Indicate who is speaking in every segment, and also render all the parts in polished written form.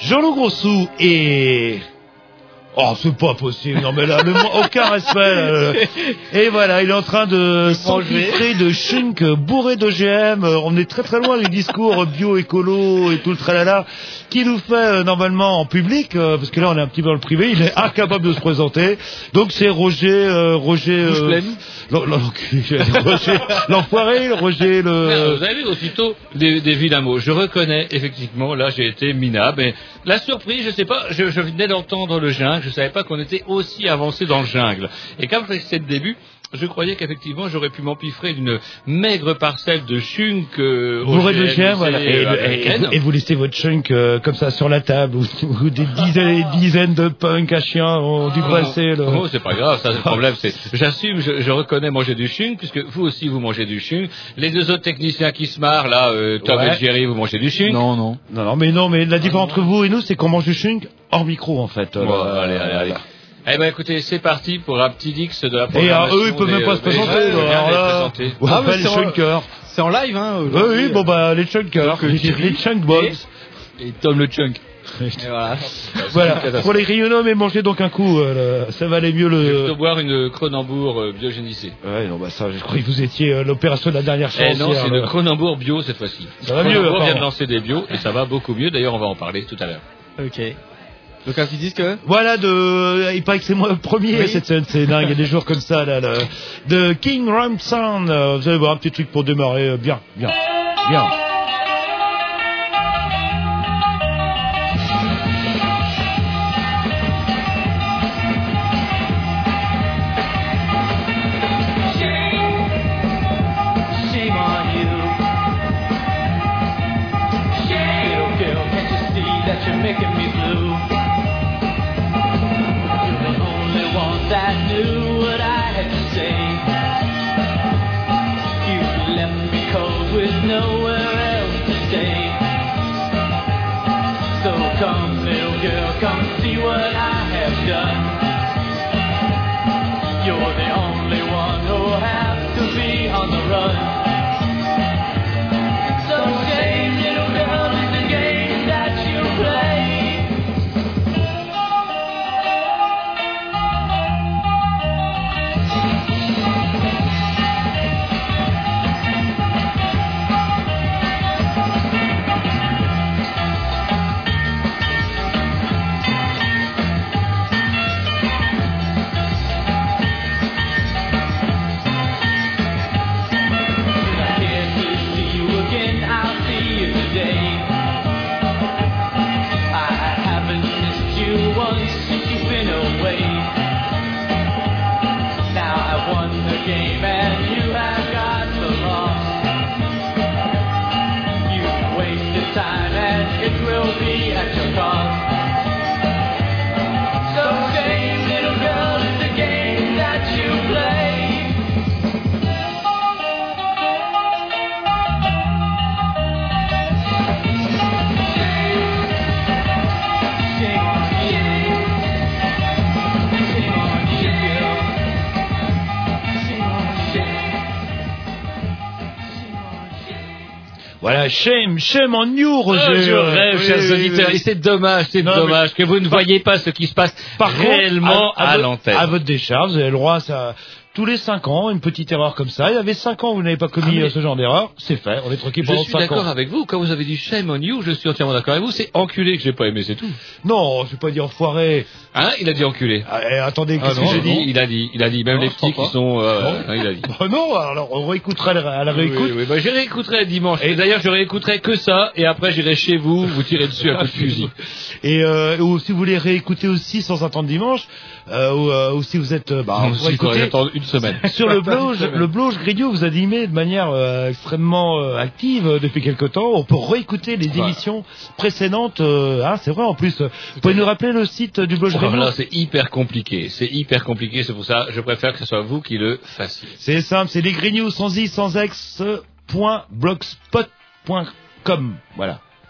Speaker 1: Jean-Loup Grossou et... Oh, c'est pas possible. Non, mais là, aucun respect. Et voilà, il est en train de s'empiffrer de chunk bourré d'OGM. On est très très loin du discours bio, écolo et tout le tralala qui nous fait normalement en public, parce que là on est un petit peu dans le privé. Il est incapable de se présenter. Donc c'est Roger, Roger l'enfoiré, Roger le...
Speaker 2: Vous avez vu aussitôt des vilains mots. Je reconnais effectivement, là j'ai été minable. Mais la surprise, je sais pas, je venais d'entendre le jungle. Je savais pas qu'on était aussi avancé dans le jungle. Et comme c'était le début, je croyais qu'effectivement j'aurais pu m'empiffrer d'une maigre parcelle de chunk
Speaker 1: bourré de chien, voilà. Et vous laissez votre chunk comme ça sur la table où des dizaines de punks à chiens ont dû passer.
Speaker 2: Oh, c'est pas grave, ça le problème c'est j'assume, je reconnais manger du chunk puisque vous aussi vous mangez du chunk. Les deux autres techniciens qui se marrent là, Tom et Jerry, vous mangez du chunk.
Speaker 1: Non, mais la différence entre vous et nous c'est qu'on mange du chunk hors micro en fait.
Speaker 2: Allez. Eh ben écoutez, c'est parti pour un petit dix de la programmation.
Speaker 1: Et eux, ils peuvent même pas se présenter.
Speaker 3: Les chunkers. C'est en live, hein.
Speaker 1: Oui, bon bah les chunkers, les chunk boys.
Speaker 3: Et Tom le chunk.
Speaker 2: Et
Speaker 1: voilà. Pour les grillons, mais mangez donc un coup. Ça valait mieux le.
Speaker 2: Je vais plutôt boire une Kronenbourg biogénisée.
Speaker 1: Ouais, non, bah ça, je croyais que vous étiez l'opération de la dernière chance.
Speaker 2: Non, c'est une Kronenbourg bio cette fois-ci.
Speaker 1: Ça va mieux.
Speaker 2: Kronenbourg vient de lancer des bio et ça va beaucoup mieux. D'ailleurs, on va en parler tout à l'heure.
Speaker 3: Ok. Donc un petit disque.
Speaker 1: Voilà il paraît que c'est moi le premier cette scène, c'est dingue, il y a des jours comme ça là, de King Ramson. Vous allez voir un petit truc pour démarrer bien.
Speaker 4: That knew what I had to say. You left me cold with nowhere else to stay. So come, little girl, come see what I have done. You're the only one who'll have to be on the run. So shame, little girl, is the game that you play.
Speaker 1: Voilà, shame on you, Roger.
Speaker 2: Je rêve, chers auditeurs, et c'est dommage que vous ne voyez pas ce qui se passe réellement à l'antenne.
Speaker 1: À votre décharge, vous avez le droit à ça. Tous les 5 ans, une petite erreur comme ça. Il y avait 5 ans où vous n'avez pas commis ce genre d'erreur. C'est fait. On est tranquille pendant 5 ans.
Speaker 2: Je suis d'accord avec vous. Quand vous avez dit shame on you, je suis entièrement d'accord avec vous. C'est enculé que j'ai pas aimé, c'est tout.
Speaker 1: Non, je vais pas dire enfoiré.
Speaker 2: Hein? Il a dit enculé.
Speaker 1: Attendez, qu'est-ce que j'ai dit?
Speaker 2: Il a dit. Même les petits qui sont, il a dit.
Speaker 1: Non, alors on réécoutera à la réécoute.
Speaker 2: Oui, je réécouterai dimanche. Et d'ailleurs, je réécouterai que ça. Et après, j'irai chez vous tirer dessus à coup de fusil.
Speaker 1: Et, ou si vous voulez réécouter aussi sans attendre dimanche, ou si vous êtes,
Speaker 2: on pourrait attendre une semaine.
Speaker 1: Sur le blog Grignou vous animez de manière extrêmement active depuis quelque temps. On peut réécouter les émissions précédentes. C'est vrai en plus. Vous pouvez nous rappeler le site du blog Grignou?
Speaker 2: Là, c'est hyper compliqué. C'est pour ça je préfère que ce soit vous qui le fassiez.
Speaker 1: C'est simple, c'est lesgrignoux sans i sans x .blogspot.com. Voilà.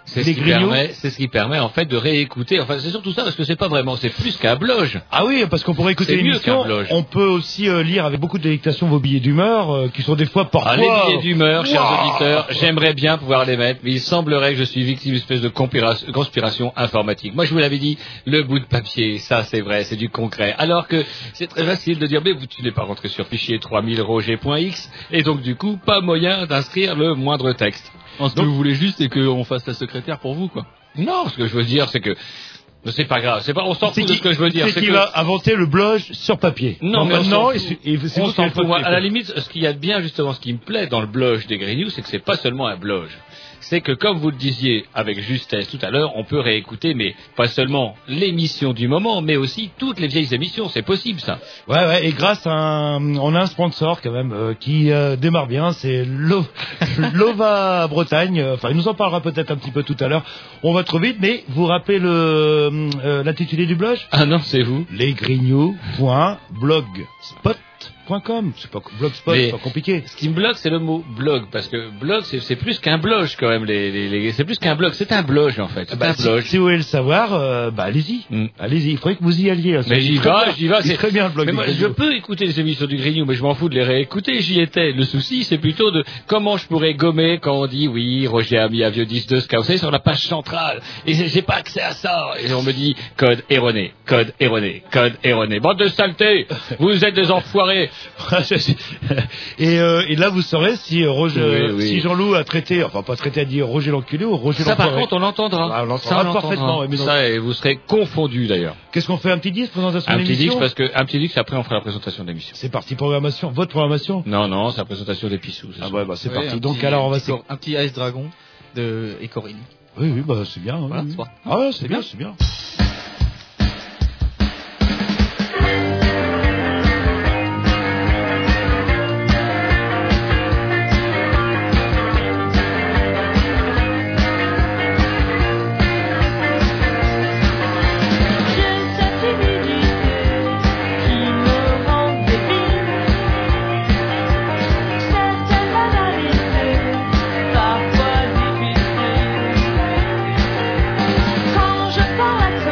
Speaker 2: C'est ce qui permet en fait de réécouter. Enfin, c'est surtout ça parce que c'est plus qu'un blog.
Speaker 1: Ah oui, parce qu'on pourrait écouter l'émission. On peut aussi lire avec beaucoup de délectation vos billets d'humeur, qui sont des fois parfois.
Speaker 2: Les billets d'humeur, chers auditeurs, j'aimerais bien pouvoir les mettre, mais il semblerait que je suis victime d'une espèce de conspiration informatique. Moi, je vous l'avais dit, le bout de papier, ça c'est vrai, c'est du concret. Alors que c'est très facile de dire, mais tu n'es pas rentré sur fichier 3000 roger.x, et donc du coup, pas moyen d'inscrire le moindre texte.
Speaker 3: Ce que vous voulez juste, c'est qu'on fasse la secrétaire pour vous, quoi.
Speaker 2: Non, ce que je veux dire, c'est que c'est pas grave, on s'en fout de ce que je veux dire.
Speaker 1: C'est qu'il va inventer le blog sur papier.
Speaker 2: Non, mais
Speaker 1: maintenant,
Speaker 2: on s'en fout. Moi, à la limite, ce qu'il y a de bien, justement, ce qui me plaît dans le blog des Green News, c'est que c'est pas seulement un blog. C'est que, comme vous le disiez avec justesse tout à l'heure, on peut réécouter, mais pas seulement l'émission du moment, mais aussi toutes les vieilles émissions. C'est possible, ça.
Speaker 1: Ouais, et grâce à on a un sponsor, quand même, qui démarre bien, c'est Lova Bretagne. Enfin, il nous en parlera peut-être un petit peu tout à l'heure. On va trop vite, mais vous rappelez l'intitulé du blog?
Speaker 2: Ah non, c'est vous.
Speaker 1: lesgrignoux.blogspot.com. C'est pas blogspot, c'est pas compliqué.
Speaker 2: Ce qui me bloque, c'est le mot blog, parce que blog, c'est plus qu'un blog quand même. C'est plus qu'un blog, c'est un blog en fait. Un blog.
Speaker 1: Si vous voulez le savoir, allez-y. Allez-y, il faudrait que vous y alliez.
Speaker 2: Mais j'y vais.
Speaker 1: C'est très bien le blog.
Speaker 2: Mais moi, je peux écouter les émissions du Grignou, mais je m'en fous de les réécouter. J'y étais. Le souci, c'est plutôt de comment je pourrais gommer quand on dit oui, Roger a mis un vieux disque de ska, vous savez, sur la page centrale. Et j'ai pas accès à ça. Et on me dit code erroné. Bande de saletés. Vous êtes des enfoirés.
Speaker 1: Et là, vous saurez si si Jean-Loup a traité, enfin pas traité à dire Roger l'enculé ou Roger l'enfoiré.
Speaker 2: Ça, par contre, on l'entendra.
Speaker 1: On l'entendra parfaitement.
Speaker 2: Ça, et vous serez confondus d'ailleurs.
Speaker 1: Qu'est-ce qu'on fait, un petit disque, présentation d'émission?
Speaker 2: Un petit disque, après on fera la présentation de l'émission.
Speaker 1: C'est parti, programmation. Votre programmation?
Speaker 2: Non, c'est la présentation des Pissous.
Speaker 1: C'est parti. Donc alors, on va
Speaker 3: un petit Ice Dragon de Ecorini.
Speaker 1: Oui, c'est bien.
Speaker 3: Voilà,
Speaker 1: c'est bien.
Speaker 5: Parfois difficile. Quand je parle à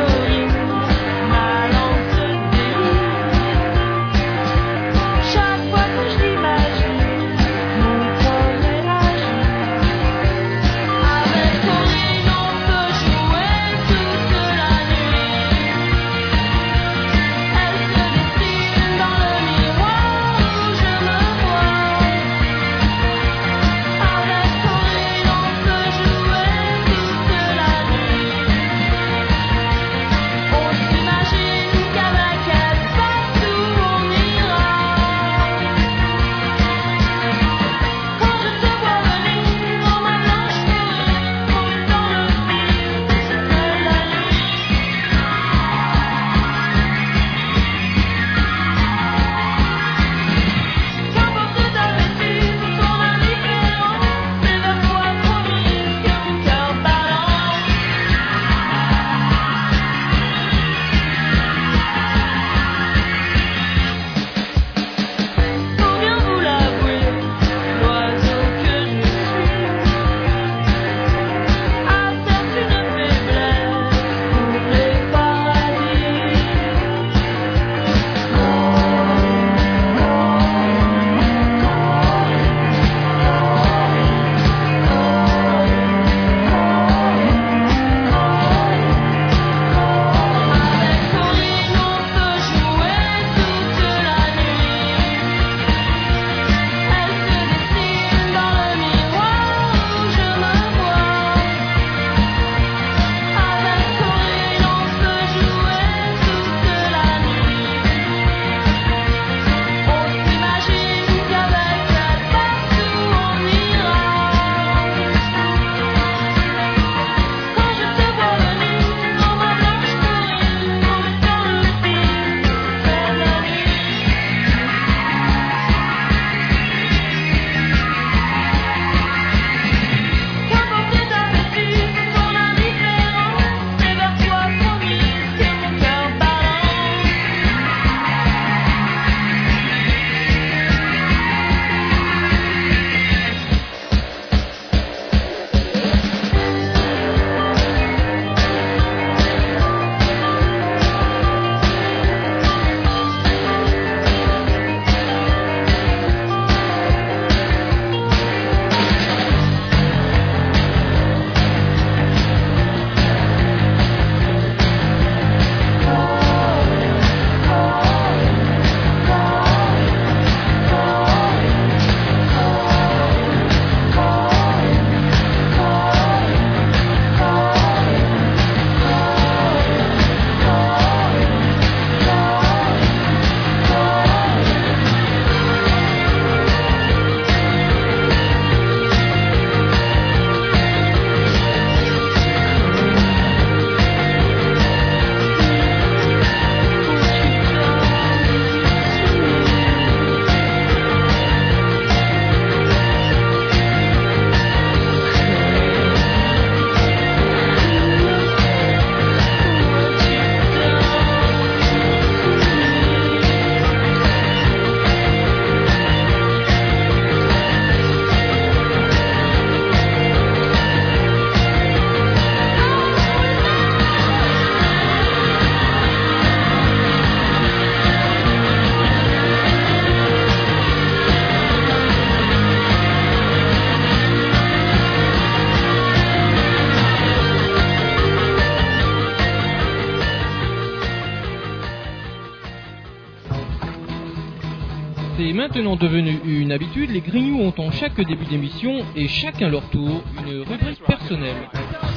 Speaker 5: maintenant devenu une habitude, les Grignoux ont en chaque début d'émission, et chacun leur tour, une rubrique personnelle.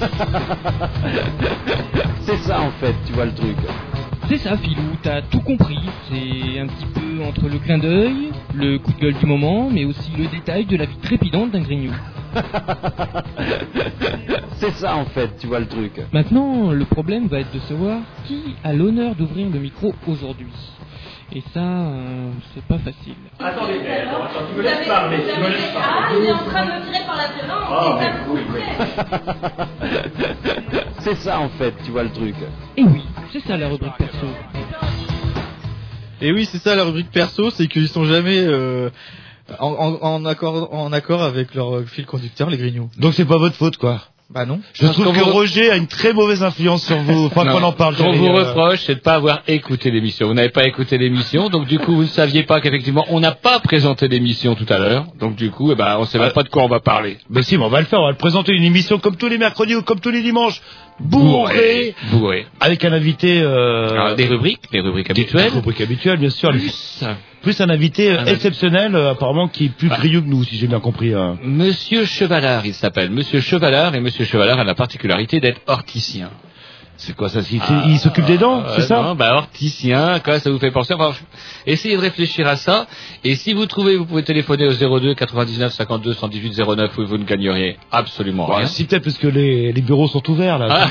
Speaker 6: C'est ça en fait, tu vois le truc.
Speaker 5: C'est ça, Philou, t'as tout compris. C'est un petit peu entre le clin d'œil, le coup de gueule du moment, mais aussi le détail de la vie trépidante d'un Grignou.
Speaker 6: C'est ça en fait, tu vois le truc.
Speaker 5: Maintenant, le problème va être de savoir qui a l'honneur d'ouvrir le micro aujourd'hui. Et ça, c'est pas facile.
Speaker 7: Attendez, tu me laisses parler,
Speaker 8: Ah, il est en train de me tirer par la violence,
Speaker 6: C'est ça en fait, tu vois le truc.
Speaker 5: Et oui, c'est ça la rubrique perso.
Speaker 3: Et oui, c'est ça la rubrique perso, c'est qu'ils sont jamais en accord avec leur fil conducteur, les Grignoux.
Speaker 1: Donc c'est pas votre faute, quoi.
Speaker 3: Bah non.
Speaker 1: Je trouve que Roger a une très mauvaise influence sur vous. Enfin, qu'on en parle.
Speaker 2: Ce qu'on vous reproche, c'est de pas avoir écouté l'émission. Vous n'avez pas écouté l'émission, donc du coup, vous ne saviez pas qu'effectivement, on n'a pas présenté l'émission tout à l'heure. Donc du coup, on sait même pas de quoi on va parler.
Speaker 1: Mais si, mais on va le faire. On va le présenter une émission comme tous les mercredis ou comme tous les dimanches. Bourré. Avec un invité.
Speaker 2: Des rubriques habituelles.
Speaker 1: Des rubriques habituelles, bien sûr. Plus un invité exceptionnel, apparemment, qui est plus grilleux que nous, si j'ai bien compris.
Speaker 2: Monsieur Chevalard, il s'appelle. Monsieur Chevalard, et Monsieur Chevalard a la particularité d'être horticien.
Speaker 1: C'est quoi ça? Il s'occupe des dents, c'est ça?
Speaker 2: Non, horticien, quoi, ça vous fait penser. Enfin, essayez de réfléchir à ça. Et si vous trouvez, vous pouvez téléphoner au 02 99 52 118 09 où vous ne gagneriez absolument rien.
Speaker 1: Si peut-être parce que les bureaux sont ouverts là.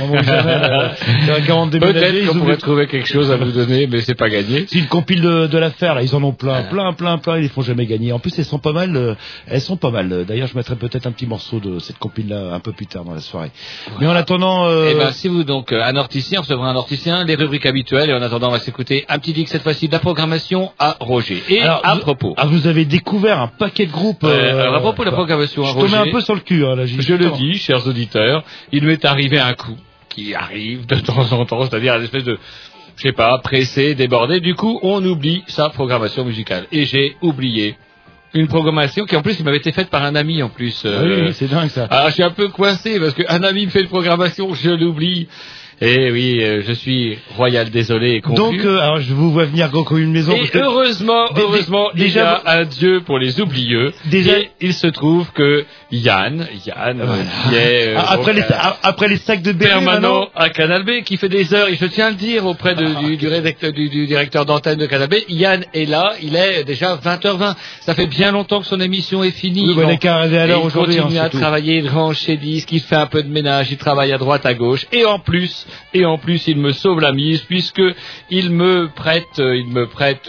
Speaker 2: Peut-être qu'on pourrait trouver quelque chose à vous donner, mais c'est pas gagné.
Speaker 1: C'est une compile de l'affaire là. Ils en ont plein. Ils les font jamais gagner. En plus, elles sont pas mal. D'ailleurs, je mettrai peut-être un petit morceau de cette compile là un peu plus tard dans la soirée. Ouais. Mais en attendant,
Speaker 2: si vous donc un horticien, on recevra un horticien, les rubriques habituelles, et en attendant, on va s'écouter un petit disque cette fois-ci de la programmation à Roger. Et alors, à propos.
Speaker 1: Vous avez découvert un paquet de groupes.
Speaker 2: Alors, à propos de la programmation à Roger.
Speaker 1: Je te mets un peu sur le cul, là.
Speaker 2: Je le dis, chers auditeurs, il m'est arrivé un coup qui arrive de temps en temps, c'est-à-dire une espèce de, je sais pas, pressé, débordé. Du coup, on oublie sa programmation musicale. Et j'ai oublié une programmation qui en plus il m'avait été faite par un ami en plus.
Speaker 1: Oui, c'est dingue ça.
Speaker 2: Alors je suis un peu coincé parce qu'un ami me fait une programmation, je l'oublie. Et oui, je suis royal désolé et confus.
Speaker 1: Donc, alors je vous vois venir comme une maison.
Speaker 2: Et heureusement, il y a un Dieu pour les oublieux.
Speaker 1: Déjà,
Speaker 2: et il se trouve que Yann, qui est
Speaker 1: après les sacs de BD
Speaker 2: permanent à Canal B, qui fait des heures, et je tiens à le dire auprès du directeur d'antenne de Canal B, Yann est là, il est déjà 20h20. Ça fait bien longtemps que son émission est finie.
Speaker 1: Oui, il est qu'à arriver à l'heure aujourd'hui.
Speaker 2: Il continue à travailler, il range ses disques, il fait un peu de ménage, il travaille à droite, à gauche, et en plus, il me sauve la mise puisque il me prête une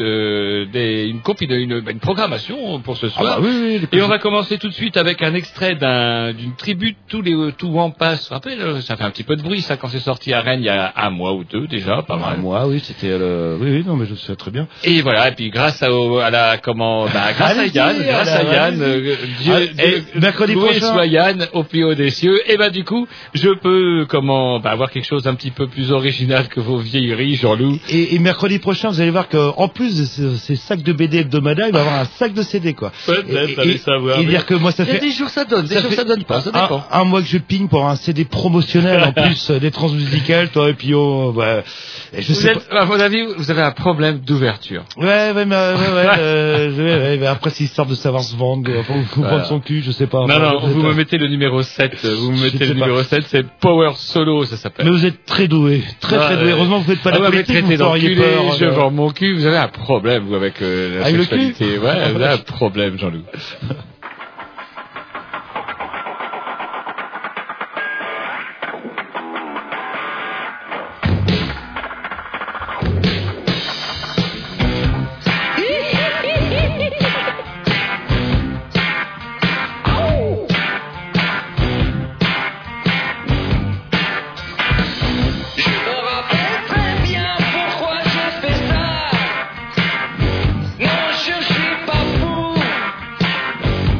Speaker 2: programmation pour ce soir. Et on va commencer tout de suite avec un extrait d'une tribu Tout en passe. Vous vous rappelez, ça fait un petit peu de bruit ça quand c'est sorti à Rennes il y a un mois ou deux déjà, pas mal.
Speaker 1: Un mois, oui, c'était non mais je sais très bien.
Speaker 2: Et voilà, et puis grâce à Yann,
Speaker 1: mercredi prochain,
Speaker 2: soit Yann au plus haut des cieux. Et du coup, je peux avoir quelque chose un petit peu plus original que vos vieilleries, Jean-Loup.
Speaker 1: Et mercredi prochain, vous allez voir qu'en plus de ces sacs de BD hebdomadaires, il va y avoir un sac de CD, quoi.
Speaker 2: Peut-être, allez savoir.
Speaker 1: Et dire que moi, ça fait...
Speaker 2: des jours ça donne, des jours ça donne pas, ça dépend.
Speaker 1: Un mois que je pigne pour un CD promotionnel, en plus des transmusicales, toi, et puis
Speaker 2: à mon avis, vous avez un problème d'ouverture.
Speaker 1: Mais après, c'est histoire de savoir se vendre, faut prendre son cul, je sais pas.
Speaker 2: Vous me mettez le numéro 7, c'est Power Solo, ça s'appelle.
Speaker 1: Mais vous êtes très doué, très doué. Heureusement que vous faites pas la politique, vous auriez peur.
Speaker 2: Je vends mon cul, vous avez un problème, vous, avec la sexualité. Vous avez un problème, Jean-Loup.
Speaker 4: Non, je suis pas fou.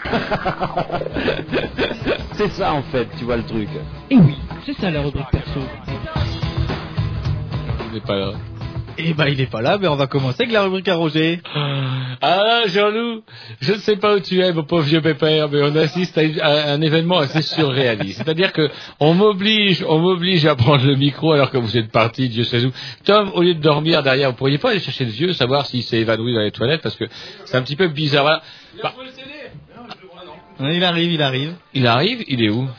Speaker 6: C'est ça en fait, tu vois le truc.
Speaker 5: Et oui, c'est ça la rubrique perso.
Speaker 2: Il n'est pas là.
Speaker 3: Et bah il est pas là, mais on va commencer avec la rubrique à Roger.
Speaker 2: Ah, Jean-Loup, je ne sais pas où tu es, mon pauvre vieux pépère, mais on assiste à un événement assez surréaliste. C'est-à-dire que on m'oblige à prendre le micro alors que vous êtes parti, Dieu sait où. Tom, au lieu de dormir derrière, vous pourriez pas aller chercher le vieux, savoir s'il s'est évanoui dans les toilettes, parce que c'est un petit peu bizarre. Voilà. Bah,
Speaker 3: Il arrive.
Speaker 2: il arrive, il est où?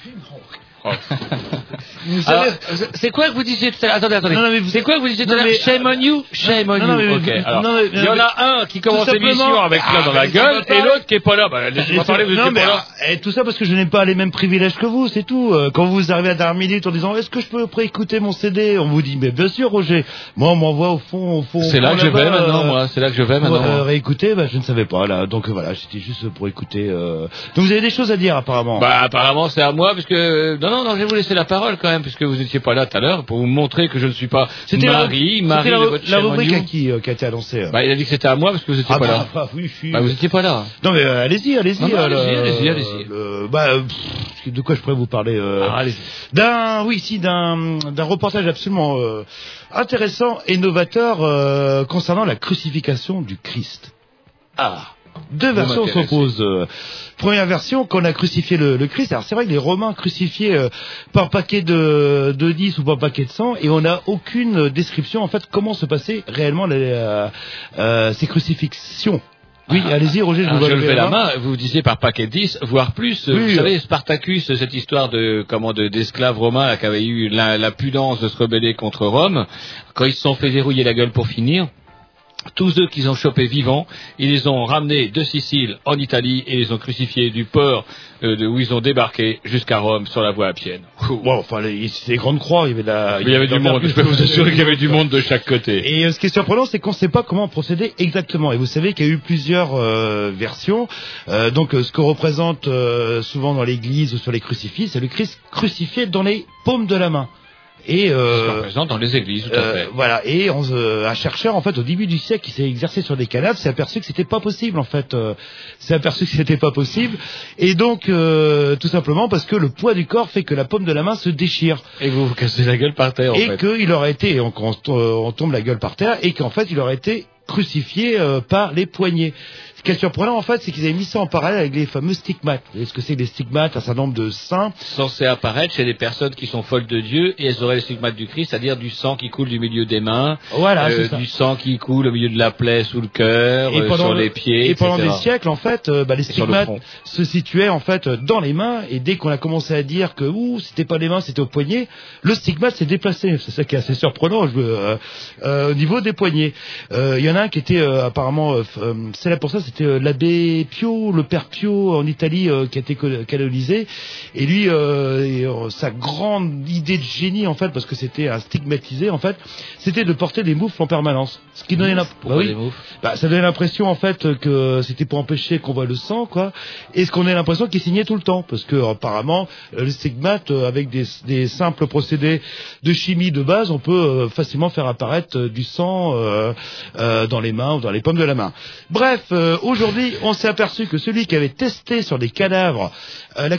Speaker 2: Alors, c'est quoi que vous disiez tout à l'heure? Attendez.
Speaker 1: Non, mais
Speaker 2: c'est quoi que vous disiez tout à l'heure?
Speaker 1: mais-
Speaker 2: Shame on you? Shame on
Speaker 1: Non,
Speaker 2: you.
Speaker 1: mais-
Speaker 2: Ok. Alors,
Speaker 1: non, mais-
Speaker 2: il y en a un qui commence
Speaker 1: Tout simplement-
Speaker 2: l'émission avec plein dans la
Speaker 1: mais
Speaker 2: gueule
Speaker 1: ça va
Speaker 2: et
Speaker 1: pas.
Speaker 2: l'autre qui est pas là. Bah, laissez-moi parler, vous
Speaker 1: Non,
Speaker 2: n'êtes
Speaker 1: mais
Speaker 2: pas là.
Speaker 1: tout ça parce que je n'ai pas les mêmes privilèges que vous, c'est tout. Quand vous arrivez à la dernière minute en disant est-ce que je peux préécouter mon CD, on vous dit mais bien sûr Roger. Moi on m'envoie au fond.
Speaker 2: C'est là que je vais
Speaker 1: là-bas,
Speaker 2: maintenant, moi. C'est là que je vais maintenant. moi.
Speaker 1: réécouter, bah, je ne savais pas là. Donc voilà, c'était juste pour écouter. Donc vous avez des choses à dire apparemment.
Speaker 2: Bah, apparemment, c'est à moi, puisque, non, je vais vous laisser la parole quand même, puisque vous n'étiez pas là tout à l'heure, pour vous montrer que je ne suis pas
Speaker 1: C'était
Speaker 2: Marie
Speaker 1: c'était
Speaker 2: de votre
Speaker 1: la
Speaker 2: Shame on
Speaker 1: rubrique
Speaker 2: You.
Speaker 1: à qui a été annoncée.
Speaker 2: Bah, il a dit que c'était à moi, parce que vous n'étiez pas là.
Speaker 1: oui, je suis.
Speaker 2: Bah, vous n'étiez pas là.
Speaker 1: Non mais allez-y.
Speaker 2: Non, non, allez-y.
Speaker 1: De quoi je pourrais vous parler
Speaker 2: Allez-y.
Speaker 1: d'un reportage absolument intéressant et novateur concernant la crucifixion du Christ. Deux versions
Speaker 2: m'intéressez.
Speaker 1: s'opposent. Première version, qu'on a crucifié le Christ. Alors c'est vrai que les Romains crucifiaient par paquet de 10 ou par paquet de 100, et on n'a aucune description en fait comment se passaient réellement ces crucifixions. Oui, allez-y, Roger, je vous vois
Speaker 2: Je
Speaker 1: lever
Speaker 2: levais la main, vous disiez par paquet de 10, voire plus.
Speaker 1: Oui,
Speaker 2: vous savez, Spartacus, cette histoire d'esclaves romains là, qui avaient eu la pudence de se rebeller contre Rome, quand ils se sont fait verrouiller la gueule pour finir, tous eux qu'ils ont chopés vivants, ils les ont ramenés de Sicile en Italie et les ont crucifiés du port où ils ont débarqué jusqu'à Rome sur la voie appienne.
Speaker 1: Bon, enfin, c'est les grandes croix, il y avait
Speaker 2: du monde, je peux vous assurer qu'il y avait du monde de chaque côté.
Speaker 1: Et ce qui est surprenant, c'est qu'on ne sait pas comment procéder exactement. Et vous savez qu'il y a eu plusieurs versions. Donc, ce que représente souvent dans l'église ou sur les crucifix, c'est le Christ crucifié dans les paumes de la main. Et
Speaker 2: C'est représente dans les églises, tout à fait.
Speaker 1: voilà. Et un chercheur, en fait, au début du siècle, qui s'est exercé sur des cadavres, s'est aperçu que c'était pas possible, en fait. Et donc, tout simplement parce que le poids du corps fait que la paume de la main se déchire.
Speaker 2: Et vous vous cassez la gueule par terre, en
Speaker 1: Et
Speaker 2: fait.
Speaker 1: qu'il aurait été, on tombe la gueule par terre, et qu'en fait, il aurait été crucifié par les poignets. Ce qui est surprenant, en fait, c'est qu'ils avaient mis ça en parallèle avec les fameux stigmates. Vous voyez ce que c'est que les stigmates? Un certain nombre de saints.
Speaker 2: Censé apparaître chez des personnes qui sont folles de Dieu, et elles auraient les stigmates du Christ, c'est-à-dire du sang qui coule du milieu des mains,
Speaker 1: Voilà, c'est ça.
Speaker 2: du sang qui coule au milieu de la plaie, sous le cœur, sur les pieds,
Speaker 1: et pendant
Speaker 2: etc.
Speaker 1: des siècles, en fait, les
Speaker 2: sur le
Speaker 1: stigmates
Speaker 2: front.
Speaker 1: se situaient en fait dans les mains. Et dès qu'on a commencé à dire que c'était pas les mains, c'était au poignet, le stigmate s'est déplacé. C'est ça qui est assez surprenant au niveau des poignets. Il y en a un qui était apparemment célèbre pour ça, c'était l'abbé Pio, le père Pio en Italie, qui a été canonisé. Et lui, sa grande idée de génie, en fait, parce que c'était un stigmatisé, en fait, c'était de porter des moufles en permanence. Ce qui donnait
Speaker 2: Pourquoi des moufles?
Speaker 1: ça donnait l'impression, en fait, que c'était pour empêcher qu'on voit le sang, quoi. Et ce qu'on a l'impression qu'il signait tout le temps. Parce que, apparemment, le stigmate, avec des simples procédés de chimie de base, on peut facilement faire apparaître du sang dans les mains ou dans les paumes de la main. Bref, aujourd'hui, on s'est aperçu que celui qui avait testé sur des cadavres la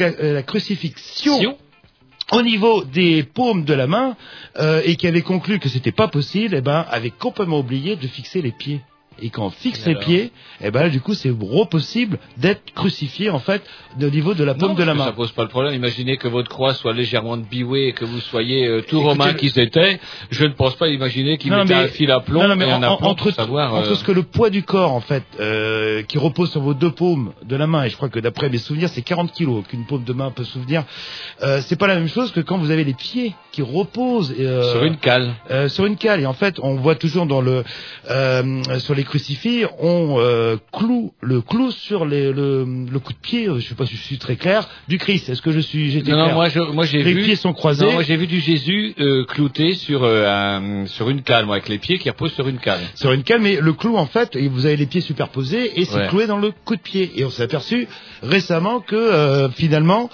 Speaker 1: crucifixion au niveau des paumes de la main et qui avait conclu que c'était pas possible, avait complètement oublié de fixer les pieds. Et quand on fixe les pieds, du coup, c'est possible d'être crucifié, en fait, au niveau de la paume de la main.
Speaker 2: Ça pose pas le problème. Imaginez que votre croix soit légèrement biwée et que vous soyez tout romain qu'ils étaient. Je ne pense pas imaginer qu'ils mettaient un fil à plomb et un aplomb pour savoir...
Speaker 1: Entre ce que le poids du corps, en fait, qui repose sur vos deux paumes de la main, et je crois que d'après mes souvenirs, c'est 40 kilos qu'une paume de main peut souvenir, c'est pas la même chose que quand vous avez les pieds qui reposent...
Speaker 2: sur une cale.
Speaker 1: Sur une cale. Et en fait, on voit toujours dans sur les crucifix, on cloue le clou sur le coup de pied, je sais pas si je suis très clair, du Christ. Est-ce que j'étais clair?
Speaker 2: Moi j'ai
Speaker 1: les
Speaker 2: vu...
Speaker 1: pieds sont croisés.
Speaker 2: Non, moi j'ai vu du Jésus clouté sur une cale, moi, avec les pieds qui reposent sur une cale.
Speaker 1: Sur une cale, mais le clou, en fait, et vous avez les pieds superposés, et c'est cloué dans le coup de pied. Et on s'est aperçu récemment que, finalement,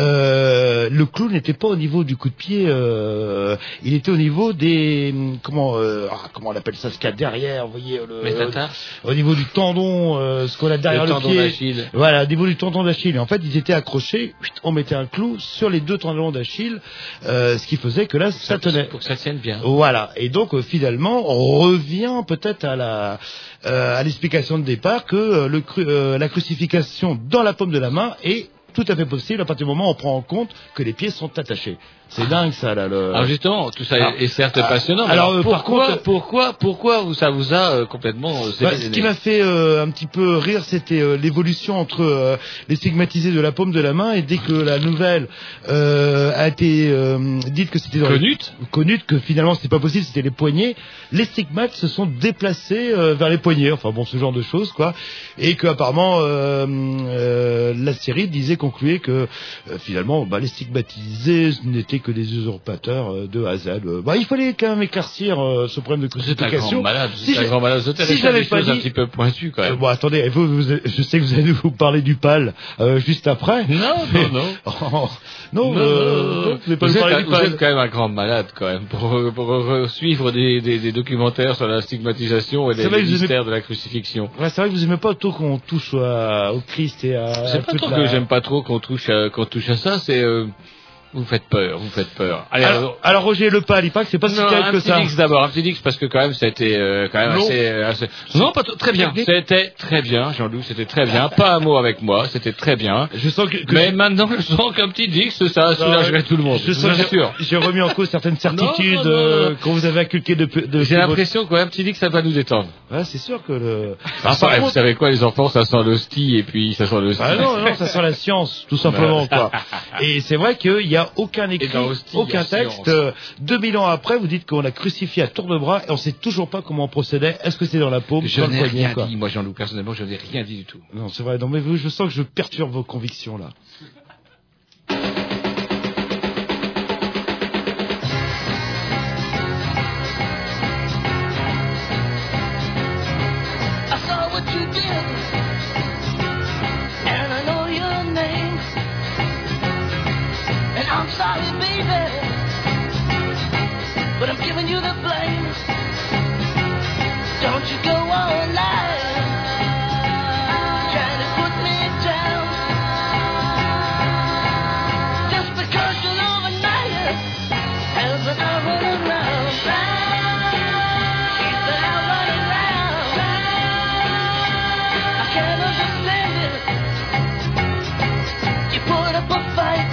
Speaker 1: le clou n'était pas au niveau du coup de pied, il était au niveau des... Comment on appelle ça, ce qu'il y a derrière, vous voyez... au niveau du tendon, ce qu'on a derrière le pied.
Speaker 2: d'Achille.
Speaker 1: Voilà, au niveau du tendon d'Achille. Et en fait, ils étaient accrochés, on mettait un clou sur les deux tendons d'Achille, ce qui faisait que là, ça tenait.
Speaker 2: Pour que ça tienne bien.
Speaker 1: Voilà. Et donc, finalement, on revient peut-être à l'explication de départ que la crucifixion dans la paume de la main est tout à fait possible à partir du moment où on prend en compte que les pieds sont attachés. C'est dingue ça là.
Speaker 2: Alors justement, tout ça est certes passionnant. Mais
Speaker 1: alors
Speaker 2: pourquoi,
Speaker 1: par contre,
Speaker 2: pourquoi ça vous a complètement
Speaker 1: ce qui m'a fait un petit peu rire, c'était l'évolution entre les stigmatisés de la paume de la main, et dès que la nouvelle a été dite que c'était connue, que finalement c'était pas possible, c'était les poignets, les stigmates se sont déplacés vers les poignets. Enfin bon, ce genre de choses quoi, et que apparemment la série concluait que finalement les stigmatisés n'étaient que des usurpateurs de A à Z. Il fallait quand même éclaircir ce problème de crucifixion.
Speaker 2: C'est un grand malade. Si j'avais pas dit un petit peu pointu quand même.
Speaker 1: Bon, attendez, je sais que vous allez vous parler du PAL juste après.
Speaker 2: Non.
Speaker 1: Vous
Speaker 2: êtes quand même un grand malade quand même pour suivre des documentaires sur la stigmatisation et les mystères de la crucifixion.
Speaker 1: Ouais, c'est vrai que vous aimez pas trop qu'on touche au Christ et à.
Speaker 2: C'est pas trop que j'aime pas trop qu'on touche à ça. C'est Vous faites peur. Allez,
Speaker 1: alors Roger, le PAL, il paraît que c'est pas si terrible que ça.
Speaker 2: Un petit Dix parce que quand même ça a été quand même assez... Non, pas très bien. C'était très bien, Jean-Loup, c'était très bien. Pas un mot avec moi, c'était très bien.
Speaker 1: Je sens
Speaker 2: mais maintenant, je sens qu'un petit Dix, ça soulagerait tout le monde.
Speaker 1: Je sens sûr. J'ai remis en cause certaines certitudes qu'on vous avait inculquées de
Speaker 2: j'ai l'impression qu'un petit Dix, ça va nous détendre.
Speaker 1: Ouais, c'est sûr que le...
Speaker 2: vous savez quoi, les enfants, ça sent l'hostie et puis ça sent le ski.
Speaker 1: Non, ça sent la science, tout simplement, quoi. Et c'est vrai qu'il y a aucun écrit, aucun texte. 2000 ans après, vous dites qu'on l'a crucifié à tour de bras et on sait toujours pas comment on procédait. Est-ce que c'est dans la paume,
Speaker 2: Je n'ai rien dit, moi Jean-Loup, personnellement, je n'ai rien dit du tout.
Speaker 1: Non, c'est vrai. Non, mais je sens que je perturbe vos convictions là.
Speaker 4: I'm sorry, baby, but I'm giving you the blame. Don't you go on lying, trying to put me down. Just because you're overnight, has been out running around. She's been out running around. I can't understand it. You put up a fight.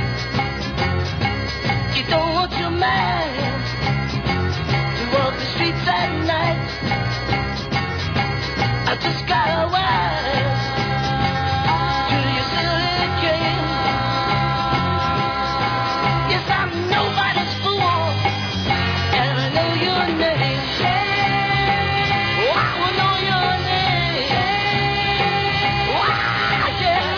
Speaker 4: You don't want your man to walk the streets at night. I just got a wire to your silly game. Yes, I'm nobody's fool, and I know your name. Oh, I will know your name. Oh, yeah.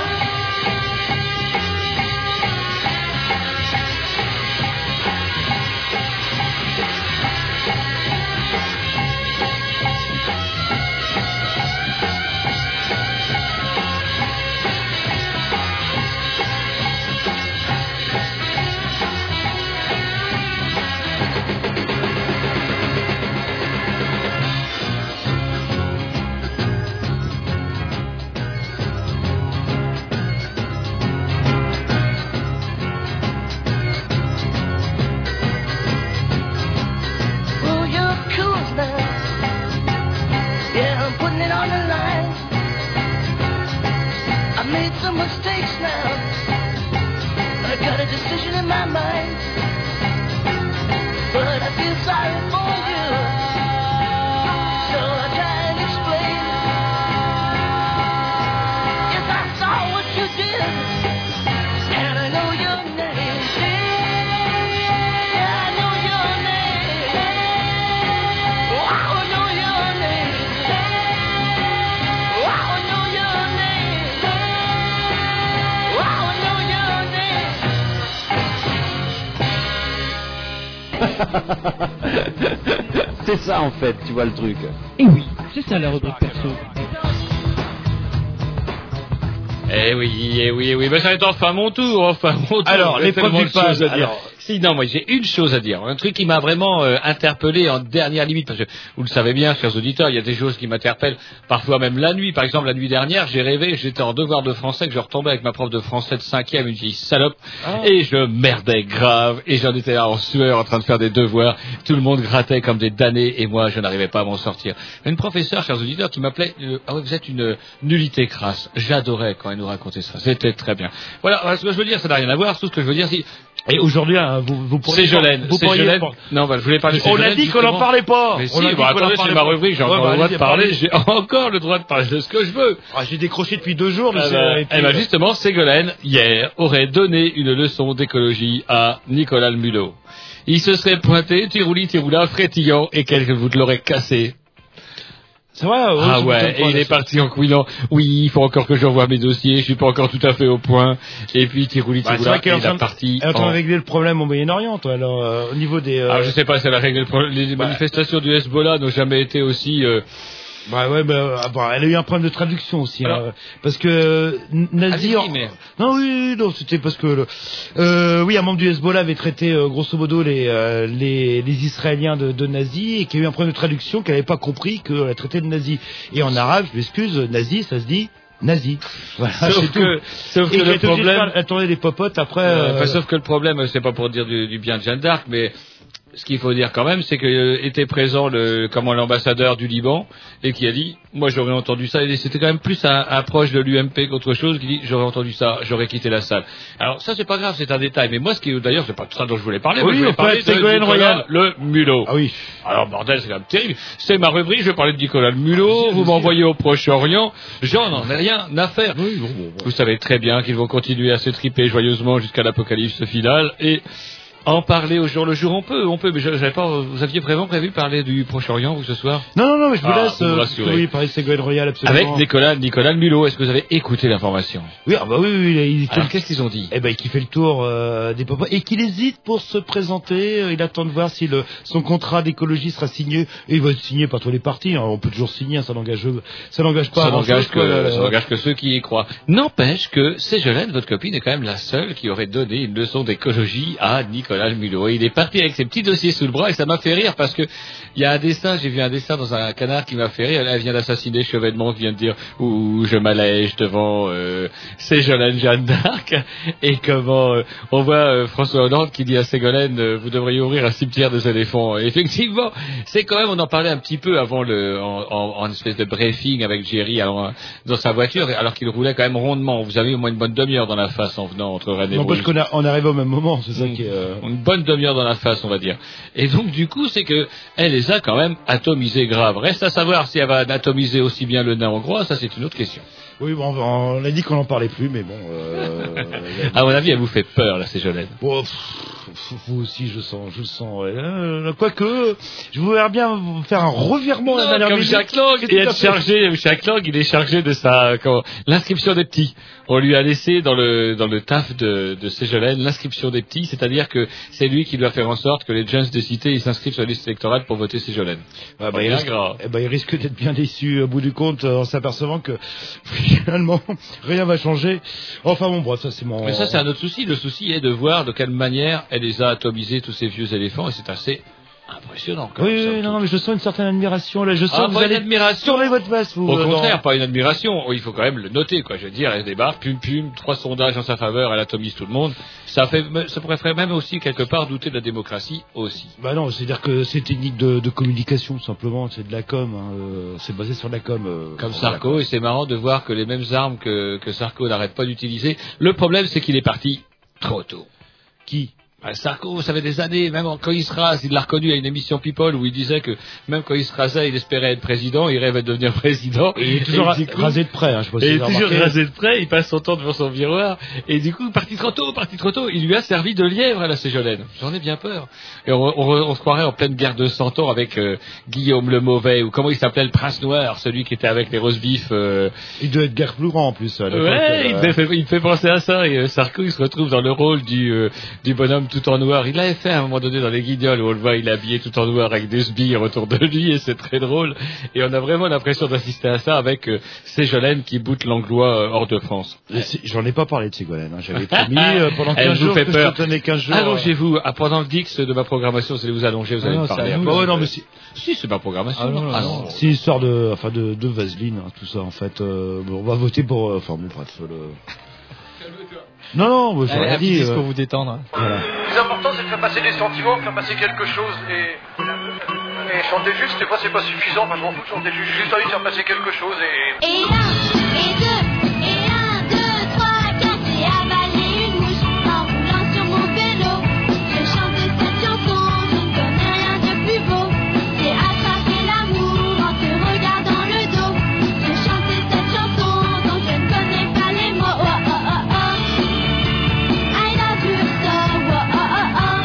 Speaker 4: Mistakes now, I got a decision in my mind, but I feel sorry for you, so I try and explain. Yes, I saw what you did, and I know your name. Yeah, I know your name. Oh, I know your name. Oh, I know your name.
Speaker 6: C'est ça en fait, tu vois le truc.
Speaker 5: Et oui, c'est ça la rubrique perso.
Speaker 2: Eh oui, ben ça va être enfin mon tour.
Speaker 1: Alors, l'épreuve du PAL.
Speaker 2: Sinon, moi, j'ai une chose à dire. Un truc qui m'a vraiment interpellé en dernière limite. Parce que, vous le savez bien, chers auditeurs, il y a des choses qui m'interpellent parfois même la nuit. Par exemple, la nuit dernière, j'ai rêvé, j'étais en devoir de français, que je retombais avec ma prof de français de 5e, une vieille salope, et je merdais grave, et j'en étais là en sueur, en train de faire des devoirs. Tout le monde grattait comme des damnés, et moi, je n'arrivais pas à m'en sortir. Une professeure, chers auditeurs, qui m'appelait, vous êtes une nullité crasse. J'adorais quand elle nous racontait ça. C'était très bien. Voilà, ce que je veux dire, ça n'a rien à voir. Tout ce que je veux dire, c'est...
Speaker 1: Et aujourd'hui, hein, vous pourriez...
Speaker 2: Ségolène. Non, je voulais parler de
Speaker 1: On a dit qu'on n'en parlait pas.
Speaker 2: Mais si, attendez, c'est ma rubrique, j'ai encore le droit de parler. J'ai encore le droit de parler de ce que je veux.
Speaker 1: J'ai décroché depuis 2 jours.
Speaker 2: Justement, Ségolène, hier, aurait donné une leçon d'écologie à Nicolas le Mulot. Il se serait pointé, tiroula, frétillant, et quelqu'un vous l'aurait cassé.
Speaker 1: C'est vrai,
Speaker 2: et il est parti en couinant. Oui, il faut encore que je revoie mes dossiers, je suis pas encore tout à fait au point. Et puis, tiroula,
Speaker 1: c'est vrai qu'elle
Speaker 2: est parti.
Speaker 1: Elle est en train de régler le problème au Moyen-Orient, toi, alors, au niveau des...
Speaker 2: Alors, je sais pas si elle a réglé le problème. Les manifestations du Hezbollah n'ont jamais été aussi...
Speaker 1: elle a eu un problème de traduction aussi, hein, parce que nazi. Non, c'était parce que un membre du Hezbollah avait traité grosso modo les Israéliens de nazis et qu'il y a eu un problème de traduction qu'elle n'avait pas compris qu'elle a traité de nazis. Et en arabe, je m'excuse, nazi, ça se dit nazi. Voilà,
Speaker 2: sauf que le problème,
Speaker 1: elle tournait des popotes après.
Speaker 2: Sauf que le problème, c'est pas pour dire du bien de Jeanne d'Arc, mais ce qu'il faut dire quand même, c'est que était présent l'ambassadeur du Liban et qui a dit, moi j'aurais entendu ça, et c'était quand même plus un proche de l'UMP qu'autre chose, qui dit, j'aurais entendu ça, j'aurais quitté la salle. Alors ça c'est pas grave, c'est un détail, mais moi d'ailleurs c'est pas de ça dont je voulais parler,
Speaker 1: oui,
Speaker 2: je voulais parler de
Speaker 1: Ségolène Royal,
Speaker 2: le Mulot.
Speaker 1: Ah oui.
Speaker 2: Alors bordel, c'est quand même terrible. C'est ma rubrique, je vais parler de Nicolas le Mulot, vous m'envoyez au Proche-Orient, j'en ai rien à faire. Oui, bon. Vous savez très bien qu'ils vont continuer à se triper joyeusement jusqu'à l'apocalypse finale, et en parler au jour le jour, on peut, mais j'avais pas, vous aviez vraiment prévu parler du Proche-Orient, vous, ce soir?
Speaker 1: Non, mais je vous laisse, oui, parler de Ségolène Royal, absolument.
Speaker 2: Avec Nicolas le Mulot, est-ce que vous avez écouté l'information?
Speaker 1: Oui, oui.
Speaker 2: Alors, qu'est-ce qu'ils ont dit?
Speaker 1: Qu'il fait le tour, des papas, et qu'il hésite pour se présenter, il attend de voir si son contrat d'écologie sera signé, et il va être signé par tous les partis, hein. On peut toujours signer, ça n'engage pas.
Speaker 2: Ça n'engage que ceux qui y croient. N'empêche que Ségolène, votre copine, est quand même la seule qui aurait donné une leçon d'écologie à Nicolas le Mulot. Il est parti avec ses petits dossiers sous le bras et ça m'a fait rire parce que il y a un dessin, j'ai vu un dessin dans un canard qui m'a fait rire. Elle vient d'assassiner Chevènement qui vient de dire je m'allège devant Ségolène Jeanne d'Arc, et comment on voit François Hollande qui dit à Ségolène vous devriez ouvrir un cimetière des éléphants. Et effectivement, c'est quand même, on en parlait un petit peu avant en espèce de briefing avec Jerry dans sa voiture, alors qu'il roulait quand même rondement. Vous avez au moins une bonne demi-heure dans la face en venant entre Rennes et Bruges.
Speaker 1: Non, parce qu'on arrive au même moment, c'est ça qui est...
Speaker 2: Une bonne demi-heure dans la face, on va dire. Et donc, du coup, c'est que elle les a quand même atomisés grave. Reste à savoir si elle va atomiser aussi bien le nain hongrois, ça c'est une autre question.
Speaker 1: Oui, bon, on a dit qu'on n'en parlait plus, mais bon...
Speaker 2: à mon avis, elle vous fait peur, là, Ségolène.
Speaker 1: Bon, vous aussi, je le sens. Quoique, je voudrais bien vous faire un revirement à la dernière minute.
Speaker 2: Jacques Lang, il est chargé de l'inscription des petits. On lui a laissé dans le taf de Ségolène l'inscription des petits, c'est-à-dire que c'est lui qui doit faire en sorte que les jeunes de cité ils s'inscrivent sur la liste électorale pour voter Ségolène.
Speaker 1: Il risque d'être bien déçu au bout du compte en s'apercevant que finalement rien va changer. Enfin bon, ça c'est mon...
Speaker 2: Mais ça c'est un autre souci. Le souci est de voir de quelle manière elle les a atomisés, tous ces vieux éléphants, et c'est assez impressionnant.
Speaker 1: Non, mais je sens une certaine admiration là. Je sens que vous allez tourner votre veste. Vous,
Speaker 2: au contraire, pas une admiration. Il faut quand même le noter, quoi. Je veux dire, elle débarque, 3 sondages en sa faveur, elle atomise tout le monde. Ça pourrait faire même aussi quelque part douter de la démocratie aussi.
Speaker 1: Bah non, c'est-à-dire que c'est technique de communication simplement. C'est de la com. C'est basé sur de la com.
Speaker 2: Comme Sarko, et c'est marrant de voir que les mêmes armes que Sarko n'arrête pas d'utiliser. Le problème, c'est qu'il est parti trop tôt.
Speaker 1: Qui?
Speaker 2: Sarko, ça fait des années, même quand il se rase, il l'a reconnu à une émission People où il disait que même quand il se rasait, il espérait être président, il rêvait de devenir président.
Speaker 1: Et il est toujours rasé de près, je sais pas si vous avez remarqué.
Speaker 2: Rasé de près, il passe son temps devant son miroir, et du coup, parti trop tôt, il lui a servi de lièvre à la Ségolène. J'en ai bien peur. Et on se croirait en pleine guerre de 100 ans avec Guillaume le Mauvais, ou comment il s'appelait, le Prince Noir, celui qui était avec les roses vifs.
Speaker 1: Il devait être guère plus grand en plus.
Speaker 2: Il me fait penser à ça, et Sarko, il se retrouve dans le rôle du bonhomme homme tout en noir. Il l'avait fait à un moment donné dans les Guignols, où on le voit, il est habillé tout en noir avec des sbires autour de lui, et c'est très drôle. Et on a vraiment l'impression d'assister à ça avec Ségolène qui boute l'Anglois hors de France.
Speaker 1: J'en ai pas parlé de Ségolène, hein. J'avais promis pendant 15
Speaker 2: Elle vous
Speaker 1: jours
Speaker 2: fait
Speaker 1: que
Speaker 2: peur.
Speaker 1: je te tenais 15 jours.
Speaker 2: Allongez-vous. Pendant le Dix de ma programmation, vous allez vous allonger, vous allez me parler.
Speaker 1: Non, mais si
Speaker 2: c'est ma programmation.
Speaker 1: Ah non. C'est une histoire de vaseline, hein, tout ça en fait. On va voter pour. Enfin bon, bref. Non, j'ai rien dit.
Speaker 3: Pour vous détendre.
Speaker 1: Voilà.
Speaker 9: Le plus important, c'est de faire passer des sentiments, faire passer quelque chose. Et chanter juste, des fois, c'est pas suffisant. Enfin, je m'en fous de chanter juste envie de faire passer quelque chose.
Speaker 4: Et 1, et 2, et 1, 2, 3, 4, j'ai avalé une mouche en roulant sur mon vélo. Je chantais cette chanson, je ne connais rien de plus beau. J'ai attrapé l'amour en te regardant le dos. Je chantais cette chanson dont je ne connais pas les mots. Oh, oh, oh, oh. I love you so, oh, oh, oh, oh.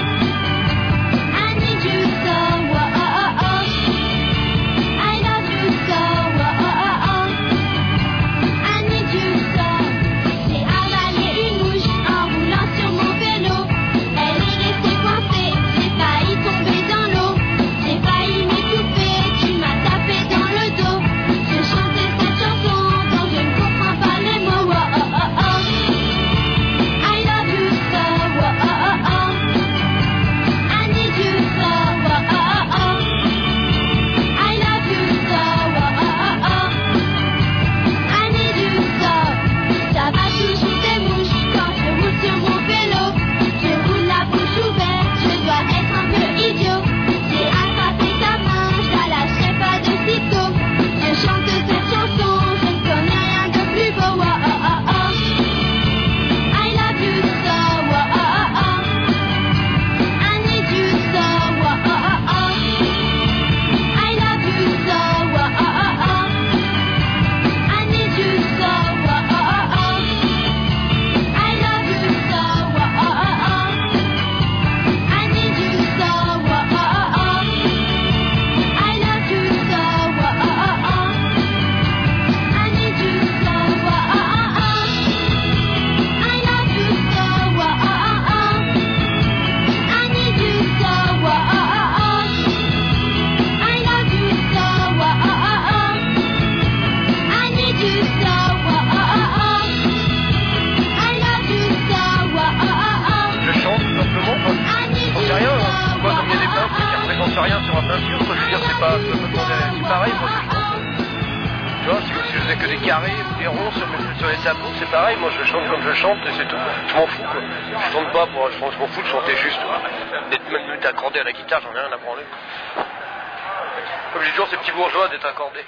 Speaker 4: I need you so, oh, oh, oh, oh. I love you so, oh, oh, oh, oh. I need you so. J'ai avalé une mouche en roulant sur mon vélo. Elle est restée coincée, j'ai failli tomber dans l'eau. J'ai failli m'étouffer, tu m'as tapé dans le dos. Je chantais cette chanson dont je ne comprends pas les mots. Oh, oh, oh, oh. I love you so, oh, oh, oh, oh. I need you so, oh, oh, oh, oh. I love you so, oh, oh, oh, oh. I need you so. Ça va toujours des mouches quand je roule sur mon vélo. Je roule la bouche ouverte, je dois être un peu idiot. J'ai attrapé ta main, je la lâcherai pas de sitôt. Je chante cette chanson, je ne connais rien de plus beau. Oh, oh, oh, oh. I love you so, oh, oh, oh, oh. I need you so, oh, oh, oh, oh. I love you so, oh, oh, oh, oh. I need you so, oh, oh, oh, oh. I love you so, oh, oh, oh, oh. I need you so, oh, oh, oh, oh. I love you so, oh, oh, oh, oh. I need you so, oh, oh, oh, oh. I love you so, oh, oh, oh, oh. I need you so, oh, oh, oh, oh. I love you so, oh, oh, oh, oh. I need you so, oh, oh, oh, oh. I love you so, oh, oh, oh, oh.
Speaker 9: Je chante tout simplement, quoi. J'en sais rien, hein. Moi, comme il y a des peintres qui représentent rien sur un peinture, quoi, je veux dire, c'est pareil, moi, je chante. Tu vois, si je faisais que des carrés ou des ronds sur les tableaux, c'est pareil, moi je chante comme je chante et c'est tout. Je m'en fous, quoi. Je chante pas je m'en fous de chanter juste. D'être accordé à la guitare, j'en ai rien à branler. Comme j'ai toujours ces petits bourgeois d'être accordés.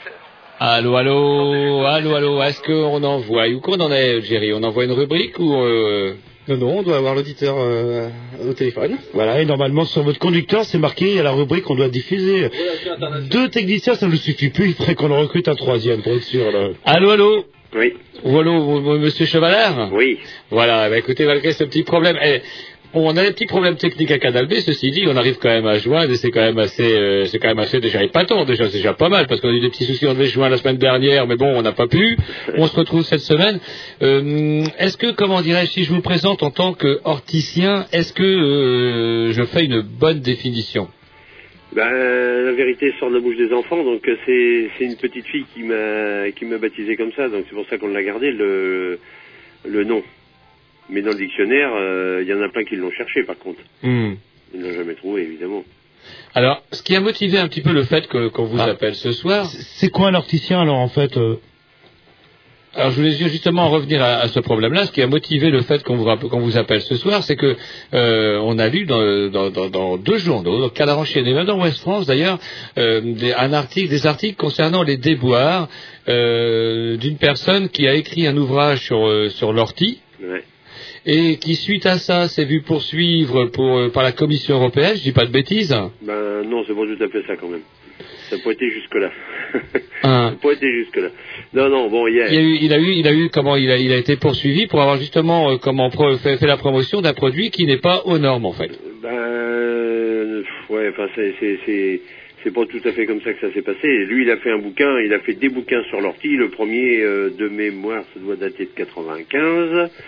Speaker 2: Allô, est-ce qu'on envoie, ou qu'on en est, Jerry? On envoie une rubrique ou
Speaker 10: Non, on doit avoir l'auditeur au téléphone.
Speaker 1: Voilà, et normalement sur votre conducteur, c'est marqué, il y a la rubrique qu'on doit diffuser. 2 techniciens, ça ne suffit plus, il faudrait qu'on en recrute un 3e, pour être sûr. Là.
Speaker 2: Allô?
Speaker 10: Oui.
Speaker 2: Ou allô, monsieur Chevalard?
Speaker 10: Oui.
Speaker 2: Voilà, écoutez, malgré ce petit problème, on a des petits problèmes techniques à Canal B, ceci dit, on arrive quand même à joindre, et c'est quand même assez déjà épatant, déjà, c'est déjà pas mal, parce qu'on a eu des petits soucis, on devait joindre la semaine dernière, mais bon, on n'a pas pu, on se retrouve cette semaine. Est-ce que, comment dirais-je, si je vous présente en tant qu'horticien, est-ce que je fais une bonne définition?
Speaker 10: La vérité sort de la bouche des enfants, donc c'est une petite fille qui m'a baptisé comme ça, donc c'est pour ça qu'on l'a gardé, le nom. Mais dans le dictionnaire, il y en a plein qui l'ont cherché, par contre. Ils ne l'ont jamais trouvé, évidemment.
Speaker 2: Alors, ce qui a motivé un petit peu le fait qu'on vous appelle ce soir...
Speaker 1: C'est quoi un horticien, alors, en fait
Speaker 2: Alors, je voulais justement revenir à ce problème-là. Ce qui a motivé le fait qu'on vous appelle ce soir, c'est que on a lu dans 2 journaux, donc Canard enchaîné, même dans Ouest France d'ailleurs, des articles concernant les déboires d'une personne qui a écrit un ouvrage sur l'ortie.
Speaker 10: Ouais.
Speaker 2: Et qui, suite à ça, s'est vu poursuivre par la Commission européenne, je dis pas de bêtises.
Speaker 10: Non, c'est pas tout à fait ça quand même. Ça n'a pas été jusque-là. Ça n'a pas été jusque-là. Non, bon, il a été poursuivi pour avoir justement fait la promotion d'un produit qui n'est pas aux normes, en fait. Ouais, enfin, c'est pas tout à fait comme ça que ça s'est passé. Lui, il a fait des bouquins sur l'ortie. Le premier, de mémoire, ça doit dater de 95.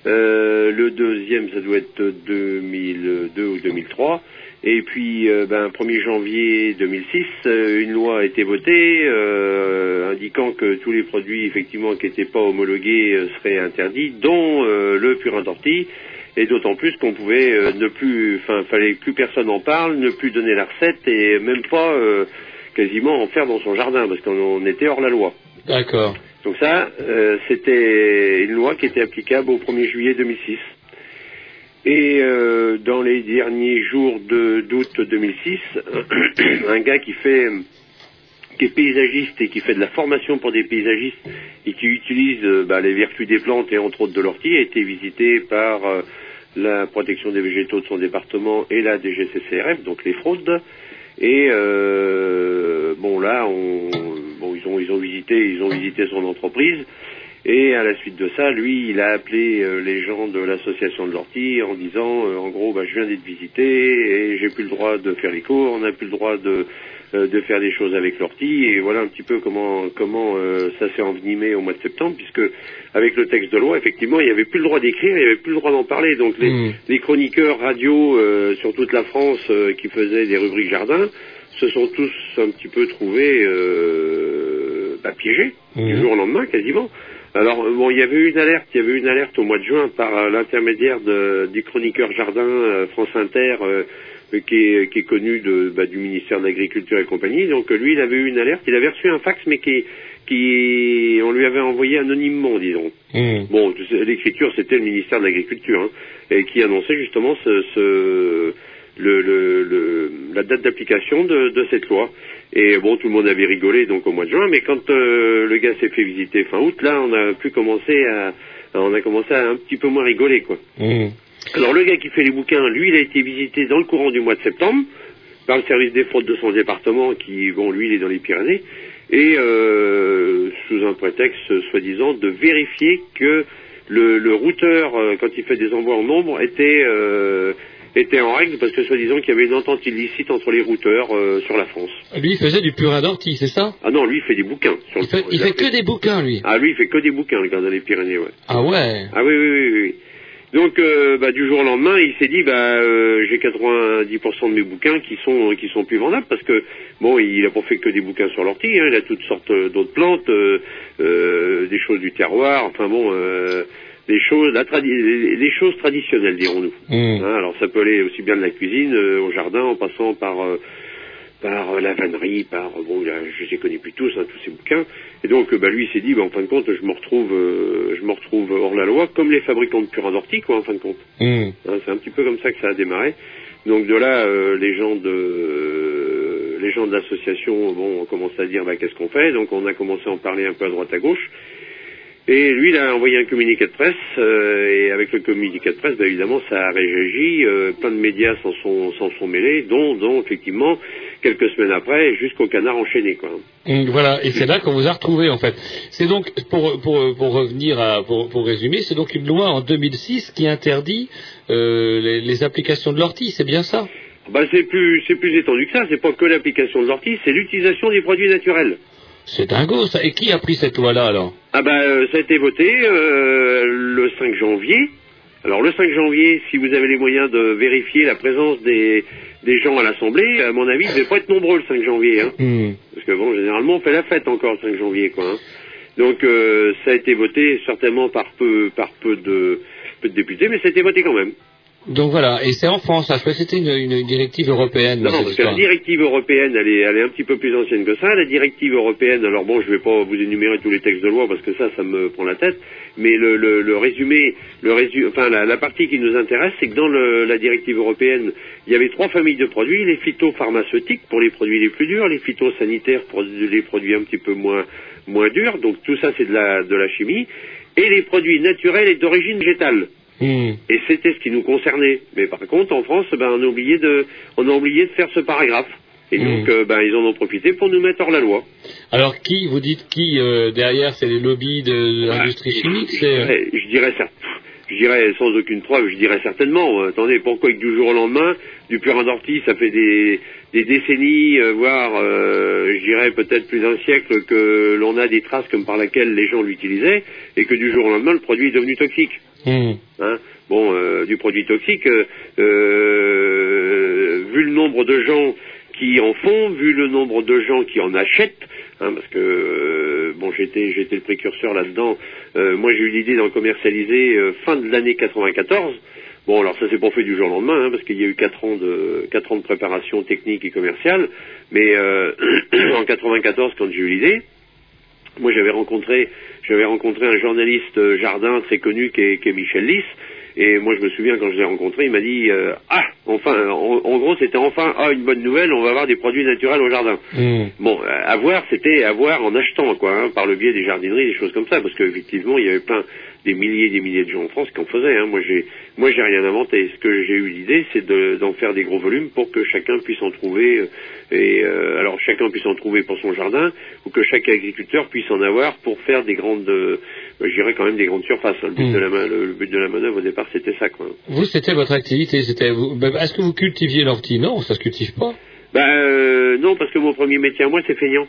Speaker 10: Le deuxième, ça doit être 2002 ou 2003. Et puis, 1er janvier 2006, une loi a été votée indiquant que tous les produits, effectivement, qui n'étaient pas homologués seraient interdits, dont le purin d'ortie. Et d'autant plus qu'on pouvait fallait que plus personne en parle, ne plus donner la recette et même pas quasiment en faire dans son jardin, parce qu'on était hors la loi.
Speaker 2: D'accord.
Speaker 10: Donc ça, c'était une loi qui était applicable au 1er juillet 2006. Et dans les derniers jours d'août 2006, un gars qui est paysagiste et qui fait de la formation pour des paysagistes et qui utilise les vertus des plantes et entre autres de l'ortie, a été visité par la protection des végétaux de son département et la DGCCRF, donc les fraudes. Et ils ont visité son entreprise. Et à la suite de ça, lui, il a appelé les gens de l'association de l'ortie en disant, en gros, je viens d'être visité et j'ai plus le droit de faire les cours, on n'a plus le droit de faire des choses avec l'ortie. Et voilà un petit peu comment ça s'est envenimé au mois de septembre, puisque avec le texte de loi, effectivement, il n'y avait plus le droit d'écrire, il n'y avait plus le droit d'en parler. Donc les chroniqueurs radio sur toute la France qui faisaient des rubriques jardin se sont tous un petit peu trouvés piégés du jour au lendemain quasiment. Alors il y avait eu une alerte au mois de juin par l'intermédiaire du chroniqueur jardin France Inter qui est connu du ministère de l'Agriculture et compagnie. Donc lui, il avait eu une alerte, il avait reçu un fax mais qui on lui avait envoyé anonymement, disons. Bon, l'écriture c'était le ministère de l'Agriculture et qui annonçait justement la date d'application de cette loi. Et bon, tout le monde avait rigolé donc au mois de juin, mais quand le gars s'est fait visiter fin août, là on a commencé à un petit peu moins rigoler, quoi. Alors le gars qui fait les bouquins, lui, il a été visité dans le courant du mois de septembre par le service des fraudes de son département, qui, lui, il est dans les Pyrénées, et sous un prétexte soi-disant de vérifier que le routeur, quand il fait des envois en nombre, était en règle, parce que soi-disant qu'il y avait une entente illicite entre les routeurs sur la France.
Speaker 2: Lui, il faisait du purin d'ortie, c'est ça?
Speaker 10: Ah non, lui, il fait des bouquins.
Speaker 2: Il fait que des bouquins, lui?
Speaker 10: Ah, lui, il fait que des bouquins, le gars dans les Pyrénées, ouais.
Speaker 2: Ah ouais?
Speaker 10: Ah oui. Donc, du jour au lendemain, il s'est dit, j'ai 90% de mes bouquins qui sont plus vendables, parce que, il a pas fait que des bouquins sur l'ortie, il a toutes sortes d'autres plantes, des choses du terroir, les choses traditionnelles, dirons-nous. Alors ça peut aller aussi bien de la cuisine au jardin, en passant par la vannerie, je les connais plus tous, tous ces bouquins. Et donc lui il s'est dit, en fin de compte, je me retrouve hors la loi, comme les fabricants de purin d'ortie, quoi, en fin de compte. C'est un petit peu comme ça que ça a démarré. Donc de là, les gens de l'association ont commencé à dire qu'est-ce qu'on fait. Donc on a commencé à en parler un peu à droite à gauche. Et lui, il a envoyé un communiqué de presse, et avec le communiqué de presse, évidemment, ça a réagi, plein de médias s'en sont mêlés, dont effectivement, quelques semaines après, jusqu'au Canard enchaîné, quoi.
Speaker 2: Voilà, et c'est là qu'on vous a retrouvé, en fait. C'est donc, pour revenir pour résumer, c'est donc une loi en 2006 qui interdit les applications de l'ortie, c'est bien ça?
Speaker 10: C'est plus étendu que ça, c'est pas que l'application de l'ortie, c'est l'utilisation des produits naturels.
Speaker 2: C'est dingo, ça. Et qui a pris cette loi-là, alors?
Speaker 10: Ça a été voté le 5 janvier. Alors, le 5 janvier, si vous avez les moyens de vérifier la présence des gens à l'Assemblée, à mon avis, ils ne devaient pas être nombreux le 5 janvier. Parce que, généralement, on fait la fête encore le 5 janvier, quoi. Donc, ça a été voté certainement par peu de députés, mais ça a été voté quand même.
Speaker 2: Donc voilà, et c'est en France, parce que c'était une directive européenne.
Speaker 10: Non, parce que la directive européenne, elle est un petit peu plus ancienne que ça. La directive européenne, alors je vais pas vous énumérer tous les textes de loi parce que ça me prend la tête, mais le résumé, la partie qui nous intéresse, c'est que dans la directive européenne, il y avait 3 familles de produits: les phytopharmaceutiques pour les produits les plus durs, les phytosanitaires pour les produits un petit peu moins durs, donc tout ça c'est de la chimie, et les produits naturels et d'origine végétale. Et c'était ce qui nous concernait. Mais par contre, en France, on a oublié de faire ce paragraphe. Et donc, ils en ont profité pour nous mettre hors la loi.
Speaker 2: Alors, vous dites qui derrière, c'est les lobbies de l'industrie chimique?
Speaker 10: Je dirais ça. Je dirais sans aucune preuve, je dirais certainement. Attendez, pourquoi que du jour au lendemain, du purin d'ortie, ça fait des décennies, voire, je dirais peut-être plus d'un siècle que l'on a des traces comme par laquelle les gens l'utilisaient, et que du jour au lendemain, le produit est devenu toxique. Hein? Bon, du produit toxique, vu le nombre de gens qui en font, vu le nombre de gens qui en achètent, hein, parce que bon, j'étais le précurseur là-dedans. Moi, j'ai eu l'idée d'en commercialiser fin de l'année 94. Bon, alors ça s'est pas fait du jour au lendemain, hein, parce qu'il y a eu 4 ans de préparation technique et commerciale. Mais en 94, quand j'ai eu l'idée, moi j'avais rencontré un journaliste jardin très connu qui est Michel Lys. Et moi, je me souviens, quand je l'ai rencontré, il m'a dit enfin, en gros, c'était enfin une bonne nouvelle, on va avoir des produits naturels au jardin. Bon, c'était à voir en achetant, quoi, hein, par le biais des jardineries, des choses comme ça, parce qu'effectivement, il y avait des milliers et des milliers de gens en France qui en faisaient. Hein. Moi, j'ai rien inventé. Ce que j'ai eu l'idée, c'est d'en faire des gros volumes pour que chacun puisse en trouver. Alors, chacun puisse en trouver pour son jardin, ou que chaque agriculteur puisse en avoir pour faire des grandes, je dirais quand même des grandes surfaces. Hein. Le but de la manœuvre au départ, c'était ça, quoi.
Speaker 2: Vous, c'était votre activité. Est-ce que vous cultiviez l'ortie? Non, ça se cultive pas.
Speaker 10: Non, parce que mon premier métier à moi, c'est feignant.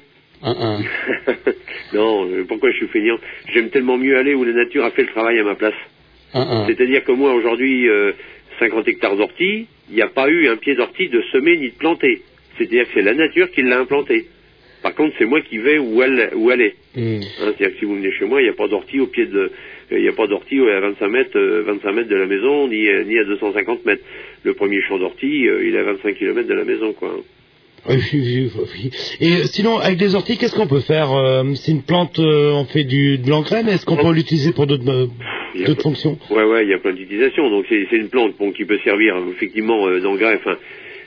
Speaker 10: Non, pourquoi je suis feignant? J'aime tellement mieux aller où la nature a fait le travail à ma place. C'est-à-dire que moi, aujourd'hui, 50 hectares d'ortie, il n'y a pas eu un pied d'ortie de semer ni de planter. C'est-à-dire que c'est la nature qui l'a implanté. Par contre, c'est moi qui vais où elle est. Hein, c'est-à-dire que si vous venez chez moi, il n'y a pas d'ortie au pied de, il n'y a pas d'ortie à 25 mètres de la maison, ni à 250 mètres. Le premier champ d'ortie, il est à 25 km de la maison, quoi.
Speaker 1: Oui. Et sinon, avec des orties, qu'est-ce qu'on peut faire? C'est une plante, on fait de l'engrais, mais est-ce qu'on peut l'utiliser pour d'autres fonctions? Ouais, il y a plein d'utilisations. Donc c'est une plante qui peut servir effectivement d'engrais. Enfin,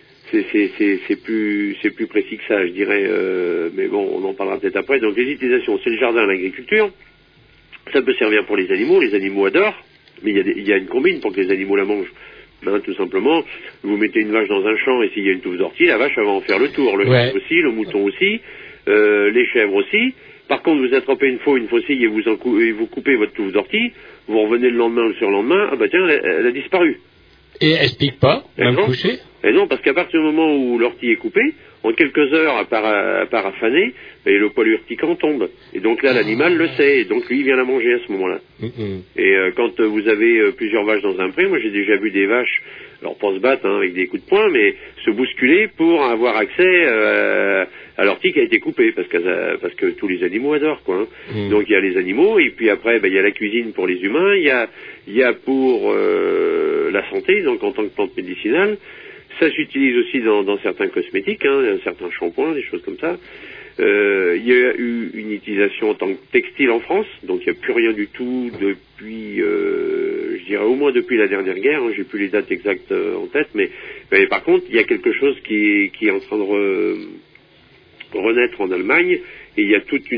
Speaker 1: c'est plus précis que ça, je dirais. Mais bon, on en parlera peut-être après. Donc les utilisations, c'est le jardin, l'agriculture. Ça peut servir pour les animaux adorent. Mais il y a une combine pour que les animaux la mangent. Tout simplement, vous mettez une vache dans un champ et s'il y a une touffe d'ortie, la vache elle va en faire le tour, le chien aussi, le mouton aussi, les chèvres aussi. Par contre, vous attrapez une faucille et vous coupez votre touffe d'ortie, vous revenez le lendemain ou le surlendemain, tiens, elle a disparu.
Speaker 2: Et elle se pique pas, même couchée?
Speaker 10: Et non, parce qu'à partir du moment où l'ortie est coupée, en quelques heures, à part affaner, le poil urticant tombe. Et donc là, l'animal le sait, et donc lui, il vient la manger à ce moment-là. Et quand vous avez plusieurs vaches dans un pré, moi j'ai déjà vu des vaches, alors pas se battre avec des coups de poing, mais se bousculer pour avoir accès à l'ortie qui a été coupée, parce que tous les animaux adorent, quoi. Donc il y a les animaux, et puis après, il y a la cuisine pour les humains, il y a pour la santé, donc en tant que plante médicinale. Ça s'utilise aussi dans certains cosmétiques, certains shampoings, des choses comme ça. Il y a eu une utilisation en tant que textile en France, donc il n'y a plus rien du tout depuis, je dirais au moins depuis la dernière guerre. J'ai plus les dates exactes en tête, mais par contre, il y a quelque chose qui est en train de renaître en Allemagne, et il y a toute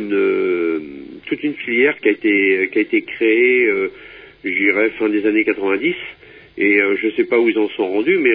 Speaker 10: une filière qui a été créée, je dirais fin des années 90. Et je ne sais pas où ils en sont rendus, mais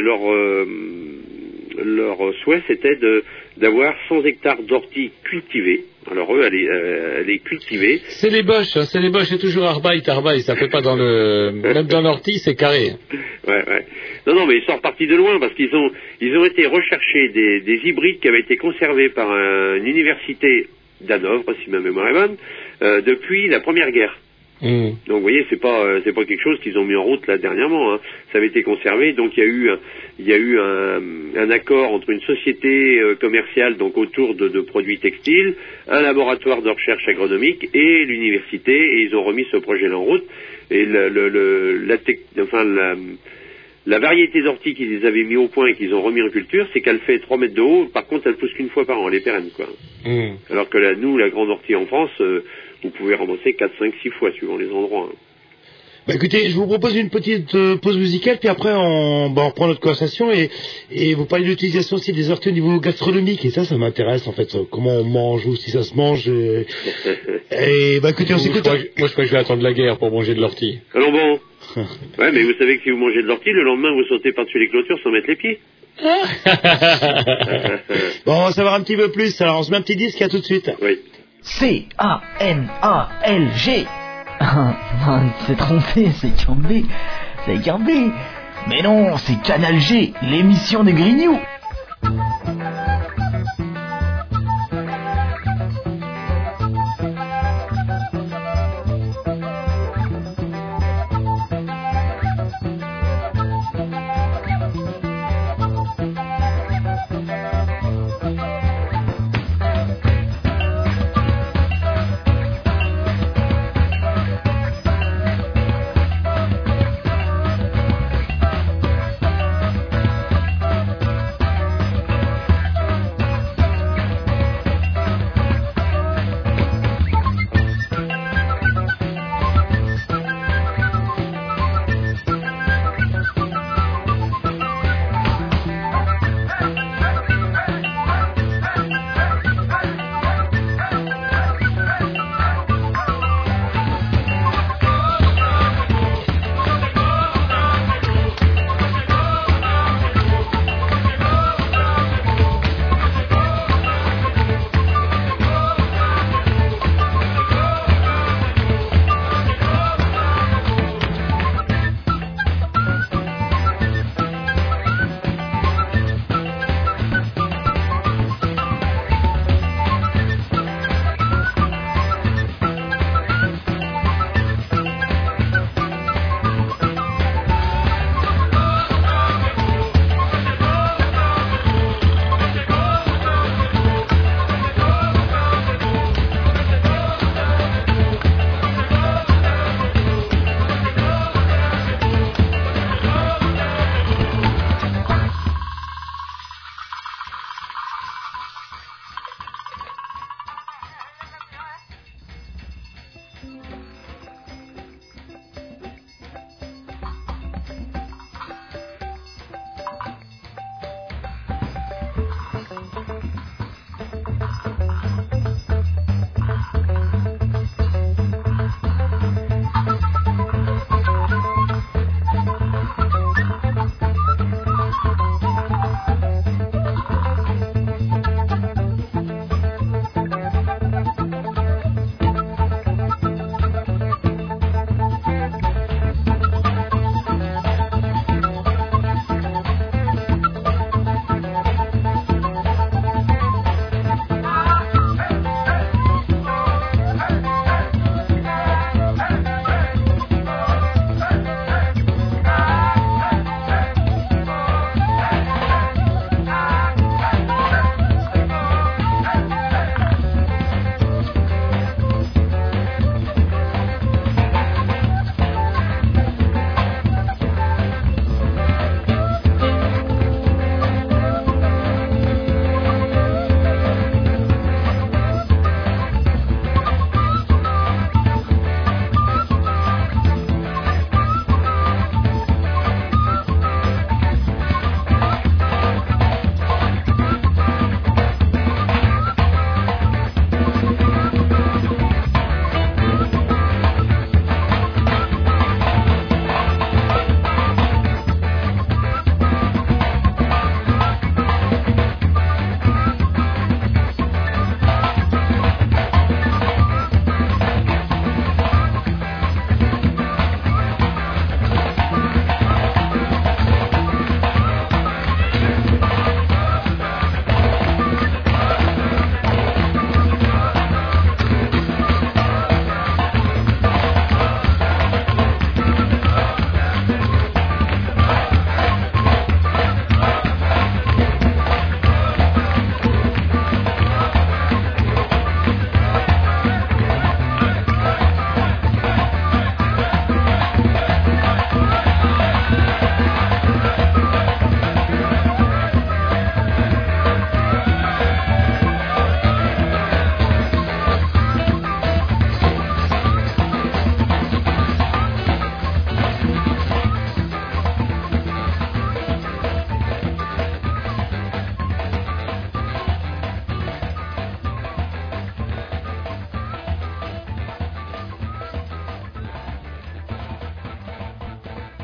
Speaker 10: leur souhait, c'était d'avoir 100 hectares d'ortie cultivés. Alors eux, elle est cultivée.
Speaker 2: C'est les Boches, c'est toujours Arbeit, ça fait pas même dans l'ortie, c'est carré.
Speaker 10: Ouais. Non, mais ils sont repartis de loin, parce qu'ils ont été rechercher des hybrides qui avaient été conservés par une université d'Hanovre, si ma mémoire est bonne, depuis la Première Guerre. Donc vous voyez, c'est pas quelque chose qu'ils ont mis en route là dernièrement. Ça avait été conservé, donc il y a eu un accord entre une société commerciale donc autour de produits textiles, un laboratoire de recherche agronomique et l'université, et ils ont remis ce projet-là en route. Et la variété d'ortie qu'ils avaient mis au point et qu'ils ont remis en culture, c'est qu'elle fait 3 mètres de haut. Par contre, elle pousse qu'une fois par an, elle est pérenne, quoi. Alors que nous, la grande ortie en France, vous pouvez ramasser 4, 5, 6 fois suivant les endroits.
Speaker 1: Écoutez, je vous propose une petite pause musicale, puis après on reprend notre conversation, et vous parlez de l'utilisation aussi des orties au niveau gastronomique, et ça m'intéresse en fait, comment on mange, ou si ça se mange. Et écoutez, on s'écoute.
Speaker 2: Moi je crois que je vais attendre la guerre pour manger de l'ortie.
Speaker 10: Alors bon. Ouais, mais vous savez que si vous mangez de l'ortie, le lendemain vous sautez par-dessus les clôtures sans mettre les pieds.
Speaker 1: Bon, on va savoir un petit peu plus, alors on se met un petit disque, à tout de suite.
Speaker 10: Oui.
Speaker 11: C-A-N-A-L-G C'est trompé, c'est Cambé. C'est Cambé. Mais non, c'est Canal G, l'émission de Grignou.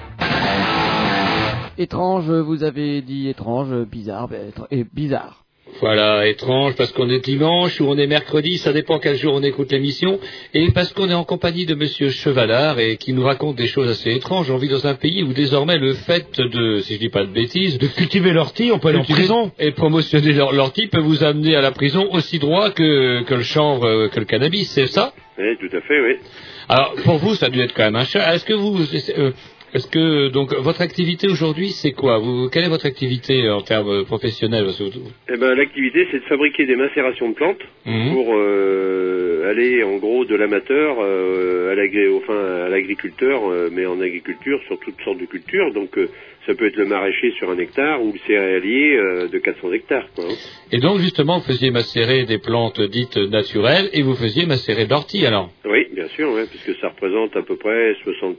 Speaker 12: Étrange, vous avez dit étrange, bizarre, et bizarre.
Speaker 2: Voilà, étrange, parce qu'on est dimanche ou on est mercredi, ça dépend quel jour on écoute l'émission, et parce qu'on est en compagnie de Monsieur Chevalard et qui nous raconte des choses assez étranges. On vit dans un pays où désormais le fait de, si je dis pas de bêtises,
Speaker 1: de cultiver l'ortie, on peut aller en prison.
Speaker 2: Et promotionner l'ortie peut vous amener à la prison aussi droit que le chanvre, que le cannabis, c'est ça?
Speaker 10: Oui, tout à fait, oui.
Speaker 2: Alors, pour vous, ça a dû être quand même un choc. Est-ce que donc votre activité aujourd'hui, c'est quoi? Quelle est votre activité en termes professionnels?
Speaker 10: Eh ben, l'activité, c'est de fabriquer des macérations de plantes pour aller en gros de l'amateur à l'agriculteur, mais en agriculture sur toutes sortes de cultures. Donc ça peut être le maraîcher sur 1 hectare ou le céréalier de 400 hectares. Quoi, hein.
Speaker 2: Et donc justement, vous faisiez macérer des plantes dites naturelles et vous faisiez macérer de l'ortie alors?
Speaker 10: Oui, bien sûr, ouais, puisque ça représente à peu près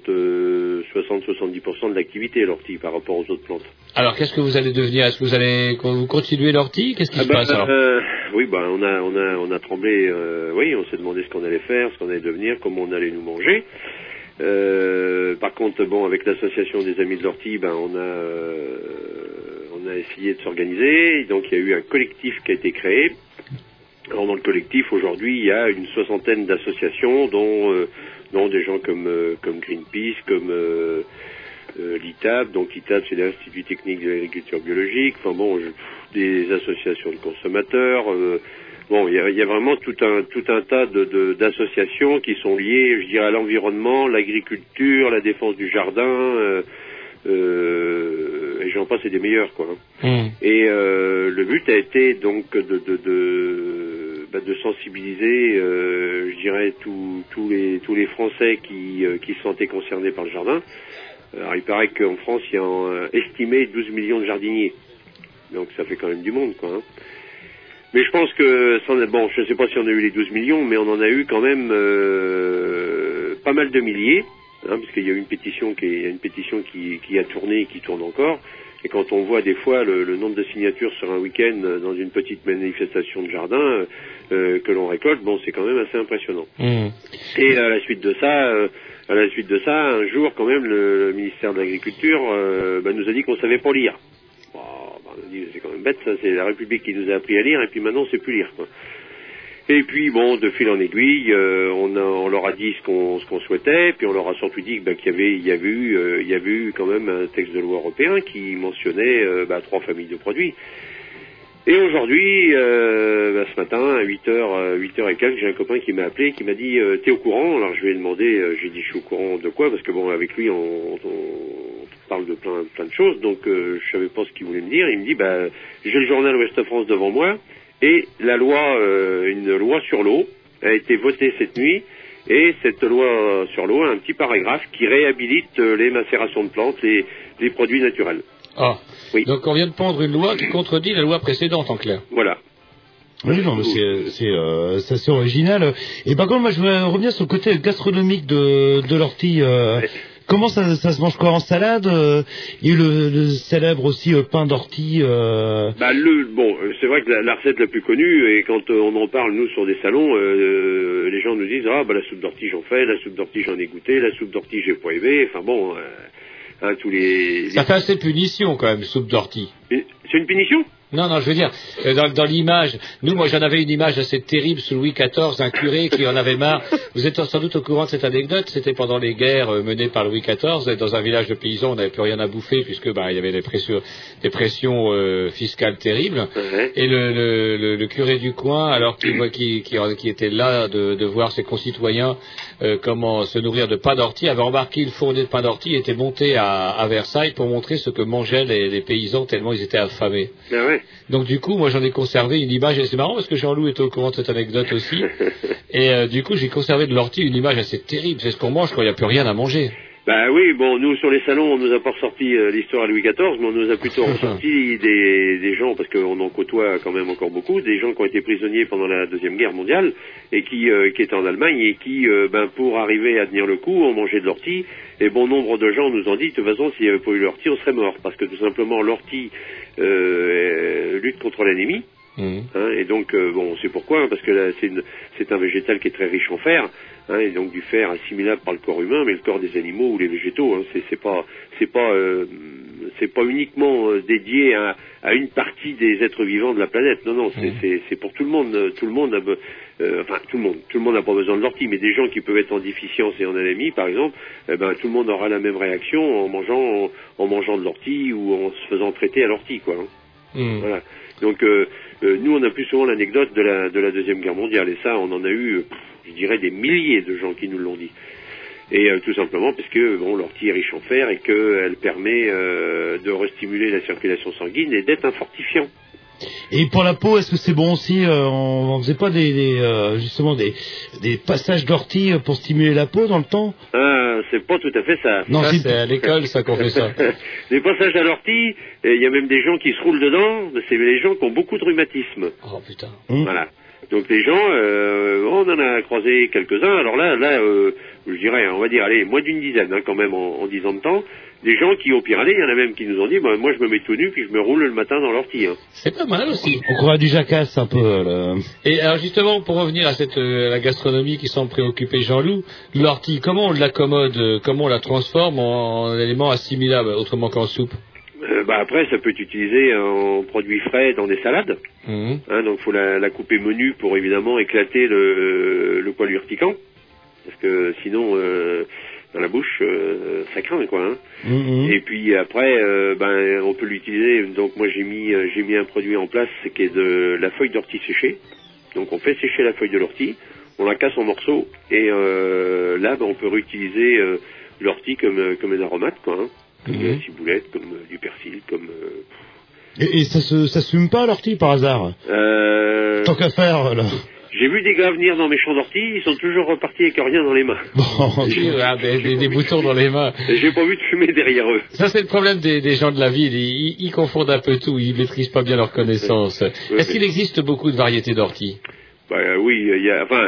Speaker 10: 60-70% de l'activité, l'ortie, par rapport aux autres plantes.
Speaker 2: Alors, qu'est-ce que vous allez devenir? Est-ce que vous continuez l'ortie? Qu'est-ce qui se passe alors?
Speaker 10: Oui, on a tremblé. Oui, on s'est demandé ce qu'on allait faire, ce qu'on allait devenir, comment on allait nous manger. Par contre, avec l'association des Amis de l'Ortie, on a essayé de s'organiser. Donc, il y a eu un collectif qui a été créé. Alors, dans le collectif, aujourd'hui, il y a une 60aine d'associations, dont des gens comme Greenpeace, comme l'ITAB. Donc, l'ITAB, c'est l'Institut Technique de l'Agriculture Biologique. Enfin bon, des associations de consommateurs. Il y a vraiment tout un tas d'associations qui sont liées, je dirais, à l'environnement, l'agriculture, la défense du jardin, et j'en passe, c'est des meilleurs, quoi. Et le but a été donc de sensibiliser, je dirais, tous les Français qui se sentaient concernés par le jardin. Alors, il paraît qu'en France, il y a estimé 12 millions de jardiniers. Donc, ça fait quand même du monde, quoi. Hein. Mais je pense que, je ne sais pas si on a eu les 12 millions, mais on en a eu quand même pas mal de milliers, hein, parce qu'il y a eu une pétition qui a tourné et qui tourne encore. Et quand on voit des fois le nombre de signatures sur un week-end dans une petite manifestation de jardin que l'on récolte, c'est quand même assez impressionnant. Et à la suite de ça, un jour quand même, le ministère de l'Agriculture nous a dit qu'on savait pas lire. On a dit, c'est quand même bête, ça, c'est la République qui nous a appris à lire, et puis maintenant on sait plus lire, quoi. Et puis de fil en aiguille, on leur a dit ce qu'on souhaitait, puis on leur a surtout dit qu'il y avait eu quand même un texte de loi européen qui mentionnait 3 familles de produits. Et aujourd'hui, ce matin, à 8h et quelques, j'ai un copain qui m'a appelé, qui m'a dit t'es au courant? Alors je lui ai demandé, j'ai dit je suis au courant de quoi, parce que avec lui on parle de plein de choses, donc je savais pas ce qu'il voulait me dire. Il me dit j'ai le journal Ouest France devant moi, et la loi, une loi sur l'eau a été votée cette nuit, et cette loi sur l'eau a un petit paragraphe qui réhabilite les macérations de plantes, les produits naturels.
Speaker 2: Ah, oui. Donc on vient de prendre une loi qui contredit la loi précédente, en clair.
Speaker 10: Voilà.
Speaker 1: Oui, non, mais c'est assez original. Et par contre, moi, je voudrais revenir sur le côté gastronomique de l'ortie. Comment ça se mange quoi, en salade? Il y a eu le célèbre aussi pain d'ortie.
Speaker 10: C'est vrai que la recette la plus connue, et quand on en parle nous sur des salons, les gens nous disent la soupe d'ortie j'en fais, la soupe d'ortie j'en ai goûté, la soupe d'ortie j'ai pas aimé. Enfin bon,
Speaker 2: ça fait assez punition quand même, soupe d'ortie.
Speaker 10: C'est une punition?
Speaker 2: Non, je veux dire, dans l'image, moi j'en avais une image assez terrible sous Louis XIV, un curé qui en avait marre. Vous êtes sans doute au courant de cette anecdote, c'était pendant les guerres menées par Louis XIV, dans un village de paysans, on n'avait plus rien à bouffer, puisque il y avait des pressions fiscales terribles, et le curé du coin, alors qui était là de voir ses concitoyens comment se nourrir de pain d'ortie, avait embarqué une fournée de pain d'ortie et était monté à Versailles pour montrer ce que mangeaient les paysans tellement ils étaient affamés.
Speaker 10: Ah ouais.
Speaker 2: Donc du coup, moi j'en ai conservé une image, et c'est marrant parce que Jean-Loup était au courant de cette anecdote aussi, et du coup j'ai conservé de l'ortie une image assez terrible, c'est ce qu'on mange quand il n'y a plus rien à manger.
Speaker 10: Nous sur les salons on nous a pas ressorti l'histoire à Louis XIV, mais on nous a plutôt ressorti des gens, parce qu'on en côtoie quand même encore beaucoup, des gens qui ont été prisonniers pendant la Deuxième Guerre mondiale, et qui étaient en Allemagne, et qui, pour arriver à tenir le coup, ont mangé de l'ortie, et bon nombre de gens nous ont dit, de toute façon, s'il n'y avait pas eu l'ortie, on serait mort, parce que tout simplement l'ortie lutte contre l'anémie. Et donc on sait pourquoi, parce que là, c'est un végétal qui est très riche en fer, et donc du fer assimilable par le corps humain, mais le corps des animaux ou les végétaux, c'est pas uniquement dédié à à une partie des êtres vivants de la planète. Non, c'est pour tout le monde. Tout le monde a, tout le monde n'a pas besoin de l'ortie, mais des gens qui peuvent être en déficience et en anémie, par exemple, tout le monde aura la même réaction en mangeant de l'ortie ou en se faisant traiter à l'ortie, quoi. Voilà. Donc nous, on a plus souvent l'anecdote de la Deuxième Guerre mondiale, et ça, on en a eu, je dirais, des milliers de gens qui nous l'ont dit. Et tout simplement parce que l'ortie est riche en fer et qu'elle permet de restimuler la circulation sanguine et d'être un fortifiant.
Speaker 1: Et pour la peau, est-ce que c'est bon aussi on faisait pas justement des passages d'ortie pour stimuler la peau dans le temps?
Speaker 10: C'est pas tout à fait ça.
Speaker 2: Non, c'est à l'école ça qu'on fait ça.
Speaker 10: Les passages à l'ortie, il y a même des gens qui se roulent dedans, c'est les gens qui ont beaucoup de rhumatisme.
Speaker 2: Oh putain.
Speaker 10: Voilà. Donc les gens, on en a croisé quelques-uns. Alors là, je dirais, on va dire, allez, moins d'une dizaine quand même en 10 ans de temps. Des gens qui, au pire aller, il y en a même qui nous ont dit, moi je me mets tout nu puis je me roule le matin dans l'ortie.
Speaker 2: C'est pas mal aussi.
Speaker 1: On croit du jacasse un peu.
Speaker 2: Et alors justement, pour revenir à la gastronomie qui semble préoccuper Jean-Loup, l'ortie, comment on l'accommode, comment on la transforme en élément assimilable, autrement qu'en soupe?
Speaker 10: Après, ça peut être utilisé en produits frais dans des salades. Donc, faut la couper menu pour évidemment éclater le poil urticant, parce que sinon, dans la bouche, ça craint, quoi. Et puis après, on peut l'utiliser. Donc, moi, j'ai mis un produit en place, qui est de la feuille d'ortie séchée. Donc, on fait sécher la feuille de l'ortie, on la casse en morceaux, et là, on peut réutiliser l'ortie comme un aromate, quoi. Comme de la ciboulette, comme du persil, comme...
Speaker 1: Et ça fume pas l'ortie par hasard? Tant qu'à faire, là.
Speaker 10: J'ai vu des gars venir dans mes champs d'ortie, ils sont toujours repartis avec rien dans les mains.
Speaker 2: Des boutons dans les mains.
Speaker 10: J'ai pas vu de fumée derrière eux.
Speaker 2: Ça, c'est le problème des gens de la ville. Ils confondent un peu tout, ils maîtrisent pas bien leurs connaissances. Est-ce qu'il existe beaucoup de variétés d'ortie?
Speaker 10: Oui, il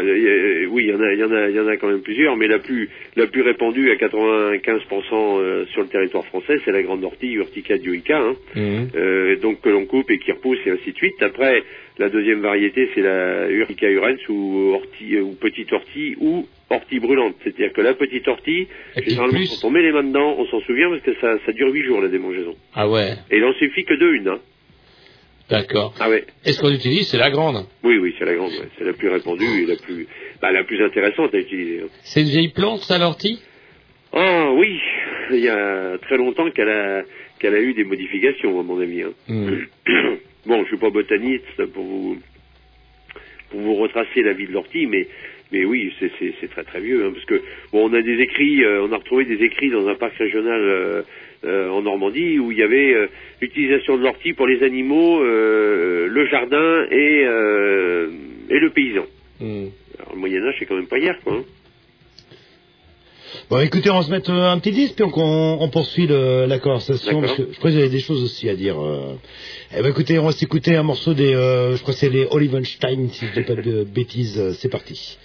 Speaker 10: y en a quand même plusieurs, mais la plus répandue à 95% sur le territoire français, c'est la grande ortie, Urtica dioica, donc que l'on coupe et qui repousse et ainsi de suite. Après, la deuxième variété, c'est la Urtica urens ou petite ortie ou ortie brûlante. C'est-à-dire que la petite ortie, généralement, quand on met les mains dedans, on s'en souvient parce que ça dure 8 jours la démangeaison.
Speaker 2: Ah ouais.
Speaker 10: Et il en suffit que d'une.
Speaker 2: D'accord.
Speaker 10: Ah ouais.
Speaker 2: Et ce qu'on utilise, c'est la grande.
Speaker 10: Oui, c'est la grande. Ouais. C'est la plus répandue et la plus intéressante à utiliser. C'est
Speaker 2: une vieille plante, ça, l'ortie?
Speaker 10: Ah oui, il y a très longtemps qu'elle a eu des modifications, à mon avis. Bon, je suis pas botaniste pour vous retracer la vie de l'ortie, mais oui, c'est très très vieux, parce que on a des écrits, on a retrouvé des écrits dans un parc régional en Normandie où il y avait l'utilisation de l'ortie pour les animaux, le jardin et le paysan. Alors le Moyen-Âge, c'est quand même pas hier, quoi.
Speaker 1: Bon, écoutez, on va se mettre un petit disque, puis on poursuit la conversation, parce que je crois qu'il y avait des choses aussi à dire. Écoutez, on va s'écouter un morceau je crois que c'est les Olivenstein, si je dis pas de bêtises. C'est parti.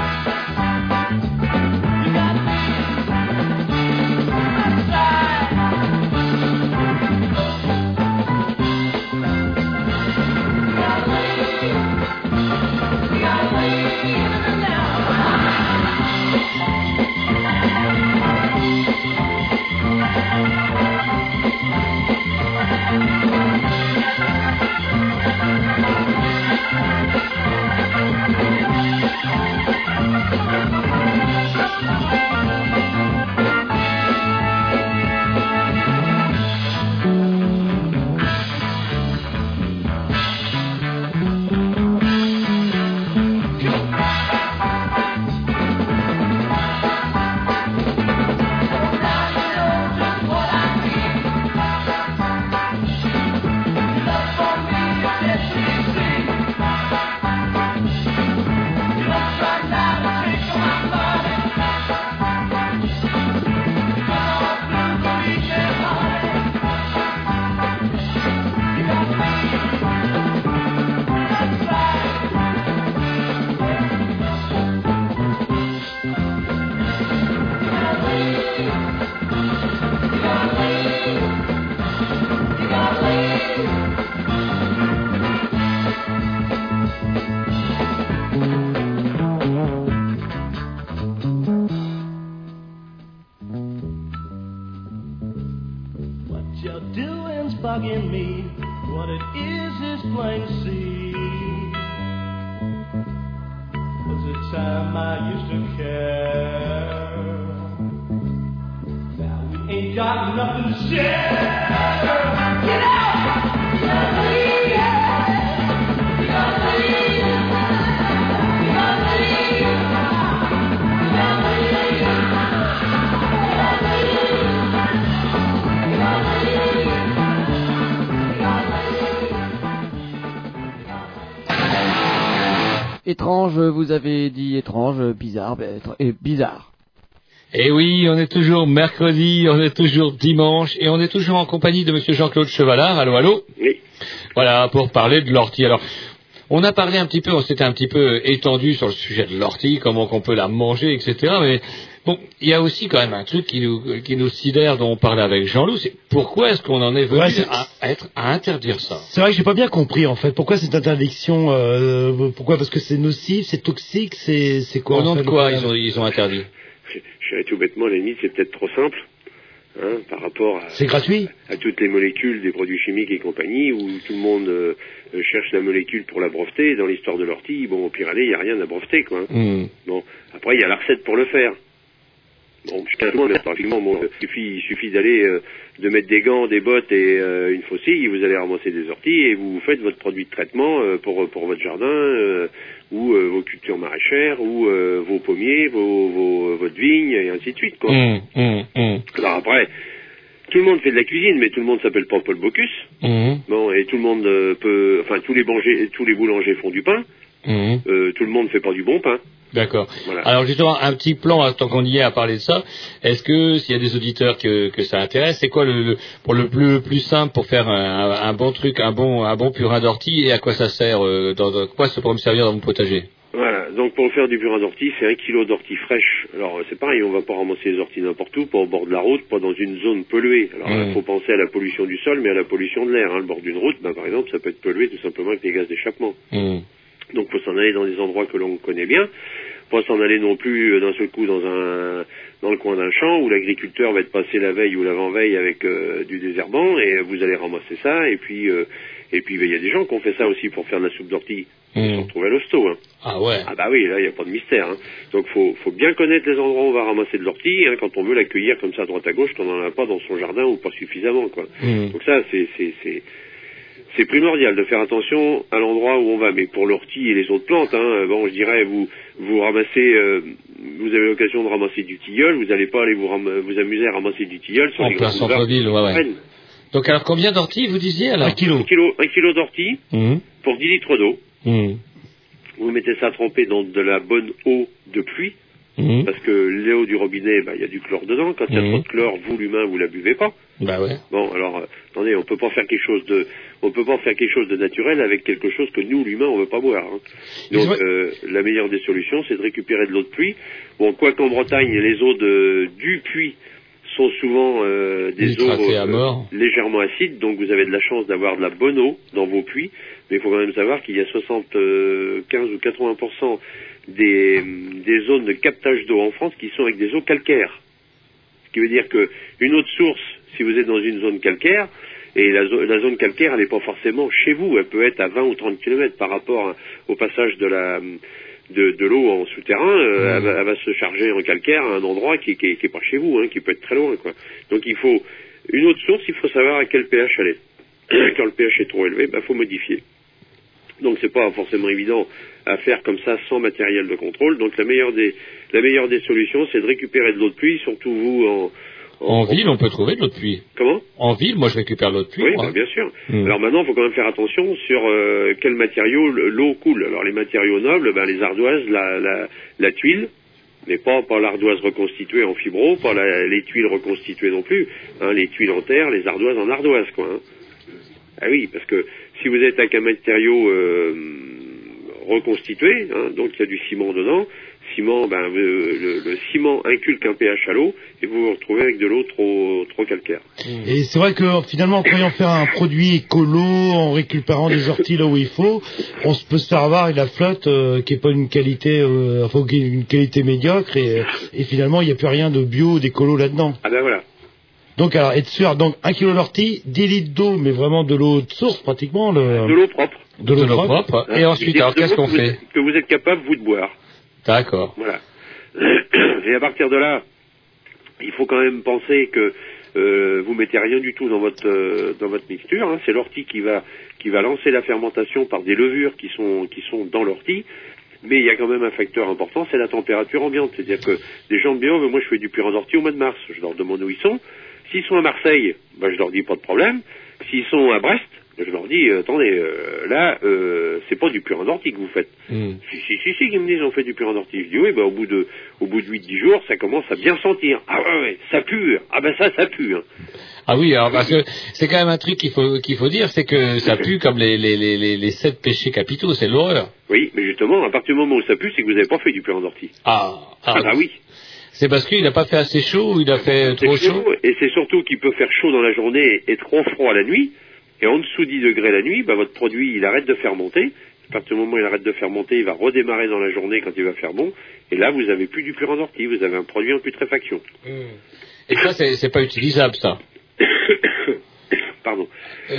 Speaker 4: Side.
Speaker 12: What you're doing's bugging me. What it is plain to see. Was the time I used to care. Now we ain't got nothing to share. Get out!
Speaker 6: Étrange, vous avez dit étrange, bizarre, bizarre.
Speaker 2: Et oui, on est toujours mercredi, on est toujours dimanche, et on est toujours en compagnie de monsieur Jean-Claude Chevalard. Allô, allô?
Speaker 10: Oui.
Speaker 2: Voilà, pour parler de l'ortie. Alors, on a parlé un petit peu, on s'était un petit peu étendu sur le sujet de l'ortie, comment qu'on peut la manger, etc. Mais bon, il y a aussi quand même un truc qui nous sidère, dont on parlait avec Jean-Loup, c'est pourquoi est-ce qu'on en est venu à interdire ça?
Speaker 1: C'est vrai que j'ai pas bien compris, en fait. Pourquoi cette interdiction, pourquoi? Parce que c'est nocif, c'est toxique, c'est quoi?
Speaker 2: Au nom de quoi ils ont interdit?
Speaker 10: Je dirais tout bêtement, à la limite, c'est peut-être trop simple, hein, par rapport
Speaker 1: c'est gratuit
Speaker 10: à toutes les molécules des produits chimiques et compagnie, où tout le monde cherche la molécule pour la breveter. Dans l'histoire de l'ortie, bon, au pire aller, il n'y a rien à breveter, quoi. Hein. Bon, après, il y a la recette pour le faire. Bon, je tout le monde, pratiquement, bon, il suffit d'aller, de mettre des gants, des bottes et une faucille, vous allez ramasser des orties et vous faites votre produit de traitement pour votre jardin, ou vos cultures maraîchères, ou vos pommiers, votre vigne, et ainsi de suite, quoi. Alors après, tout le monde fait de la cuisine, mais tout le monde s'appelle pas Paul Bocuse. Bon, et tout le monde tous les boulangers font du pain. Tout le monde fait pas du bon pain.
Speaker 2: D'accord.
Speaker 10: Voilà.
Speaker 2: Alors justement, un petit plan, tant qu'on y est à parler de ça, est-ce que s'il y a des auditeurs que ça intéresse, c'est quoi pour le plus simple pour faire un bon truc, un bon purin d'ortie, et à quoi ça sert, quoi ça pourrait me servir dans mon potager?
Speaker 10: Voilà, donc pour faire du purin d'ortie, c'est 1 kilo d'ortie fraîche. Alors c'est pareil, on va pas ramasser les orties n'importe où, pas au bord de la route, pas dans une zone polluée. Alors il faut penser à la pollution du sol, mais à la pollution de l'air. Hein. Le bord d'une route, par exemple, ça peut être pollué tout simplement avec des gaz d'échappement. Donc faut s'en aller dans des endroits que l'on connaît bien, pas s'en aller non plus d'un seul coup dans le coin d'un champ où l'agriculteur va être passé la veille ou l'avant-veille avec du désherbant, et vous allez ramasser ça, et puis il y a des gens qui ont fait ça aussi pour faire de la soupe d'ortie. Ils se retrouvent à l'hosto. Hein.
Speaker 2: Ah ouais.
Speaker 10: Ah bah oui, là il n'y a pas de mystère. Hein. Donc faut bien connaître les endroits où on va ramasser de l'ortie, hein, quand on veut l'accueillir comme ça à droite à gauche, qu'on n'en a pas dans son jardin ou pas suffisamment, quoi. Donc ça c'est primordial de faire attention à l'endroit où on va. Mais pour l'ortie et les autres plantes, hein, bon, je dirais, vous ramassez, vous avez l'occasion de ramasser du tilleul, vous n'allez pas aller vous amuser à ramasser du tilleul sur les
Speaker 2: plein centre-ville, ouais. Donc alors combien d'ortie vous disiez alors?
Speaker 10: 1 kilo d'ortie pour 10 litres d'eau. Vous mettez ça trempé dans de la bonne eau de pluie. Parce que l'eau du robinet, il y a du chlore dedans. Quand il y a trop de chlore, vous l'humain, vous la buvez pas.
Speaker 2: Bah ouais.
Speaker 10: Bon, alors attendez, on peut pas faire quelque chose de naturel avec quelque chose que nous, l'humain, on veut pas boire. Hein. Donc la meilleure des solutions, c'est de récupérer de l'eau de pluie. Bon, quoi qu'en Bretagne, les eaux du puits sont souvent des eaux légèrement acides, donc vous avez de la chance d'avoir de la bonne eau dans vos puits, mais il faut quand même savoir qu'il y a 75 ou 80% des zones de captage d'eau en France qui sont avec des eaux calcaires. Ce qui veut dire que une autre source, si vous êtes dans une zone calcaire, et la zone calcaire, elle n'est pas forcément chez vous, elle peut être à 20 ou 30 km par rapport au passage de l'eau en souterrain, elle va se charger en calcaire à un endroit qui est pas chez vous, hein, qui peut être très loin, quoi. Donc il faut une autre source, il faut savoir à quel pH elle est. Quand le pH est trop élevé, faut modifier. Donc c'est pas forcément évident à faire comme ça sans matériel de contrôle. Donc la meilleure des solutions, c'est de récupérer de l'eau de pluie, surtout vous
Speaker 2: en ville, on peut trouver de l'eau de pluie.
Speaker 10: Comment? En
Speaker 2: ville, moi je récupère de l'eau de pluie.
Speaker 10: Oui, bien sûr. Alors maintenant, il faut quand même faire attention sur quel matériau l'eau coule. Alors les matériaux nobles, les ardoises, la tuile, mais pas l'ardoise reconstituée en fibro, pas les tuiles reconstituées non plus. Hein, les tuiles en terre, les ardoises en ardoise, quoi. Hein. Ah oui, parce que si vous êtes avec un matériau reconstitué, hein, donc il y a du ciment dedans, ciment, le ciment inculque un pH à l'eau et vous vous retrouvez avec de l'eau trop calcaire.
Speaker 1: Et c'est vrai que finalement, en croyant faire un produit écolo, en récupérant des orties là où il faut, on peut se faire avoir avec la flotte qui est pas une qualité, qui est une qualité médiocre et finalement il n'y a plus rien de bio, d'écolo là-dedans.
Speaker 10: Ah ben voilà.
Speaker 1: Donc alors être sûr, donc 1 kilo d'ortie, 10 litres d'eau, mais vraiment de l'eau de source pratiquement.
Speaker 10: De l'eau propre.
Speaker 1: De l'eau propre.
Speaker 2: Et ensuite, alors qu'est-ce qu'on fait?
Speaker 10: Que vous êtes capable, vous, de boire.
Speaker 2: D'accord.
Speaker 10: Voilà. Et à partir de là, il faut quand même penser que vous mettez rien du tout dans votre mixture. Hein. C'est l'ortie qui va lancer la fermentation par des levures qui sont dans l'ortie. Mais il y a quand même un facteur important, c'est la température ambiante. C'est-à-dire que des gens de bio, moi je fais du purin d'ortie au mois de mars. Je leur demande où ils sont. S'ils sont à Marseille, je leur dis pas de problème. S'ils sont à Brest, je leur dis, attendez, là, c'est pas du purin d'ortie que vous faites. Si, ils me disent, on fait du purin d'ortie. Je dis, oui, au bout de 8-10 jours, ça commence à bien sentir. Ah ouais, ça pue. Ah ça pue. Hein.
Speaker 2: Ah oui, alors parce que c'est quand même un truc qu'il faut dire, c'est que ça pue comme les 7 péchés capitaux, c'est l'horreur.
Speaker 10: Oui, mais justement, à partir du moment où ça pue, c'est que vous n'avez pas fait du purin d'ortie.
Speaker 2: Ah
Speaker 10: oui.
Speaker 2: C'est parce qu'il n'a pas fait assez chaud ou il a fait trop chaud.
Speaker 10: Et c'est surtout qu'il peut faire chaud dans la journée et trop froid la nuit. Et en dessous 10 degrés la nuit, votre produit, il arrête de fermenter. À partir du moment où il arrête de fermenter, il va redémarrer dans la journée quand il va faire bon. Et là, vous n'avez plus du purin d'ortie, vous avez un produit en putréfaction.
Speaker 2: Et ça, c'est pas utilisable, ça.
Speaker 10: Pardon.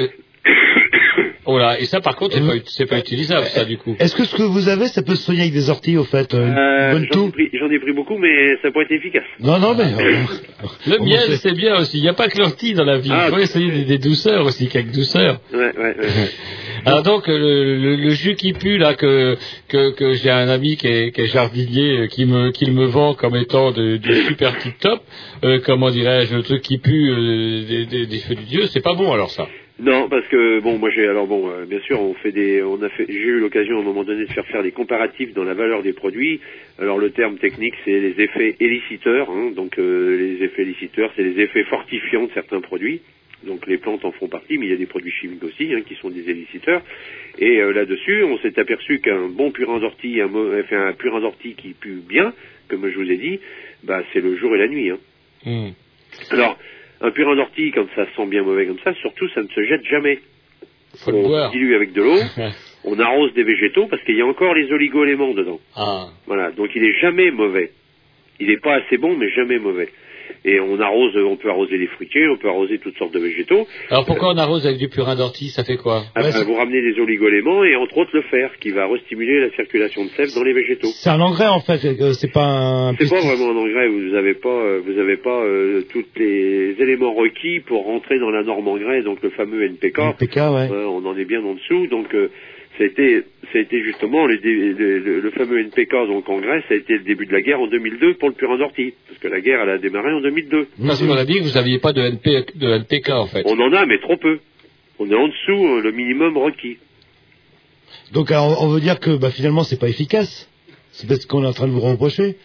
Speaker 2: Oh là, et ça par contre, c'est pas utilisable, ça, du coup.
Speaker 1: Est-ce que ce que vous avez, ça peut se soigner avec des orties, au fait?
Speaker 10: J'en ai pris beaucoup, mais ça n'a pas été efficace.
Speaker 1: Non, mais...
Speaker 2: le miel, c'est bien aussi. Il n'y a pas que l'ortie dans la vie. Il faut essayer des douceurs aussi, quelques douceurs.
Speaker 10: Ouais.
Speaker 2: Alors donc, le jus qui pue, là, que j'ai un ami qui est jardinier, qu'il me vend comme étant du super tip top, comment dirais-je, le truc qui pue des feux du Dieu, c'est pas bon, alors ça.
Speaker 10: Non, parce que bien sûr, j'ai eu l'occasion à un moment donné de faire des comparatifs dans la valeur des produits. Alors le terme technique, c'est les effets éliciteurs. Hein, donc les effets éliciteurs, c'est les effets fortifiants de certains produits. Donc les plantes en font partie, mais il y a des produits chimiques aussi qui sont des éliciteurs. Et là-dessus, on s'est aperçu qu'un bon purin d'ortie, un purin d'ortie qui pue bien, comme je vous ai dit, c'est le jour et la nuit. Hein. Alors un purin d'ortie, quand ça sent bien mauvais comme ça, surtout, ça ne se jette jamais. On dilue avec de l'eau, on arrose des végétaux, parce qu'il y a encore les oligo-éléments dedans. Voilà, donc il est jamais mauvais. Il n'est pas assez bon, mais jamais mauvais. Et on peut arroser les fruitiers, on peut arroser toutes sortes de végétaux.
Speaker 2: Alors pourquoi on arrose avec du purin d'ortie, ça fait quoi?
Speaker 10: Vous ramenez des oligo-éléments et entre autres le fer, qui va restimuler la circulation de sève dans les végétaux.
Speaker 1: C'est un engrais en fait, c'est pas un...
Speaker 10: C'est pas vraiment un engrais, vous avez pas tous les éléments requis pour rentrer dans la norme engrais, donc le fameux NPK.
Speaker 1: NPK, ouais.
Speaker 10: On en est bien en dessous, donc ça a été justement le fameux NPK, donc engrais, ça a été le début de la guerre en 2002 pour le purin d'ortie, parce que la guerre elle a démarré en 2002.
Speaker 2: Parce qu'on a dit que vous n'aviez pas de NPK en fait.
Speaker 10: On en a, mais trop peu. On est en dessous le minimum requis.
Speaker 1: Donc alors, on veut dire que finalement c'est pas efficace. C'est parce qu'on est en train de vous reprocher.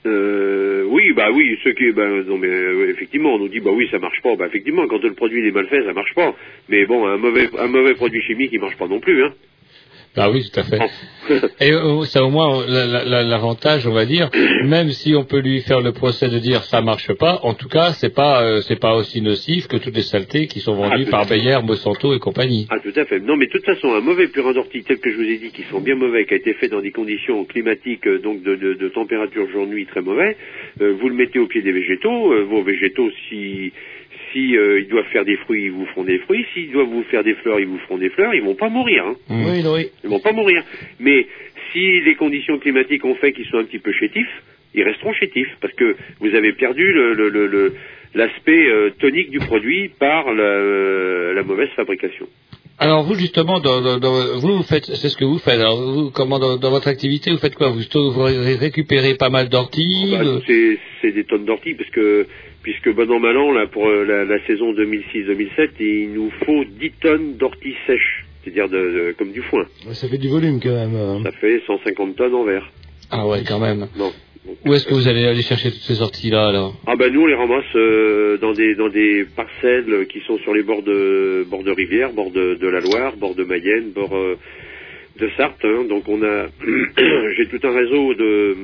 Speaker 10: Oui, effectivement, on nous dit ça marche pas. Effectivement, quand le produit est mal fait, ça marche pas. Mais bon, un mauvais produit chimique, il marche pas non plus, hein.
Speaker 2: Ah oui, tout à fait. Et ça au moins l'avantage, on va dire, même si on peut lui faire le procès de dire ça marche pas, en tout cas c'est pas aussi nocif que toutes les saletés qui sont vendues par Bayer, Monsanto et compagnie.
Speaker 10: Ah tout à fait. Non mais de toute façon un mauvais purin d'ortie tel que je vous ai dit qui sont bien mauvais, qui a été fait dans des conditions climatiques donc de température jour-nuit très mauvais, vous le mettez au pied des végétaux, vos végétaux si ils doivent faire des fruits, ils vous feront des fruits. S'ils doivent vous faire des fleurs, ils vous feront des fleurs. Ils vont pas mourir. Hein.
Speaker 1: Oui.
Speaker 10: Ils vont pas mourir. Mais si les conditions climatiques ont fait qu'ils sont un petit peu chétifs, ils resteront chétifs parce que vous avez perdu l'aspect tonique du produit par la mauvaise fabrication.
Speaker 2: Alors vous justement, vous faites, c'est ce que vous faites. Alors vous, dans votre activité, vous faites quoi? Vous récupérez pas mal d'orties?
Speaker 10: C'est des tonnes d'orties puisque bon an mal an là pour la saison 2006-2007, il nous faut 10 tonnes d'orties sèches, c'est-à-dire comme du foin.
Speaker 1: Ça fait du volume quand même.
Speaker 10: Ça fait 150 tonnes en verre.
Speaker 2: Ah ouais, quand même.
Speaker 10: Non.
Speaker 2: Où est-ce que vous allez aller chercher toutes ces orties-là, alors?
Speaker 10: Nous on les ramasse dans des parcelles qui sont sur les bords de rivières, bord de la Loire, bord de Mayenne, bord de Sarthe. Hein. Donc on a, j'ai tout un réseau de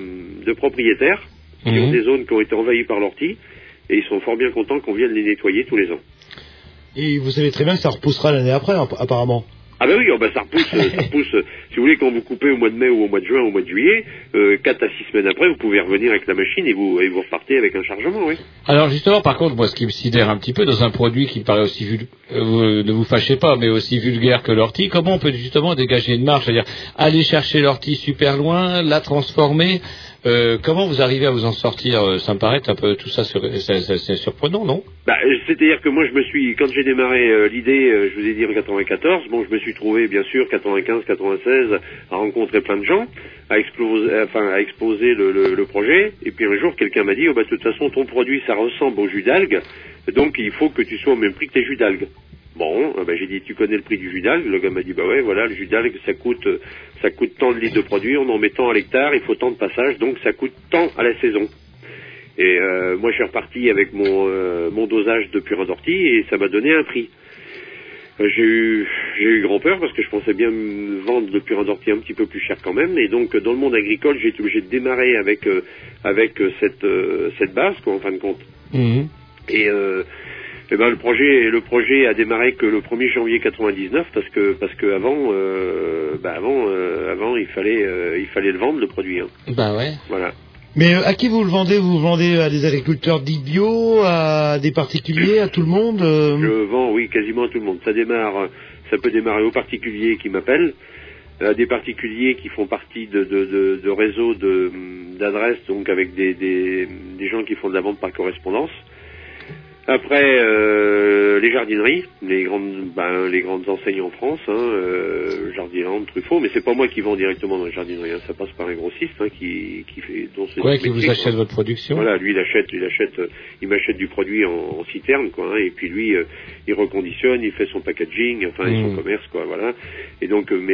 Speaker 10: de propriétaires qui ont des zones qui ont été envahies par l'ortie, et ils sont fort bien contents qu'on vienne les nettoyer tous les ans.
Speaker 1: Et vous savez très bien que ça repoussera l'année après, apparemment.
Speaker 10: Ah ben oui, ça repousse, si vous voulez, quand vous coupez au mois de mai ou au mois de juin ou au mois de juillet, 4 à 6 semaines après, vous pouvez revenir avec la machine et vous repartez avec un chargement, oui.
Speaker 2: Alors justement, par contre, moi, ce qui me sidère un petit peu dans un produit qui me paraît aussi ne vous fâchez pas, mais aussi vulgaire que l'ortie, comment on peut justement dégager une marge, c'est-à-dire aller chercher l'ortie super loin, la transformer, comment vous arrivez à vous en sortir? Ça me paraît un peu, tout ça, c'est surprenant, non?
Speaker 10: C'est-à-dire que moi, quand j'ai démarré l'idée, je vous ai dit en 94, bon, je me suis trouvé, bien sûr, 95, 96, à rencontrer plein de gens, à exposer le projet, et puis un jour, quelqu'un m'a dit, de toute façon, ton produit, ça ressemble au jus d'algue, donc il faut que tu sois au même prix que tes jus d'algues. Bon, j'ai dit, tu connais le prix du jus d'algue? Le gars m'a dit, ouais, voilà, le jus d'algue, ça coûte tant de litres de produit, on en met tant à l'hectare, il faut tant de passages, donc ça coûte tant à la saison. Et moi, je suis reparti avec mon dosage de purin d'ortie, et ça m'a donné un prix. J'ai eu grand peur, parce que je pensais bien me vendre le purin d'ortie un petit peu plus cher quand même, et donc, dans le monde agricole, j'ai été obligé de démarrer avec cette base, quoi, en fin de compte. Et le projet a démarré que le 1er janvier 99 parce que avant il fallait le vendre, le produit.
Speaker 2: Bah ouais.
Speaker 10: Voilà.
Speaker 1: Mais à qui vous le vendez? Vous le vendez à des agriculteurs dits bio, à des particuliers, à tout le monde?
Speaker 10: Je vends, oui, quasiment à tout le monde. Ça peut démarrer aux particuliers qui m'appellent, à des particuliers qui font partie de réseaux d'adresses, donc avec des gens qui font de la vente par correspondance. Après, les jardineries, les grandes enseignes en France, Jardiland, Truffaut, mais c'est pas moi qui vends directement dans les jardineries, ça passe par un grossiste qui fait
Speaker 2: qui vous achète votre production.
Speaker 10: Voilà, lui il m'achète du produit en citerne, quoi, et puis lui il reconditionne, il fait son packaging, son commerce, quoi, voilà. Et donc, mais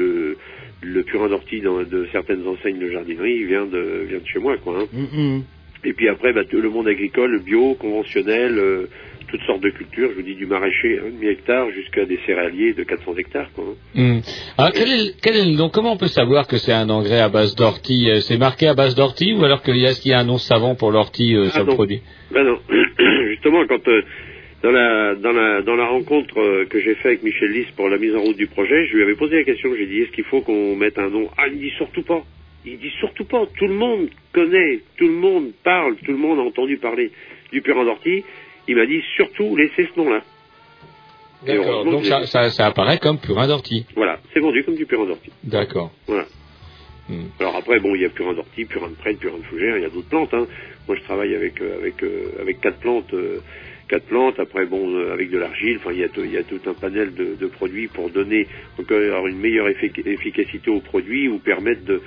Speaker 10: le purin d'ortie de certaines enseignes de jardinerie vient de chez moi, quoi. Et puis après, le monde agricole, bio, conventionnel, toutes sortes de cultures, je vous dis du maraîcher, demi-hectare, jusqu'à des céréaliers de 400 hectares, quoi.
Speaker 2: Alors, quel est le nom? Comment on peut savoir que c'est un engrais à base d'ortie? C'est marqué à base d'ortie, ou alors est-ce qu'il y a un nom savant pour l'ortie sur le produit?
Speaker 10: Non. Justement, quand dans la rencontre que j'ai fait avec Michel Lys pour la mise en route du projet, je lui avais posé la question, j'ai dit, est-ce qu'il faut qu'on mette un nom? Il me dit surtout pas. Il dit surtout pas, tout le monde connaît, tout le monde parle, tout le monde a entendu parler du purin d'ortie. Il m'a dit surtout laissez ce nom-là.
Speaker 2: D'accord, donc ça apparaît comme purin d'ortie.
Speaker 10: Voilà, c'est vendu comme du purin d'ortie.
Speaker 2: D'accord.
Speaker 10: Voilà. Alors après, il y a purin d'ortie, purin de prêle, purin de fougère, il y a d'autres plantes. Moi, je travaille avec 4 plantes. 4 plantes, après avec de l'argile, il y a tout un panel de produits pour donner encore une meilleure efficacité aux produits ou permettre de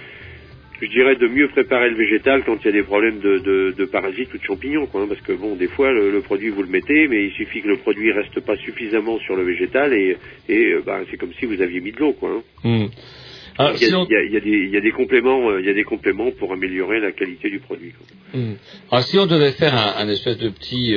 Speaker 10: mieux préparer le végétal quand il y a des problèmes de parasites ou de champignons, quoi, parce que des fois le produit vous le mettez, mais il suffit que le produit reste pas suffisamment sur le végétal et c'est comme si vous aviez mis de l'eau, quoi. Alors, il y a des compléments pour améliorer la qualité du produit, quoi.
Speaker 2: Alors si on devait faire un espèce de petit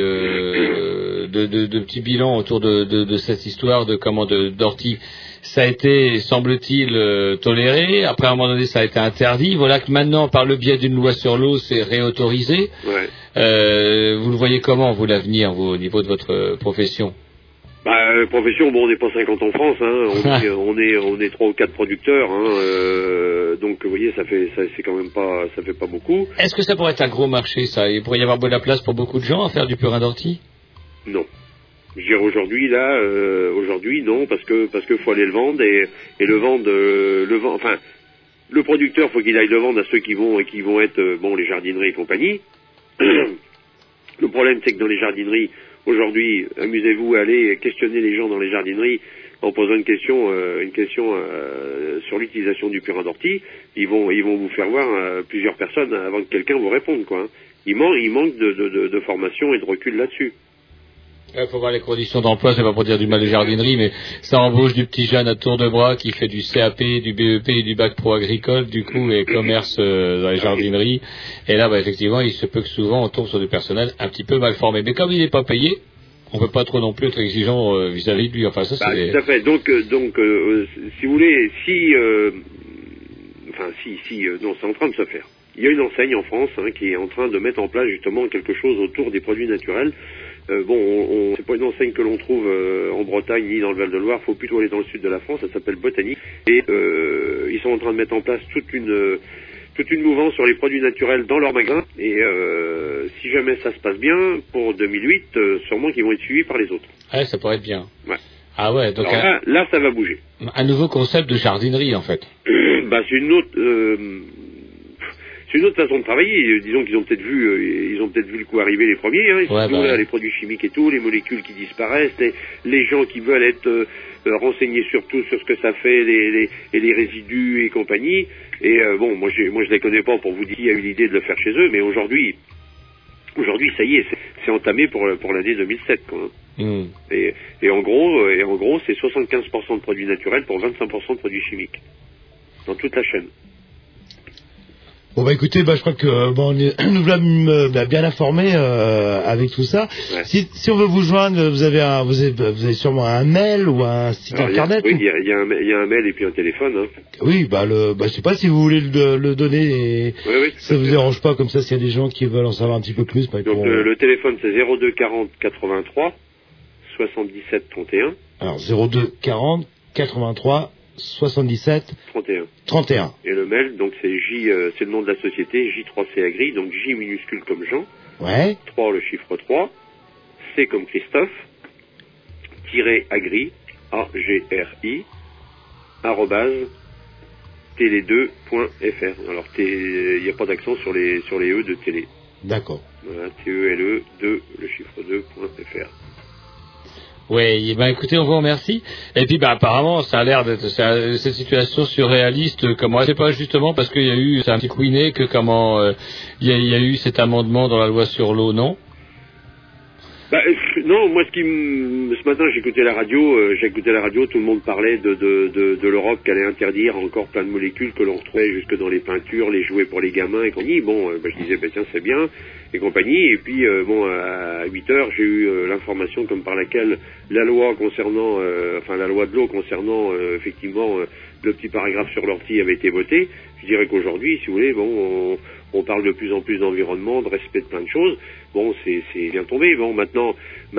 Speaker 2: de petit bilan autour de cette histoire d'ortie, ça a été, semble-t-il, toléré. Après, à un moment donné, ça a été interdit. Voilà que maintenant, par le biais d'une loi sur l'eau, c'est réautorisé.
Speaker 10: Ouais.
Speaker 2: Vous le voyez comment, vous, l'avenir, au niveau de votre profession?
Speaker 10: Profession, on n'est pas 50 en France, on est 3 ou 4 producteurs, donc vous voyez, c'est quand même pas, ça fait pas beaucoup.
Speaker 2: Est-ce que ça pourrait être un gros marché, ça? Il pourrait y avoir de la place pour beaucoup de gens à faire du purin d'ortie?
Speaker 10: Non. Je dirais aujourd'hui non, parce que faut aller le vendre et le vendre, le producteur faut qu'il aille le vendre à ceux qui vont être les jardineries et compagnie. Le problème, c'est que dans les jardineries aujourd'hui, amusez-vous à aller questionner les gens dans les jardineries en posant une question sur l'utilisation du purin d'ortie. Ils vont vous faire voir plusieurs personnes avant que quelqu'un vous réponde, quoi. Il manque de formation et de recul là-dessus.
Speaker 2: Il faut voir les conditions d'emploi, c'est pas pour dire du mal de jardinerie, mais ça embauche du petit jeune à tour de bras qui fait du CAP, du BEP et du bac pro agricole, du coup, et commerce dans les jardineries. Et là, effectivement, il se peut que souvent on tombe sur du personnel un petit peu mal formé. Mais comme il n'est pas payé, on peut pas trop non plus être exigeant vis-à-vis de lui. Enfin, ça, c'est...
Speaker 10: Tout à fait. Donc, si vous voulez, non, c'est en train de se faire. il y a une enseigne en France qui est en train de mettre en place justement quelque chose autour des produits naturels. C'est pas une enseigne que l'on trouve en Bretagne ni dans le Val-de-Loire, faut plutôt aller dans le sud de la France, ça s'appelle Botanique, et ils sont en train de mettre en place toute une mouvance sur les produits naturels dans leur magasin, et si jamais ça se passe bien, pour 2008, sûrement qu'ils vont être suivis par les autres.
Speaker 2: Ouais, ça pourrait être bien.
Speaker 10: Ouais.
Speaker 2: Ah ouais, donc
Speaker 10: alors là, ça va bouger.
Speaker 2: Un nouveau concept de jardinerie, en fait.
Speaker 10: C'est une autre façon de travailler. Disons qu'ils ont peut-être vu le coup arriver les premiers. Les produits chimiques et tout, les molécules qui disparaissent, les gens qui veulent être renseignés surtout sur ce que ça fait, les résidus et compagnie. Et moi je les connais pas pour vous dire qui a eu l'idée de le faire chez eux, mais aujourd'hui, ça y est, c'est entamé pour l'année 2007, quoi. Et en gros, c'est 75% de produits naturels pour 25% de produits chimiques dans toute la chaîne.
Speaker 1: Bon écoutez, je crois que nous voilà bien informés avec tout ça. Ouais. Si on veut vous joindre, vous avez sûrement un mail ou un site internet.
Speaker 10: Oui, il y a un mail et puis un téléphone. Hein.
Speaker 1: Oui, je sais pas si vous voulez le donner. Oui, ça vous dérange pas, comme ça, s'il y a des gens qui veulent en savoir un petit peu plus.
Speaker 10: Donc le téléphone c'est 02 40 83 77 31.
Speaker 1: Alors 02 40 83 77 31.
Speaker 10: Et le mail, donc c'est c'est le nom de la société, J3C Agri, donc J minuscule comme Jean.
Speaker 1: Ouais.
Speaker 10: 3 le chiffre 3, C comme Christophe, _agri, AGRI, @tele2.fr. Alors il n'y a pas d'accent sur les E de télé.
Speaker 1: D'accord.
Speaker 10: Voilà, TELE 2 le chiffre 2.fr.
Speaker 2: Oui, écoutez, on vous remercie. Et puis, apparemment, ça a l'air d'être cette situation surréaliste. Comment c'est pas justement parce qu'il y a eu, c'est un petit couinet que il y a eu cet amendement dans la loi sur l'eau, non?
Speaker 10: Non, moi ce matin j'écoutais la radio, tout le monde parlait de l'Europe qui allait interdire encore plein de molécules que l'on retrouvait jusque dans les peintures, les jouets pour les gamins et compagnie. Je disais tiens c'est bien et compagnie. Et puis à 8h j'ai eu l'information comme par laquelle la loi concernant, la loi de l'eau concernant effectivement le petit paragraphe sur l'ortie avait été voté. Je dirais qu'aujourd'hui, si vous voulez, on parle de plus en plus d'environnement, de respect de plein de choses. C'est bien tombé. Maintenant,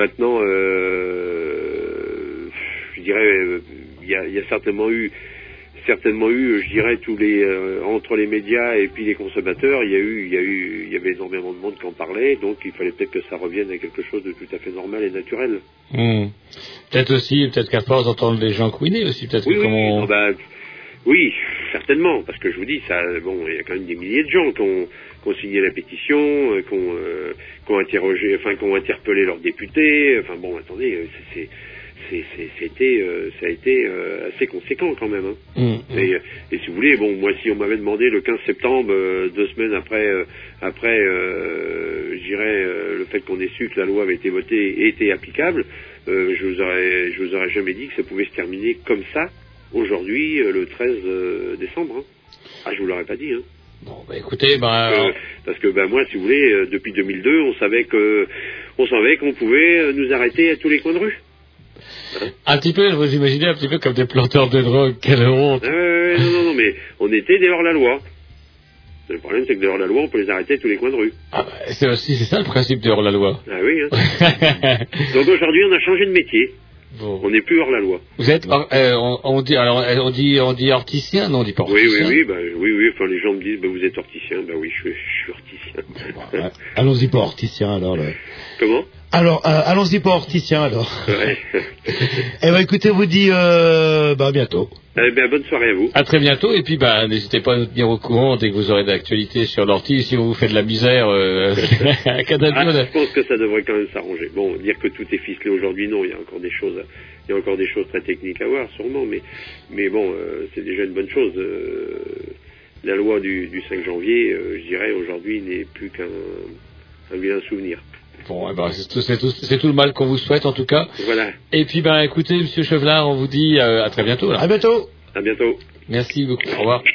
Speaker 10: je dirais, il y a certainement eu, je dirais, tous les entre les médias et puis les consommateurs, il y avait énormément de monde qui en parlait, donc il fallait peut-être que ça revienne à quelque chose de tout à fait normal et naturel.
Speaker 2: Peut-être qu'à force d'entendre les gens couiner aussi, peut-être
Speaker 10: oui, certainement, parce que je vous dis, il y a quand même des milliers de gens qui ont signé la pétition, qui ont interrogé, qui ont interpellé leurs députés. Attendez, ça a été assez conséquent quand même. Et si vous voulez, moi, si on m'avait demandé le 15 septembre, 2 semaines après, je dirais, le fait qu'on ait su que la loi avait été votée et était applicable, je vous aurais jamais dit que ça pouvait se terminer comme ça. Aujourd'hui, le 13 décembre. Je vous l'aurais pas dit.
Speaker 2: Écoutez,
Speaker 10: parce que moi, si vous voulez, depuis 2002, on savait qu'on pouvait nous arrêter à tous les coins de rue.
Speaker 2: Un petit peu, vous imaginez un petit peu comme des planteurs de drogue, quelle honte.
Speaker 10: Non, mais on était dehors la loi. Le problème, c'est que dehors la loi, on peut les arrêter à tous les coins de rue.
Speaker 2: C'est ça le principe dehors la loi.
Speaker 10: Ah oui. Donc aujourd'hui, on a changé de métier. Bon. On n'est plus hors la loi.
Speaker 2: Vous êtes, on dit horticien, non, on dit pas horticien.
Speaker 10: Oui. Enfin, les gens me disent, vous êtes horticien. Oui, je suis horticien.
Speaker 1: Allons-y pas horticien alors.
Speaker 10: Comment?
Speaker 1: Alors, allons-y pas horticien alors.
Speaker 10: Ouais.
Speaker 1: Écoutez, vous dis, à bientôt.
Speaker 10: Bonne soirée à vous.
Speaker 2: À très bientôt, et puis n'hésitez pas à nous tenir au courant dès que vous aurez de l'actualité sur l'ortie, si on vous fait de la misère à Canal.
Speaker 10: Je pense que ça devrait quand même s'arranger. Dire que tout est ficelé aujourd'hui, non, il y a encore des choses très techniques à voir, sûrement, mais c'est déjà une bonne chose. La loi du 5 janvier, je dirais, aujourd'hui, n'est plus qu'un vilain souvenir.
Speaker 2: C'est tout le mal qu'on vous souhaite en tout cas.
Speaker 10: Voilà.
Speaker 2: Et puis écoutez, Monsieur Chevlard, on vous dit à très bientôt.
Speaker 1: À bientôt.
Speaker 10: À bientôt.
Speaker 2: Merci beaucoup. Au revoir.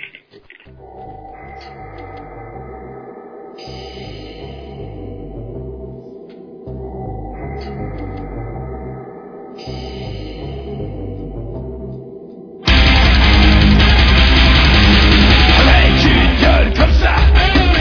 Speaker 11: Avec une gueule comme ça,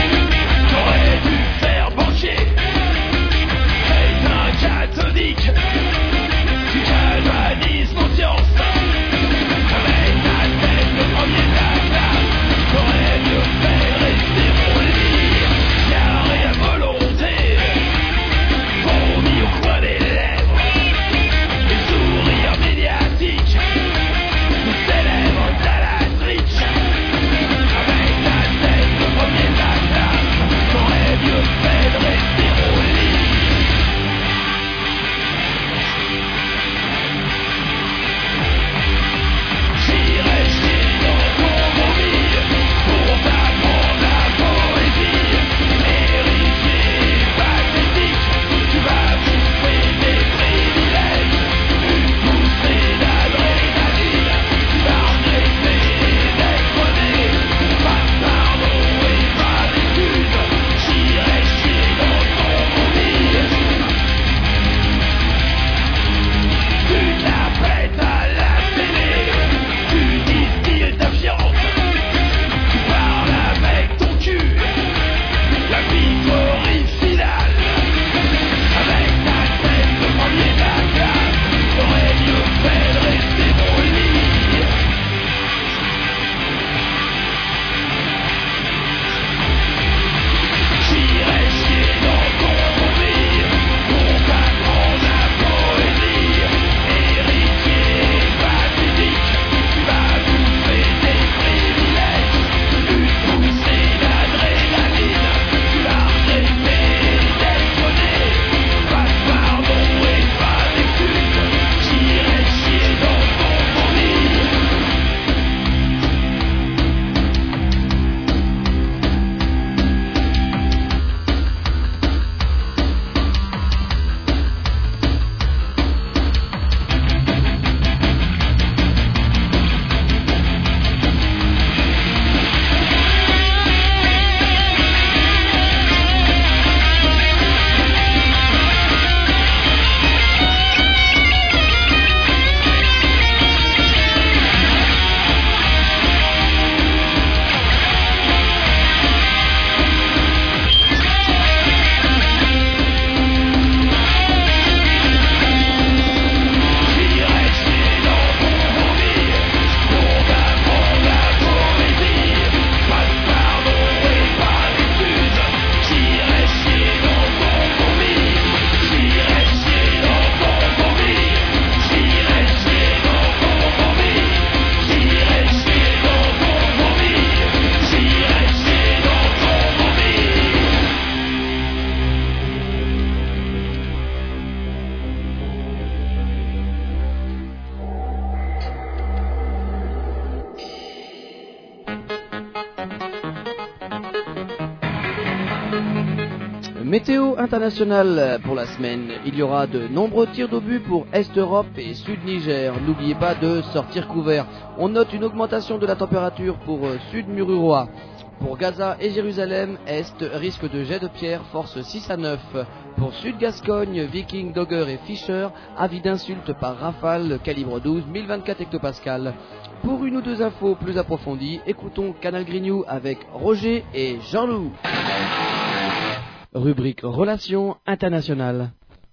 Speaker 6: Météo internationale pour la semaine. Il y aura de nombreux tirs d'obus pour Est-Europe et Sud-Niger. N'oubliez pas de sortir couvert. On note une augmentation de la température pour Sud-Mururoa. Pour Gaza et Jérusalem, Est, risque de jet de pierre, force 6 à 9. Pour Sud-Gascogne, Viking, Dogger et Fischer, avis d'insultes par rafale, calibre 12, 1024 hectopascales. Pour une ou deux infos plus approfondies, écoutons Canal Grignou avec Roger et Jean-Loup. Rubrique Relations internationales.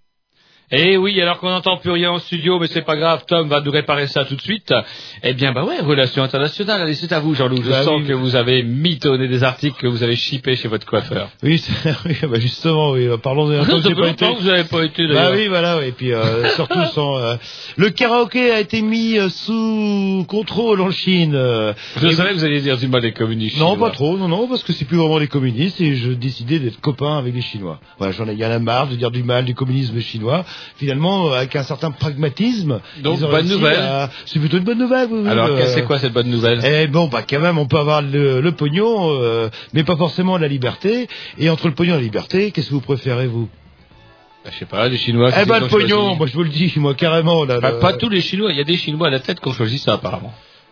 Speaker 2: Eh oui, alors qu'on n'entend plus rien en studio, mais c'est pas grave, Tom va nous réparer ça tout de suite. Eh bien, relations internationales. Allez, c'est à vous, Jean-Loup. Je sens que vous avez mitonné des articles que vous avez shippés chez votre coiffeur.
Speaker 1: Oui, justement, oui. Parlons des temps que j'ai pas été.
Speaker 2: Vous n'avez pas été, d'ailleurs.
Speaker 1: Oui, voilà, oui. Et puis, surtout sans, le karaoké a été mis sous contrôle en Chine.
Speaker 2: Je savais que vous alliez dire du mal des communistes chinois.
Speaker 1: Non, pas trop, non, parce que c'est plus vraiment les communistes et je décidais d'être copain avec les Chinois. Voilà, j'en ai y en a marre de dire du mal du communisme chinois. Finalement, avec un certain pragmatisme.
Speaker 2: Donc, bonne nouvelle.
Speaker 1: C'est plutôt une bonne nouvelle. Oui,
Speaker 2: alors, c'est quoi cette bonne nouvelle?
Speaker 1: Eh bon, quand même, on peut avoir le pognon, mais pas forcément la liberté. Et entre le pognon et la liberté, qu'est-ce que vous préférez, vous?
Speaker 2: Je sais pas, les Chinois.
Speaker 1: Le pognon, moi je vous le dis, moi carrément.
Speaker 2: Pas tous les Chinois, il y a des Chinois à la tête qui ont choisi ça, apparemment.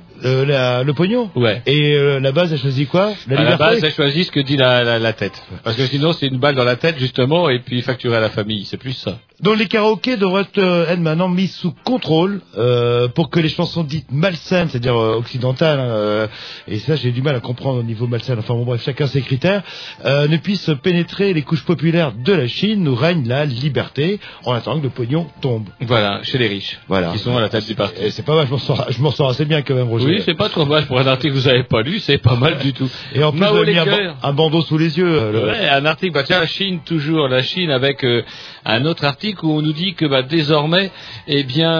Speaker 1: Le pognon.
Speaker 2: Ouais.
Speaker 1: Et la base a choisi quoi?
Speaker 2: La base a choisi ce que dit la tête. Parce que sinon c'est une balle dans la tête justement et puis facturé à la famille, c'est plus ça.
Speaker 1: Donc les karaokés devraient être maintenant mis sous contrôle pour que les chansons dites malsaines, c'est-à-dire occidentales, et ça j'ai du mal à comprendre au niveau malsain, enfin bon bref, chacun ses critères, ne puissent pénétrer les couches populaires de la Chine où règne la liberté en attendant que le pognon tombe.
Speaker 2: Voilà, chez les riches, qui sont à la tête du parti.
Speaker 1: Et c'est pas mal, je m'en sors assez bien quand même, Roger.
Speaker 2: Oui, c'est pas trop mal pour un article que vous avez pas lu, c'est pas mal du tout.
Speaker 1: Et en plus, vous avez mis un bandeau sous les yeux.
Speaker 2: Ouais, un article, tiens, la Chine avec un autre article où on nous dit que désormais, eh bien,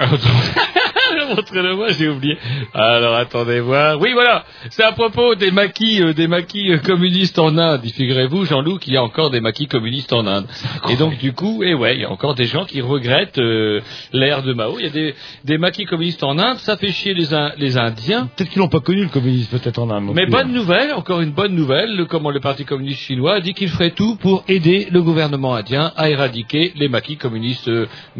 Speaker 2: montrez-le-moi, j'ai oublié. Alors attendez voir. Oui, voilà, c'est à propos des maquis communistes en Inde. Figurez-vous, Jean-Loup, qu'il y a encore des maquis communistes en Inde. Et donc du coup, il y a encore des gens qui regrettent l'ère de Mao. Il y a des maquis communistes en Inde. Ça fait chier les Indiens.
Speaker 1: Peut-être qu'ils n'ont pas connu le communisme, peut-être en Inde.
Speaker 2: Mais bonne nouvelle, encore une bonne nouvelle. Comment le Parti communiste chinois a dit qu'il ferait tout pour aider le gouvernement indien à éradiquer les maquis communistes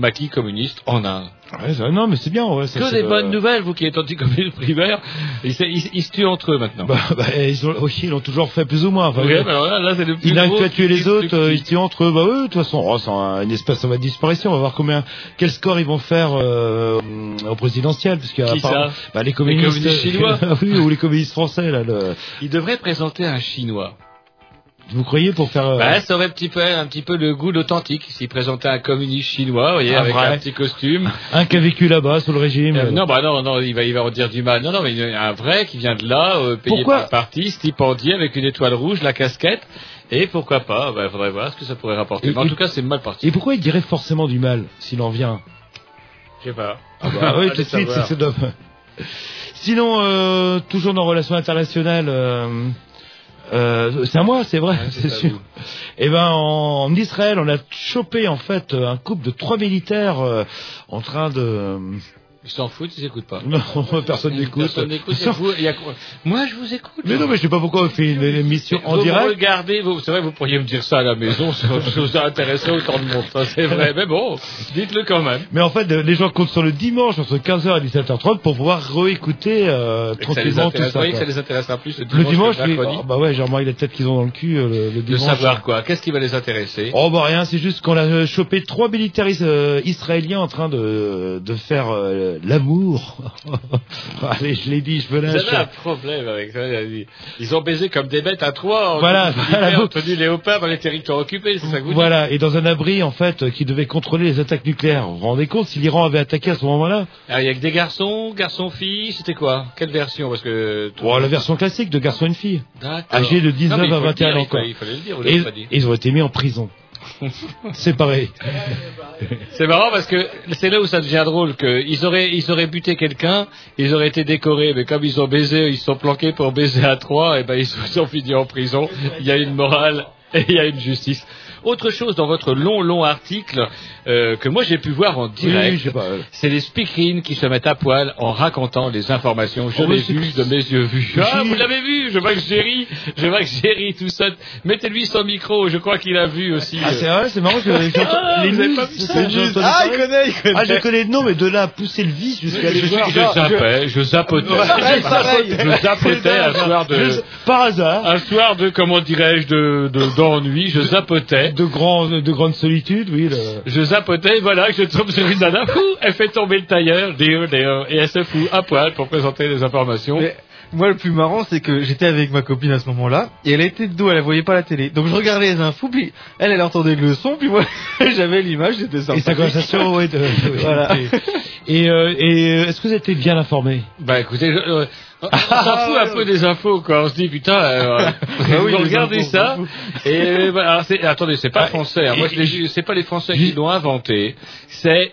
Speaker 2: en Inde.
Speaker 1: Ouais, non, mais c'est bien. Ouais, ça,
Speaker 2: que des bonnes nouvelles, vous qui êtes anticommuniste primaire, ils se tuent entre eux maintenant.
Speaker 1: Ils l'ont toujours fait plus ou moins. Enfin,
Speaker 2: là, c'est le plus
Speaker 1: ils n'arrivent plus à tuer les autres, ils se tuent entre eux. De toute façon, c'est une espèce de disparition. On va voir quel score ils vont faire au présidentiel, parce que les communistes
Speaker 2: chinois,
Speaker 1: oui, ou les communistes français là.
Speaker 2: Ils devraient présenter un Chinois.
Speaker 1: Vous croyez pour faire
Speaker 2: ça aurait un petit peu le goût d'authentique s'il présentait un communiste chinois, vous voyez, avec un petit costume.
Speaker 1: Un qui a vécu là-bas sous le régime.
Speaker 2: Non, il va en dire du mal. Non, mais un vrai qui vient de là, payé par le parti, stipendié avec une étoile rouge, la casquette. Et pourquoi pas, faudrait voir ce que ça pourrait rapporter. Mais en tout cas, c'est mal parti.
Speaker 1: Et pourquoi il dirait forcément du mal s'il en vient?
Speaker 2: Je sais pas.
Speaker 1: Oui, tout de suite, c'est dommage. Sinon, toujours dans relations internationales. C'est à moi, c'est vrai, c'est sûr. En Israël, on a chopé en fait un couple de 3 militaires en train de.
Speaker 2: Ils s'en foutent, ils écoutent pas.
Speaker 1: Non, personne n'écoute.
Speaker 2: Moi, je vous écoute.
Speaker 1: Mais non, mais je sais pas pourquoi on fait une émission en direct.
Speaker 2: Regardez, c'est vrai, vous pourriez me dire ça à la maison, ça vous a intéressé autant de monde, ça c'est vrai. Mais bon, dites-le quand même.
Speaker 1: Mais en fait, les gens comptent sur le dimanche entre 15h et 17h30 pour pouvoir réécouter tranquillement tout ça. Vous
Speaker 2: voyez que ça les intéressera plus
Speaker 1: le dimanche que le mercredi. J'ai remarqué la tête qu'ils ont dans le cul le dimanche.
Speaker 2: De savoir quoi? Qu'est-ce qui va les intéresser?
Speaker 1: Rien, c'est juste qu'on a chopé 3 militaires israéliens en train de faire l'amour. Allez, je l'ai dit, je me lâche.
Speaker 2: Vous avez un problème avec ça. Ils ont baisé comme des bêtes à 3.
Speaker 1: Voilà.
Speaker 2: Ont tenu léopard dans les territoires occupés, c'est ça que vous dites?
Speaker 1: Voilà. Et dans un abri, en fait, qui devait contrôler les attaques nucléaires. Vous vous rendez compte si l'Iran avait attaqué à ce moment-là?
Speaker 2: Alors, il y a que des garçons, filles, c'était quoi? Quelle version? Parce que.
Speaker 1: La version classique de garçon et une fille.
Speaker 2: D'accord.
Speaker 1: Âgés de 19 à 21 ans.
Speaker 2: Il fallait le dire, vous l'avez pas dit.
Speaker 1: Ils ont été mis en prison. C'est pareil.
Speaker 2: C'est marrant parce que c'est là où ça devient drôle, qu'ils auraient buté quelqu'un, ils auraient été décorés, mais comme ils ont baisé, ils se sont planqués pour baiser à 3, et ils sont finis en prison. Il y a une morale Et il y a une justice. Autre chose dans votre long article que moi j'ai pu voir en direct,
Speaker 1: Oui, je sais pas.
Speaker 2: c'est les speakerines qui se mettent à poil en racontant les informations. Je l'ai vu de mes yeux vus. Ah, vous l'avez vu? Je vois que j'ai ri tout ça. Mettez-lui son micro, je crois qu'il a vu aussi.
Speaker 1: Ah, c'est vrai, c'est marrant. Les
Speaker 2: vous avez
Speaker 1: news,
Speaker 2: pas vu ça?
Speaker 3: Ah, il connaît.
Speaker 1: Ah, je connais le nom, mais de là à pousser le vis jusqu'à aller voir.
Speaker 2: Je zapotais.
Speaker 3: Ouais, pareil.
Speaker 2: Je zapotais un soir de...
Speaker 1: Par hasard.
Speaker 2: Un soir de, comment dirais-je, d'ennui, je zapotais.
Speaker 1: De grande solitude, oui.
Speaker 2: Je zapotais, voilà, que je tombe sur une nana, elle fait tomber le tailleur, et elle se fout à poil pour présenter les informations.
Speaker 3: Mais moi, le plus marrant, c'est que j'étais avec ma copine à ce moment-là, et elle était de dos, elle voyait pas la télé. Donc je regardais les infos, puis elle entendait le son, puis moi, j'avais l'image, j'étais sympa.
Speaker 1: Et sa conversation, oui.
Speaker 3: Voilà.
Speaker 1: Et est-ce que vous étiez bien informé?
Speaker 2: Bah écoutez, on s'en fout un peu des infos, quoi. On se dit, putain,
Speaker 3: oui,
Speaker 2: regardez ça. Et alors, attendez, c'est pas français. Hein. Moi, c'est pas les Français qui l'ont inventé. C'est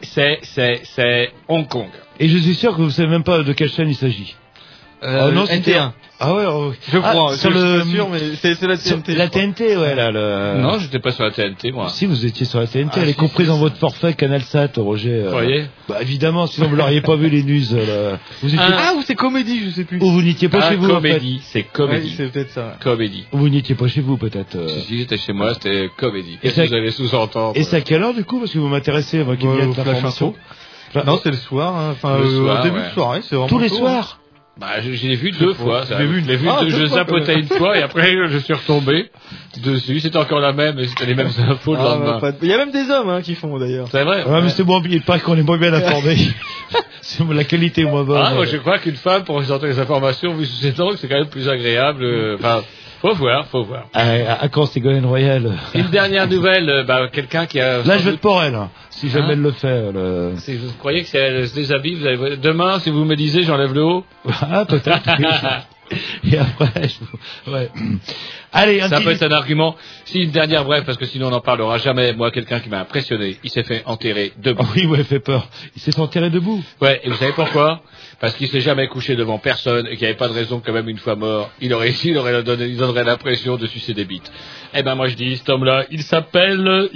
Speaker 2: Hong Kong.
Speaker 1: Et je suis sûr que vous savez même pas de quelle chaîne il s'agit.
Speaker 3: Non, NT1.
Speaker 1: Ah ouais,
Speaker 3: je crois.
Speaker 1: Sur
Speaker 3: je suis pas sûr, mais c'est la TNT.
Speaker 1: La TNT, ouais, là.
Speaker 2: Non, j'étais pas sur la TNT, moi.
Speaker 1: Si, vous étiez sur la TNT, elle est comprise dans votre forfait CanalSat, Roger.
Speaker 2: Vous voyez?
Speaker 1: Bah, évidemment, sinon vous l'auriez pas vu les news. Vous étiez...
Speaker 3: ou c'est comédie, je sais plus.
Speaker 1: Ou vous n'étiez pas chez vous,
Speaker 2: comédie,
Speaker 1: en fait.
Speaker 2: c'est comédie.
Speaker 3: Ouais, c'est peut-être ça.
Speaker 2: Comédie.
Speaker 1: Ou vous n'étiez pas chez vous, peut-être.
Speaker 2: Si j'étais chez moi, c'était comédie.
Speaker 1: Et
Speaker 2: Qu'est-ce que vous allez sous-entendre?
Speaker 1: Et c'est à quelle heure, du coup? Parce que vous m'intéressez, moi, qui viens de l'information.
Speaker 3: Non, c'est le soir, hein. Enfin,
Speaker 2: soir,
Speaker 3: au début de soirée, c'est vraiment
Speaker 1: tous les
Speaker 3: tôt,
Speaker 1: soirs.
Speaker 2: Bah, je l'ai vu deux fois. Ça.
Speaker 3: Je
Speaker 2: Je zapotais une fois et après je suis retombé dessus. C'était encore la même, et c'était les mêmes infos le lendemain.
Speaker 3: Il y a même des hommes qui font d'ailleurs.
Speaker 2: C'est vrai.
Speaker 1: Ouais, mais c'est bon, il paraît qu'on est moins bien informé. La qualité est moins bonne.
Speaker 2: Ah, moi je crois qu'une femme pour présenter les informations, vu sous ses angles, c'est quand même plus agréable. Enfin, faut voir.
Speaker 1: À quand Ségolène Royal?
Speaker 2: Une dernière nouvelle, quelqu'un qui a...
Speaker 1: Là, je vais être pour elle, si jamais elle le fait.
Speaker 2: Si vous croyez que si elle se déshabille, vous allez... Demain, si vous me disiez, j'enlève le haut.
Speaker 1: Ah, peut-être. Et après, ouais. Allez,
Speaker 2: ça peut être un argument. Si une dernière brève, parce que sinon on n'en parlera jamais. Moi, quelqu'un qui m'a impressionné, il s'est fait enterrer debout.
Speaker 1: Oh oui, ouais, fait peur. Il s'est fait enterrer debout.
Speaker 2: Ouais, et vous savez pourquoi? Parce qu'il s'est jamais couché devant personne et qu'il n'y avait pas de raison que même une fois mort, il donnerait l'impression de sucer des bites. Eh ben moi je dis, cet homme-là, il s'appelle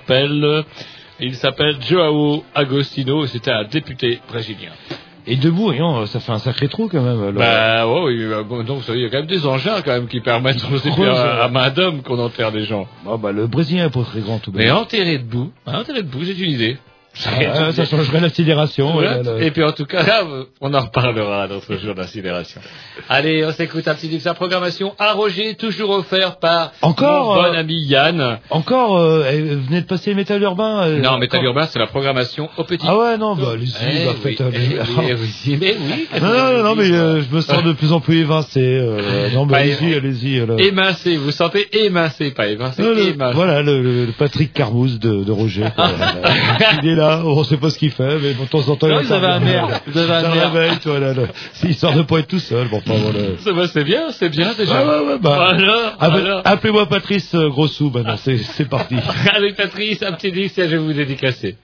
Speaker 2: João Agostinho, c'était un député brésilien.
Speaker 1: Et debout, ça fait un sacré trou quand même. Alors.
Speaker 2: Bah oui, donc vous savez, il y a quand même des engins quand même qui permettent à main d'homme qu'on enterre des gens.
Speaker 1: Oh bah le Brésilien est pas très grand tout de même.
Speaker 2: Mais enterrer debout, j'ai une idée.
Speaker 1: Ça changerait l'incinération.
Speaker 2: Et puis en tout cas, là, on en reparlera notre jour d'incinération. Allez, on s'écoute un petit disque de programmation à Roger, toujours offert par mon bon ami Yann.
Speaker 1: Encore, vous venez de passer Métal Urbain.
Speaker 2: Non, Métal Urbain, c'est la programmation au petit.
Speaker 1: Ah ouais, non, allez-y, faites Non, mais je me sens de plus en plus évincé. Non, mais allez-y.
Speaker 2: Émincé, vous sentez émincé, pas évincé, émincé.
Speaker 1: Voilà, le Patrick Carmouze de Roger. Il est là. On sait pas ce qu'il fait, mais de temps en temps,
Speaker 3: vous avez un air.
Speaker 1: C'est histoire de pas être tout seul. Bon,
Speaker 2: voilà. C'est bien déjà.
Speaker 1: Appelez-moi Patrice Grossou, maintenant, c'est parti.
Speaker 2: Allez, Patrice, un petit disque, je vais vous dédicacer.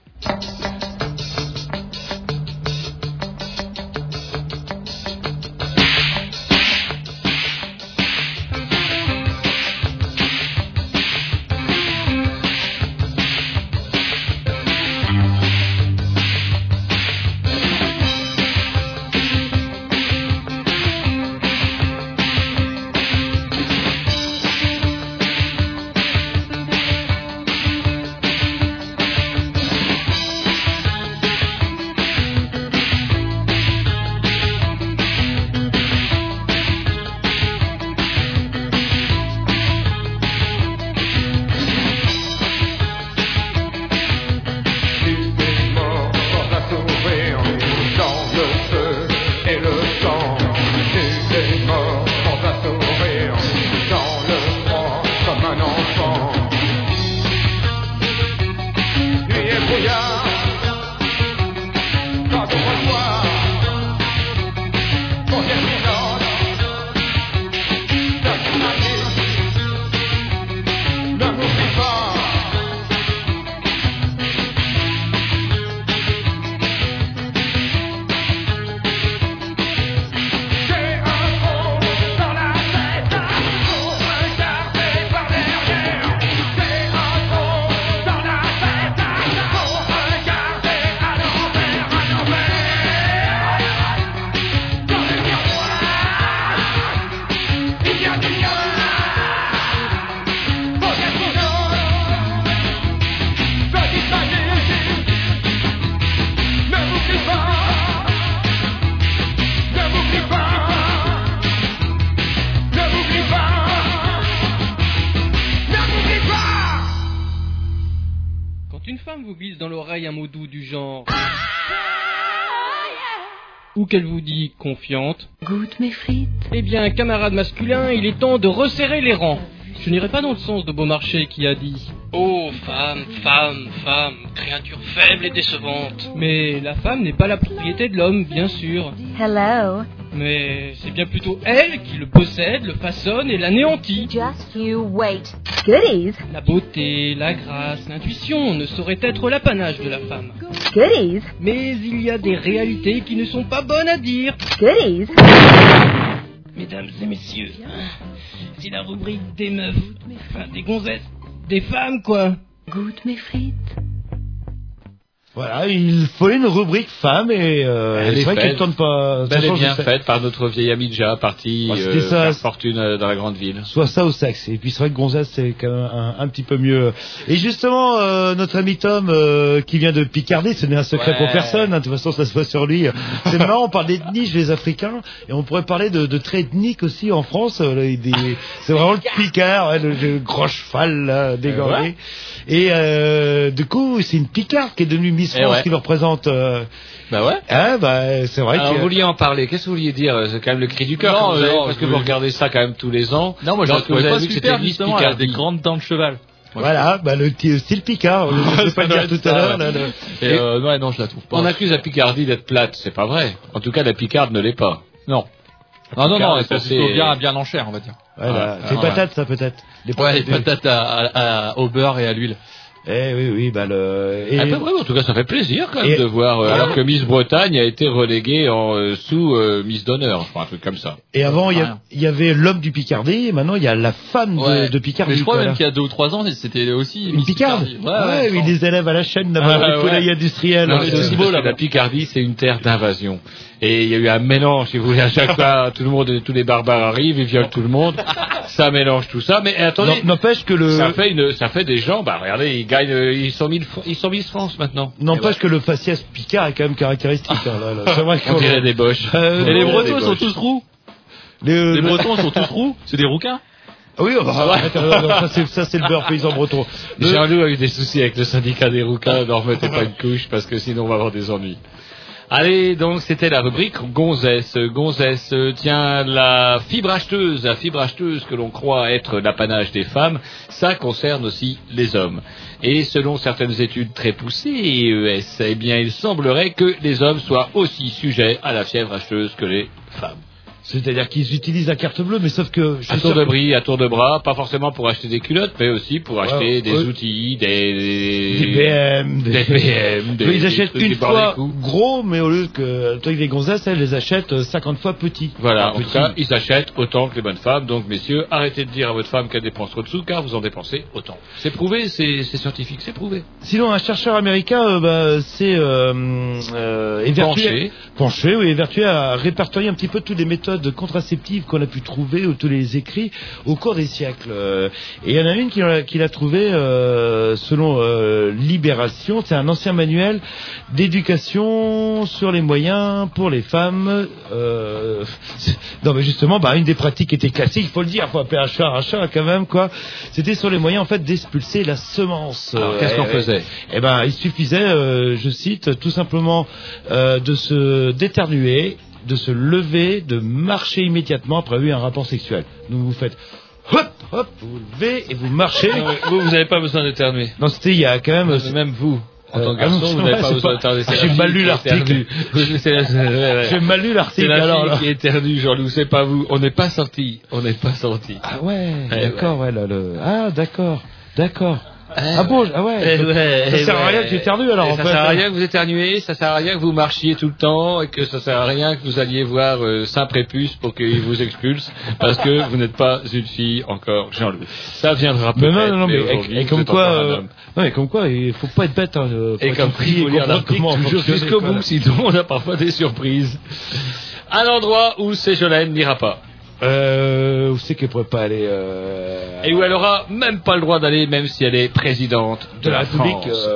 Speaker 5: glisse dans l'oreille un mot doux du genre... Ou qu'elle vous dit confiante.
Speaker 13: Goûte mes frites.
Speaker 5: Eh bien, camarade masculin, il est temps de resserrer les rangs. Je n'irai pas dans le sens de Beaumarchais qui a dit « Oh, femme, femme, femme, créature faible et décevante ». Mais la femme n'est pas la propriété de l'homme, bien sûr.
Speaker 13: Hello.
Speaker 5: Mais c'est bien plutôt elle qui le possède, le façonne et l'anéantit.
Speaker 13: Just you wait. Goodies.
Speaker 5: La beauté, la grâce, l'intuition ne sauraient être l'apanage de la femme.
Speaker 13: Goodies.
Speaker 5: Mais il y a des réalités qui ne sont pas bonnes à dire.
Speaker 13: Goodies.
Speaker 5: Mesdames et messieurs, c'est la rubrique des meufs, enfin des gonzesses, des femmes quoi.
Speaker 13: Goûte mes frites.
Speaker 1: Voilà, il faut une rubrique femme et c'est vrai qu'elle tourne pas.
Speaker 2: Elle est bien faite par notre vieil ami déjà parti faire fortune dans la grande ville.
Speaker 1: Soit ça au sexe. Et puis c'est vrai que Gonzesse c'est quand même un petit peu mieux. Et justement, notre ami Tom qui vient de Picardie, ce n'est un secret pour personne. Hein, de toute façon, ça se voit sur lui. C'est marrant, on parle d'ethnie chez les Africains et on pourrait parler de traits ethniques aussi en France. C'est vraiment le Picard, le grand cheval là, dégorgé. Et du coup, c'est une Picarde qui est devenue Miss France qui le représente.
Speaker 2: Bah ouais.
Speaker 1: Ah bah c'est vrai.
Speaker 2: Alors, vous vouliez en parler. Qu'est-ce que vous vouliez dire? C'est quand même le cri du cœur. Non, parce que vous regardez ça quand même tous les ans.
Speaker 14: Non, moi je trouvais pas super
Speaker 2: Miss
Speaker 14: justement. Elle a des grandes dents de cheval.
Speaker 1: Voilà, bah le style Picard. Je ne peux pas le dire tout à l'heure.
Speaker 14: Non, je la trouve pas.
Speaker 2: On accuse la Picardie d'être plate. C'est pas vrai. En tout cas, la Picarde ne l'est pas.
Speaker 14: Non. Non, c'est plutôt bien en chair, on va dire.
Speaker 1: Voilà, des patates, ça peut-être.
Speaker 14: Des patates au beurre et à l'huile.
Speaker 1: Oui, bah
Speaker 2: en tout cas, ça fait plaisir quand même de voir. Alors que Miss Bretagne a été reléguée sous Miss d'honneur, je crois, un truc comme ça.
Speaker 1: Et avant, il y avait l'homme du Picardie, et maintenant il y a la femme de Picardie.
Speaker 14: Mais je crois même qu'il y a 2 ou 3 ans, c'était aussi
Speaker 1: une Picarde. Ouais, il les élève à la chaîne là-bas, le poulailler industriel.
Speaker 2: Non, c'est aussi beau là. La Picardie, c'est une terre d'invasion. Et il y a eu un mélange, si vous voulez, à chaque fois, tous les barbares arrivent, ils violent tout le monde. Ça mélange tout ça, mais attendez.
Speaker 1: N'empêche que
Speaker 2: ça fait des gens, regardez, ils gagnent, ils sont Miss France maintenant.
Speaker 1: N'empêche que le faciès Picard est quand même caractéristique, C'est vrai
Speaker 2: qu'on dirait des boches.
Speaker 14: Et les Bretons sont tous roux. Les Bretons sont tous roux. C'est des rouquins.
Speaker 1: Oui, ça c'est le beurre paysan breton.
Speaker 2: Jean-Loup a eu des soucis avec le syndicat des rouquins, n'en remettez pas une couche, parce que sinon on va avoir des ennuis. Allez, donc c'était la rubrique Gonzesse. Tiens, la fibre acheteuse que l'on croit être l'apanage des femmes, ça concerne aussi les hommes. Et selon certaines études très poussées, eh bien, il semblerait que les hommes soient aussi sujets à la fièvre acheteuse que les femmes.
Speaker 1: C'est-à-dire qu'ils utilisent la carte bleue, mais sauf que...
Speaker 2: À tour de bras, pas forcément pour acheter des culottes, mais aussi pour acheter des outils, des
Speaker 1: BM, ils achètent une fois
Speaker 2: gros,
Speaker 1: mais au lieu que les gonzesses, elles les achètent 50 fois petits.
Speaker 2: Voilà, en tout cas, ils achètent autant que les bonnes femmes. Donc, messieurs, arrêtez de dire à votre femme qu'elle dépense trop de sous, car vous en dépensez autant. C'est prouvé, c'est scientifique, c'est prouvé.
Speaker 1: Sinon, un chercheur américain s'est évertué à répertorier un petit peu toutes les méthodes contraceptives qu'on a pu trouver ou tous les écrits au cours des siècles. Et il y en a une qu'il a trouvée selon Libération. C'est un ancien manuel d'éducation sur les moyens pour les femmes. Non, mais justement, une des pratiques était classique, il faut le dire, il faut appeler un chat quand même, quoi. C'était sur les moyens, en fait, d'expulser la semence.
Speaker 2: Alors, qu'est-ce qu'on faisait?
Speaker 1: Il suffisait, je cite, tout simplement de se d'éternuer, de se lever, de marcher immédiatement après avoir eu un rapport sexuel. Donc vous faites hop, vous levez et vous marchez.
Speaker 2: Vous n'avez pas besoin d'éternuer.
Speaker 1: Non, c'était il y a quand même...
Speaker 2: Même vous, en tant que garçon, vous n'avez pas besoin d'éternuer.
Speaker 1: J'ai mal lu l'article. J'ai mal lu l'article.
Speaker 2: C'est la fille qui éternue, Jean-Loup, c'est pas vous. On n'est pas sortis.
Speaker 1: Ah ouais, d'accord, Ah, d'accord. Ça sert à rien que j'éternue alors.
Speaker 2: Ça sert à rien que vous éternuez, ça sert à rien que vous marchiez tout le temps et que ça sert à rien que vous alliez voir Saint-Prépuce pour qu'il vous expulse parce que vous n'êtes pas une fille encore, Jean-Louis. Ça viendra peut-être.
Speaker 1: Mais comme quoi, il faut pas être bête.
Speaker 2: Et comme il faut lire l'article toujours jusqu'au bout, sinon on a parfois des surprises. Un endroit où Ségolène n'ira pas.
Speaker 1: Où c'est qu'elle pourrait pas aller
Speaker 2: et où elle aura même pas le droit d'aller, même si elle est présidente de la République.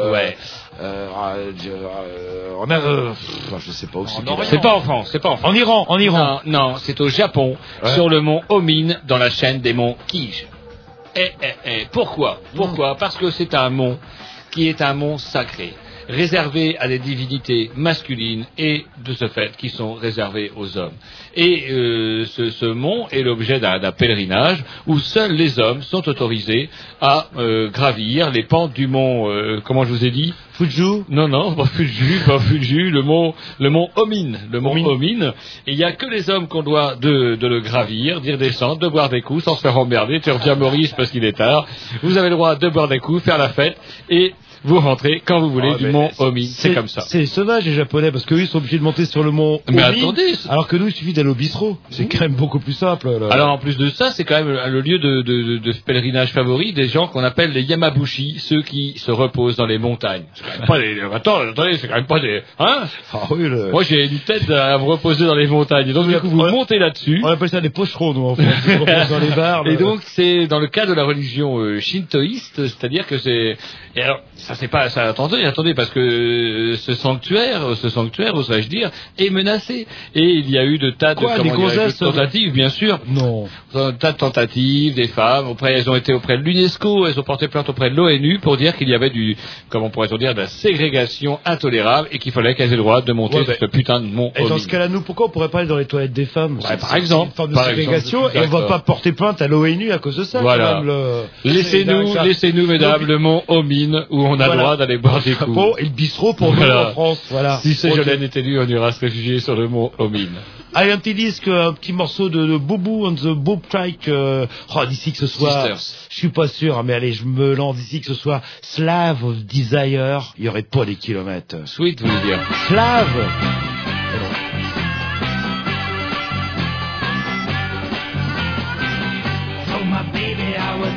Speaker 1: Je sais pas où c'est.
Speaker 2: C'est pas en France,
Speaker 1: En Iran.
Speaker 2: Non, c'est au Japon, sur le mont Homine, dans la chaîne des monts Kij. Pourquoi? Parce que c'est un mont qui est un mont sacré, réservé à des divinités masculines et, de ce fait, qui sont réservées aux hommes. Et ce mont est l'objet d'un pèlerinage où seuls les hommes sont autorisés à gravir les pentes du mont, comment je vous ai dit ?
Speaker 1: Fuji ?
Speaker 2: Non, pas Fuji, le mont Homine. Le mont Homine. Et il n'y a que les hommes qu'on doit de le gravir, d'y redescendre, de boire des coups sans se faire emmerder. Tu reviens Maurice parce qu'il est tard. Vous avez le droit de boire des coups, faire la fête et vous rentrez quand vous voulez du mont Homine. C'est comme ça.
Speaker 1: C'est sauvage les Japonais parce qu'eux ils sont obligés de monter sur le mont Homine.
Speaker 2: Mais attendez.
Speaker 1: Alors que nous il suffit d'aller au bistrot. C'est quand même beaucoup plus simple. Là.
Speaker 2: Alors en plus de ça, c'est quand même le lieu de pèlerinage favori des gens qu'on appelle les Yamabushi, ceux qui se reposent dans les montagnes. C'est quand même pas des... Attendez, c'est quand même pas des... Hein? Moi j'ai une tête à me reposer dans les montagnes. Et donc du coup vous montez là-dessus.
Speaker 1: On appelle ça des pocherons nous en fait. Ils se reposent dans les bars.
Speaker 2: Et donc c'est dans le cas de la religion shintoïste, c'est-à-dire que c'est... Et alors, ça c'est pas ça. Attendez, parce que ce sanctuaire, oserais-je dire, est menacé. Et il y a eu de tas de tentatives, bien sûr.
Speaker 1: Non.
Speaker 2: Tas de tentatives, des femmes. Elles ont été auprès de l'UNESCO, elles ont porté plainte auprès de l'ONU pour dire qu'il y avait de la ségrégation intolérable et qu'il fallait qu'elles aient le droit de monter ce putain de mont.
Speaker 1: Et dans ce cas-là, nous, pourquoi on pourrait pas aller dans les toilettes des femmes?
Speaker 2: Par exemple.
Speaker 1: Une forme de ségrégation et on va pas porter plainte à l'ONU à cause de ça.
Speaker 2: Voilà. Laissez-nous, mesdames, le mont Homine où on a le droit d'aller boire des coups.
Speaker 1: Et le bistrot pour nous en France. Voilà.
Speaker 2: Si c'est Jolène est élu, on ira se réfugier sur le mont Homine.
Speaker 1: Allez, un petit disque, un petit morceau de Boubou and the Boob Trike. D'ici que ce soit, je suis pas sûr, mais allez, je me lance d'ici que ce soit Slave of Desire. Il y aurait pas des kilomètres.
Speaker 2: Sweet, vous voulez dire.
Speaker 1: Slave.
Speaker 12: So my baby, I was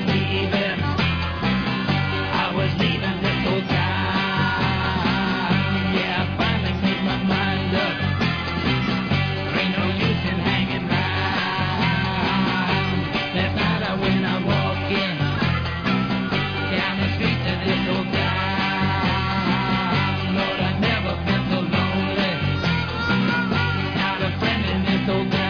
Speaker 12: leaving this old town. Yeah, I finally made my mind up. Ain't no use in hanging round. That night I went out walking down the streets of this old town. Lord, I've never been so lonely. Not a friend in this old town.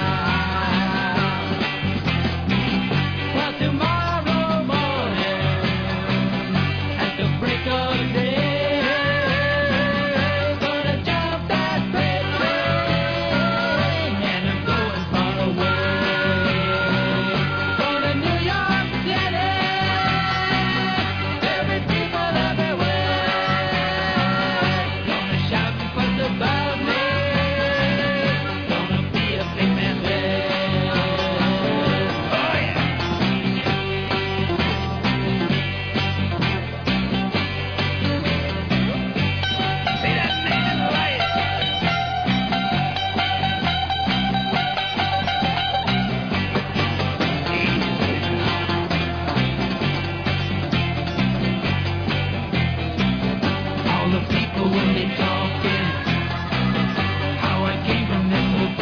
Speaker 12: Well, tomorrow morning at the break of day, gonna jump that freight train and I'm going far away. Going to New York City, every people everywhere. Gonna shout and fuss about me, gonna be a big man there. Oh yeah. See that name in the light. All the people when they talking, how I came from this old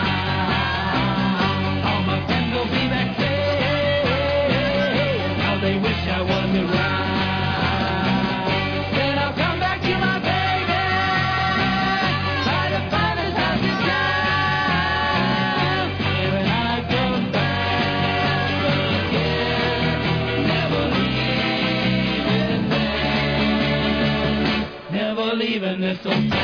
Speaker 12: town. All my friends will be back saying how they wish I was around. Then I'll come back to my baby, try to find his house in town. And when I come back again, never leaving this old town.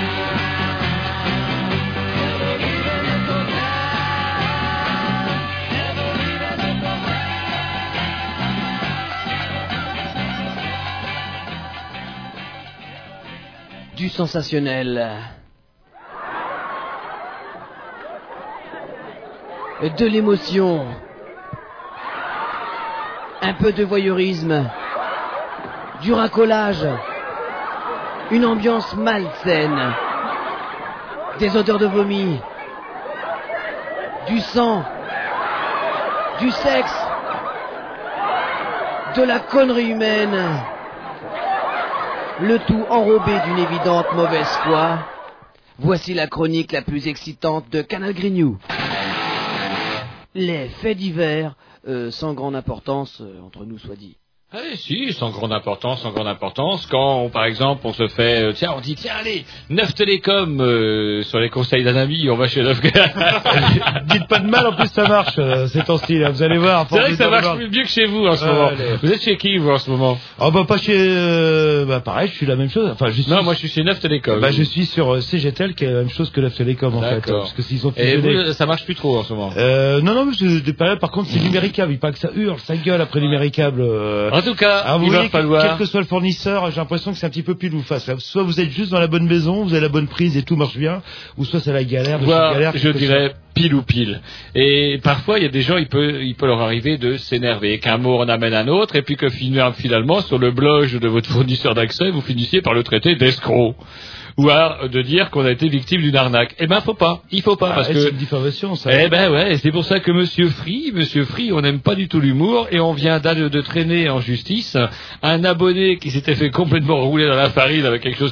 Speaker 12: Never leaving this old town. Never leaving this old town.
Speaker 6: Du sensationnel. De l'émotion. Un peu de voyeurisme. Du racolage. Une ambiance malsaine. Des odeurs de vomi. Du sang. Du sexe. De la connerie humaine. Le tout enrobé d'une évidente mauvaise foi. Voici la chronique la plus excitante de Canal Grignou. Les faits divers, sans grande importance, entre nous soit dit.
Speaker 2: Ah si, sans grande importance. Quand, par exemple, on se fait, on dit, tiens, allez, Neuf Télécom, sur les conseils d'un ami, on va chez Neuf.
Speaker 1: Dites pas de mal, en plus ça marche, ces temps-ci, là, vous allez voir.
Speaker 2: C'est vrai que ça marche mieux que chez vous en ce moment. Vous êtes chez qui, vous, en ce moment?
Speaker 1: Oh, bah, pas chez, pareil, je suis la même chose. Enfin,
Speaker 2: Non, moi, je suis chez Neuf Télécom.
Speaker 1: Bah, je suis sur CGTEL, qui est la même chose que Neuf Télécom, en fait. Parce que s'ils ont
Speaker 2: Et vous, ça marche plus trop, en ce moment?
Speaker 1: Non, mais c'est des périodes, par contre, c'est numéricable. Il paraît que ça hurle, ça gueule après numéricable.
Speaker 2: En tout cas,
Speaker 1: il
Speaker 2: va falloir...
Speaker 1: quel que soit le fournisseur, j'ai l'impression que c'est un petit peu pile ou face. Soit vous êtes juste dans la bonne maison, vous avez la bonne prise et tout marche bien, ou soit c'est la galère.
Speaker 2: Je dirais pile ou pile. Et parfois, il y a des gens, il peut leur arriver de s'énerver, qu'un mot en amène un autre, et puis que finalement, sur le blog de votre fournisseur d'accès, vous finissiez par le traiter d'escroc. Ou alors de dire qu'on a été victime d'une arnaque. Eh ben, il faut pas, parce que...
Speaker 1: c'est une diffamation, ça.
Speaker 2: Eh ben ouais, c'est pour ça que Monsieur Free, on n'aime pas du tout l'humour, et on vient de traîner en justice un abonné qui s'était fait complètement rouler dans la farine avec quelque chose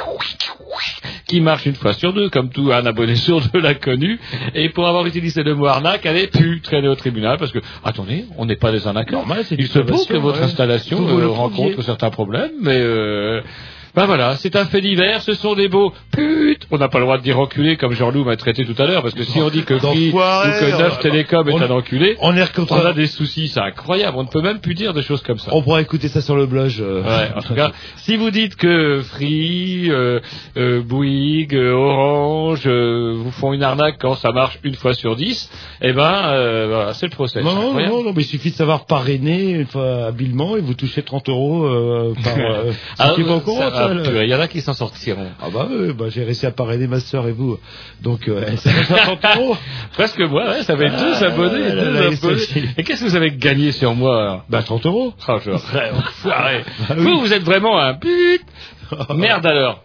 Speaker 2: qui marche une fois sur deux, comme tout un abonné sur deux l'a connu, et pour avoir utilisé le mot arnaque, elle est pu traîner au tribunal, parce que, attendez, on n'est pas des arnaqueurs. Il se peut que votre installation rencontre certains problèmes, mais ben voilà, c'est un fait divers, ce sont des beaux putes. On n'a pas le droit de dire enculé comme Jean-Loup m'a traité tout à l'heure, parce que si on dit que Free ou que Neuf Télécom est un enculé, on a des soucis, c'est incroyable, on ne peut même plus dire des choses comme ça.
Speaker 1: On pourra écouter ça sur le blog.
Speaker 2: Ouais, en tout cas, si vous dites que Free, Bouygues, Orange vous font une arnaque quand ça marche une fois sur 10, eh ben voilà, c'est le procès.
Speaker 1: Non, mais il suffit de savoir parrainer une fois habilement et vous touchez 30 € par... qui va au courant.
Speaker 2: Il y en a qui s'en sortiront.
Speaker 1: Ah bah oui, j'ai réussi à parrainer ma sœur et vous. Donc ça fait 50 €.
Speaker 2: Presque moi, ouais, ça fait 2 abonnés. Et qu'est-ce que vous avez gagné sur moi alors?
Speaker 1: 30 €.
Speaker 2: Oh, je rêve, enfoiré. Vous êtes vraiment un pute. Merde alors.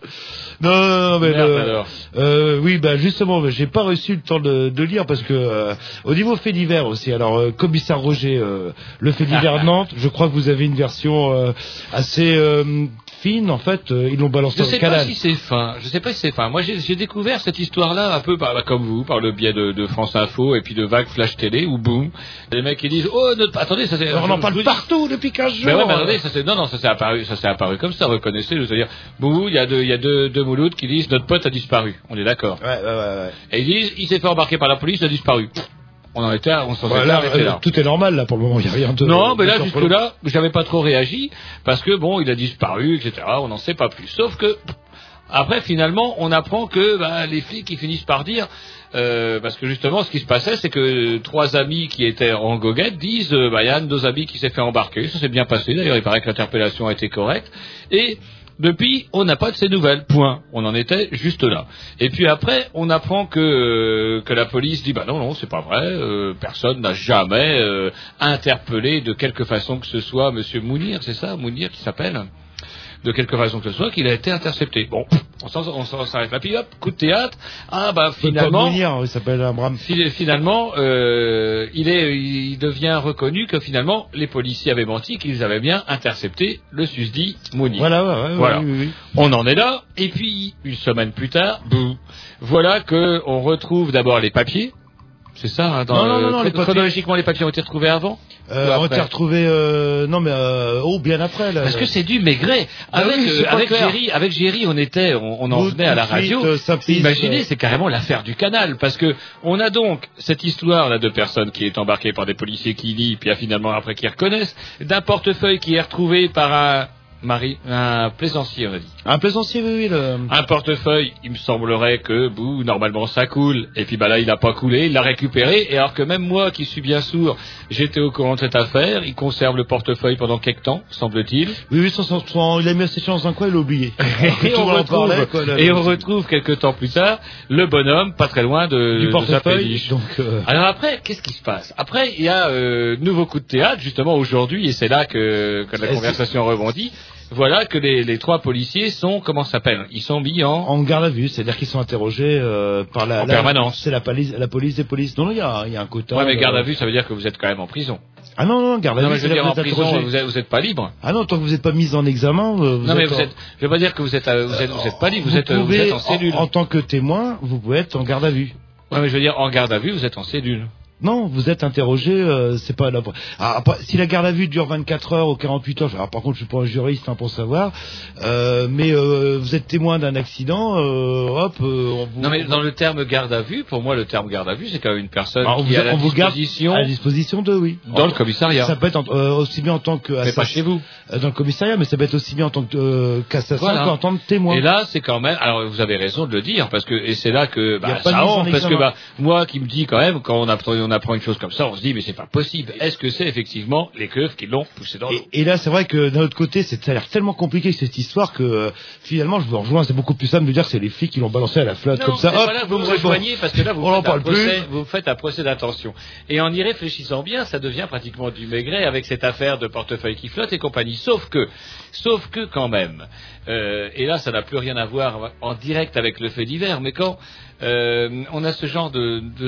Speaker 1: Non, mais
Speaker 2: merde alors.
Speaker 1: Oui, justement, j'ai pas reçu le temps de lire parce que au niveau fait divers aussi. Alors, commissaire Roger, le fait divers Nantes, je crois que vous avez une version assez fine. En fait, ils l'ont balancé dans le canal.
Speaker 2: Je sais pas si c'est fin. Moi, j'ai découvert cette histoire-là un peu comme vous, par le biais de France Info et puis de Vague Flash Télé où boum, les mecs qui disent attendez, ça c'est.
Speaker 1: On en parle partout depuis 15 jours.
Speaker 2: Mais ouais, mais attendez, ça c'est apparu comme ça. Reconnaissez, c'est-à-dire, il y a deux Mouloud qui disent notre pote a disparu. On est d'accord.
Speaker 1: Ouais.
Speaker 2: Et ils disent il s'est fait embarquer par la police, il a disparu. On s'en était arrêté là.
Speaker 1: Tout est normal là pour le moment, il n'y a rien de...
Speaker 2: Non, mais là, jusque-là, j'avais pas trop réagi, parce que bon, il a disparu, etc., on n'en sait pas plus. Sauf que, après, finalement, on apprend que les flics, ils finissent par dire, parce que justement, ce qui se passait, c'est que 3 amis qui étaient en goguette disent, il y a un de nos amis qui s'est fait embarquer, ça s'est bien passé, d'ailleurs, il paraît que l'interpellation a été correcte, et... Depuis, on n'a pas de ces nouvelles. Point. On en était juste là. Et puis après, on apprend que la police dit non, c'est pas vrai. Personne n'a jamais interpellé de quelque façon que ce soit Monsieur Mounir, c'est ça, Mounir qui s'appelle. De quelque façon que ce soit, qu'il a été intercepté. Bon, on s'en s'arrête là. Puis hop, coup de théâtre. Finalement,
Speaker 1: il s'appelle Abraham.
Speaker 2: Finalement, il devient reconnu que finalement les policiers avaient menti, qu'ils avaient bien intercepté le susdit Mounir.
Speaker 1: Voilà. Oui.
Speaker 2: On en est là. Et puis une semaine plus tard, voilà que on retrouve d'abord les papiers. C'est ça, chronologiquement, les papiers ont été retrouvés avant?
Speaker 1: On été retrouvés, bien après, là.
Speaker 2: Parce que c'est du Maigret. Avec Géry, on en venait à la radio. Imaginez, c'est carrément l'affaire du canal. Parce que, on a donc cette histoire, là, de personnes qui est embarquée par des policiers qui lient, puis finalement, après, qui reconnaissent, d'un portefeuille qui est retrouvé par un plaisancier, on a dit.
Speaker 1: Un plaisancier, oui.
Speaker 2: Un portefeuille, il me semblerait que, normalement ça coule. Et puis là, il n'a pas coulé, il l'a récupéré. Et alors que même moi, qui suis bien sourd, j'étais au courant de cette affaire. Il conserve le portefeuille pendant quelque temps, semble-t-il.
Speaker 1: Oui, il a mis ses chances dans un coin, il l'a oublié.
Speaker 2: Et on retrouve quelques temps plus tard le bonhomme, pas très loin du
Speaker 1: portefeuille.
Speaker 2: Alors après, qu'est-ce qui se passe? Après, il y a nouveau coup de théâtre, justement aujourd'hui, et c'est là que la conversation rebondit. Voilà que les 3 policiers sont, comment ça s'appelle? Ils sont mis en
Speaker 1: garde à vue, c'est-à-dire qu'ils sont interrogés par en
Speaker 2: permanence.
Speaker 1: C'est la police des polices. Non, il y a un quota.
Speaker 2: Ouais, mais garde à vue, ça veut dire que vous êtes quand même en prison.
Speaker 1: Ah non, garde à vue.
Speaker 2: Je veux dire, en prison, vous êtes pas libre.
Speaker 1: Ah non, tant que vous n'êtes pas mis en examen.
Speaker 2: Je veux pas dire que vous êtes pas libre. Vous êtes en cellule.
Speaker 1: En tant que témoin, vous pouvez être en garde à vue.
Speaker 2: Ouais, mais je veux dire, en garde à vue, vous êtes en cellule.
Speaker 1: Non, vous êtes interrogé, c'est pas la... Alors, après, si la garde à vue dure 24 heures ou 48 heures, alors, par contre je suis pas un juriste pour savoir, mais vous êtes témoin d'un accident, on vous...
Speaker 2: Non mais dans le terme garde à vue, pour moi le terme garde à vue c'est quand même une personne qui est à
Speaker 1: on vous garde
Speaker 2: disposition...
Speaker 1: à la disposition de, oui.
Speaker 2: Dans le commissariat.
Speaker 1: Ça peut être aussi bien en tant que...
Speaker 2: Mais pas chez vous.
Speaker 1: Dans le commissariat, mais ça peut être aussi bien en tant qu'assassin qu'en tant que témoin.
Speaker 2: Et là c'est quand même... Alors vous avez raison de le dire, parce que et c'est là que
Speaker 1: Il y a pas de
Speaker 2: ça
Speaker 1: mise en
Speaker 2: honte, parce que
Speaker 1: examen.
Speaker 2: moi qui me dis quand même, quand on apprend une chose comme ça, on se dit mais c'est pas possible. Est-ce que c'est effectivement les keufs qui l'ont poussé dans l'eau?
Speaker 1: Et là, c'est vrai que d'un autre côté, ça a l'air tellement compliqué cette histoire que finalement, je vous rejoins. C'est beaucoup plus simple de dire que c'est les flics qui l'ont balancé à la flotte comme ça.
Speaker 2: Non, voilà, vous me rejoignez parce que là,
Speaker 1: on en parle plus.
Speaker 2: Vous faites un procès d'intention. Et en y réfléchissant bien, ça devient pratiquement du Maigret avec cette affaire de portefeuille qui flotte et compagnie. Sauf que quand même, et là, ça n'a plus rien à voir en direct avec le fait divers, mais quand on a ce genre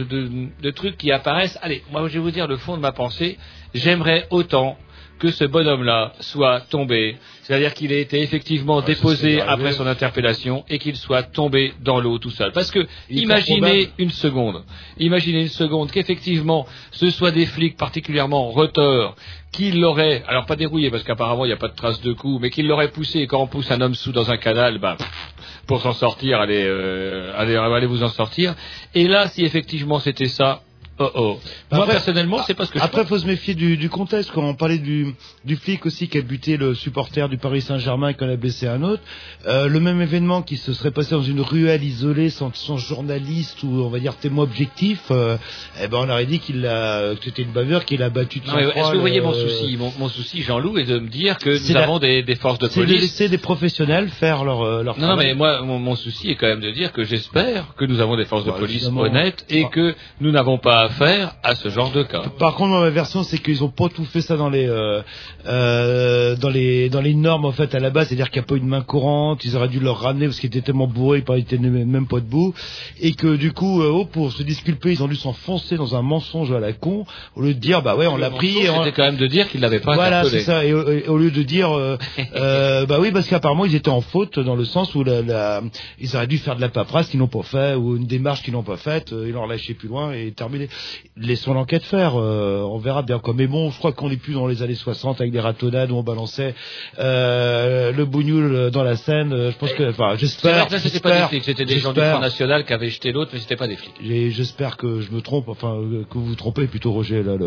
Speaker 2: de trucs qui apparaissent, allez, moi je vais vous dire le fond de ma pensée, j'aimerais autant que ce bonhomme-là soit tombé, c'est-à-dire qu'il ait été effectivement déposé après son interpellation et qu'il soit tombé dans l'eau tout seul. Parce que imaginez une seconde qu'effectivement ce soit des flics particulièrement retors qui l'auraient, alors pas dérouillé parce qu'apparemment il n'y a pas de traces de coups, mais qui l'auraient poussé, et quand on pousse un homme sous dans un canal, pour s'en sortir, allez vous en sortir. Et là, si effectivement c'était ça, moi,
Speaker 1: Après,
Speaker 2: personnellement, c'est pas ce que je
Speaker 1: Après,
Speaker 2: pense.
Speaker 1: faut se méfier du contexte. Quand on parlait du flic aussi qui a buté le supporter du Paris Saint-Germain et qu'on a blessé un autre, le même événement qui se serait passé dans une ruelle isolée sans journaliste ou on va dire témoin objectif, on aurait dit que c'était une bavure qu'il a battu de
Speaker 2: Non, mais
Speaker 1: sang-froid.
Speaker 2: est-ce que vous voyez mon souci? Mon souci, Jean-Loup, est de me dire que nous avons des forces de
Speaker 1: C'est de
Speaker 2: police.
Speaker 1: laisser des professionnels faire leur
Speaker 2: Non,
Speaker 1: travail.
Speaker 2: mais moi, mon souci est quand même de dire que j'espère que nous avons des forces de police
Speaker 1: évidemment.
Speaker 2: honnêtes et que nous n'avons pas affaire à ce genre de cas.
Speaker 1: Par contre, ma version, c'est qu'ils ont pas tout fait ça dans les normes en fait à la base, c'est-à-dire qu'il n'y a pas une main courante, ils auraient dû leur ramener parce qu'ils étaient tellement bourrés, ils étaient même pas debout, et que du coup, pour se disculper, ils ont dû s'enfoncer dans un mensonge à la con, au lieu de dire on l'a pris.
Speaker 2: C'était quand même de dire qu'ils l'avaient pas
Speaker 1: Voilà,
Speaker 2: interpellé.
Speaker 1: c'est ça. Et au lieu de dire, oui, parce qu'apparemment ils étaient en faute dans le sens où ils auraient dû faire de la paperasse qu'ils n'ont pas fait ou une démarche qu'ils n'ont pas faite. Ils l'ont relâché plus loin et terminé. Laissons l'enquête faire. On verra bien quoi. Mais bon, je crois qu'on n'est plus dans les années 60 avec des ratonnades où on balançait le bougnoul dans la Seine. Je pense que, j'espère.
Speaker 2: Là, c'était pas des flics, c'était des gens du Front National qui avaient jeté l'autre, mais c'était pas des flics.
Speaker 1: J'espère que je me trompe, que vous vous trompez plutôt, Roger. Là,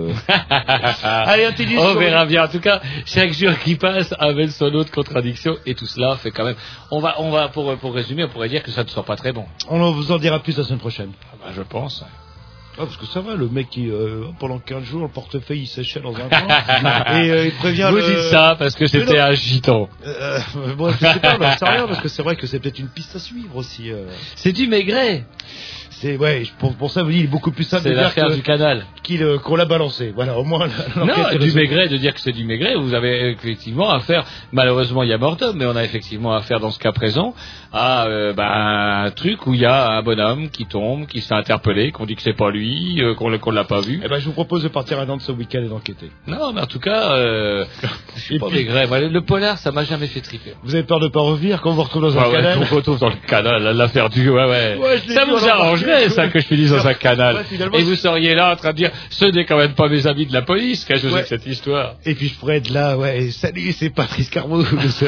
Speaker 1: Allez,
Speaker 2: on verra bien. En tout cas, chaque jour qui passe amène son autre contradiction et tout cela fait quand même. On va pour résumer, on pourrait dire que ça ne sent pas très bon.
Speaker 1: On vous en dira plus la semaine prochaine.
Speaker 2: Je pense.
Speaker 1: Parce que ça va, le mec qui pendant 15 jours le portefeuille il séchait dans un coin et il prévient.
Speaker 2: Vous dites ça parce que c'était un gitan.
Speaker 1: Bon, je sais pas, mais c'est rien parce que c'est vrai que c'est peut-être une piste à suivre aussi.
Speaker 2: C'est du Maigret.
Speaker 1: C'est pour ça, vous dites, il est beaucoup plus simple de dire
Speaker 2: l'affaire du canal
Speaker 1: qu'on l'a balancé. Voilà, au moins.
Speaker 2: Non, du Maigret, de dire que c'est du Maigret. Vous avez effectivement affaire. Malheureusement, il y a mort d'homme, mais on a effectivement affaire dans ce cas présent à un truc où il y a un bonhomme qui tombe, qui se fait interpeller, qu'on dit que c'est pas lui, qu'on l'a pas vu.
Speaker 1: Je vous propose de partir à Nantes ce week-end et d'enquêter.
Speaker 2: Non, mais en tout cas, je suis pas Maigret. Moi, le polar, ça m'a jamais fait triper.
Speaker 1: Vous avez peur de pas revenir quand vous vous retrouvez dans un canal?
Speaker 2: On se retrouve dans le canal, l'affaire du ça vous arrangerait, ça, que je finisse dans un canal. Et vous seriez là en train de dire, ce n'est quand même pas mes amis de la police qui a joué cette histoire.
Speaker 1: Et puis je pourrais être là, salut, c'est Patrice Carmot.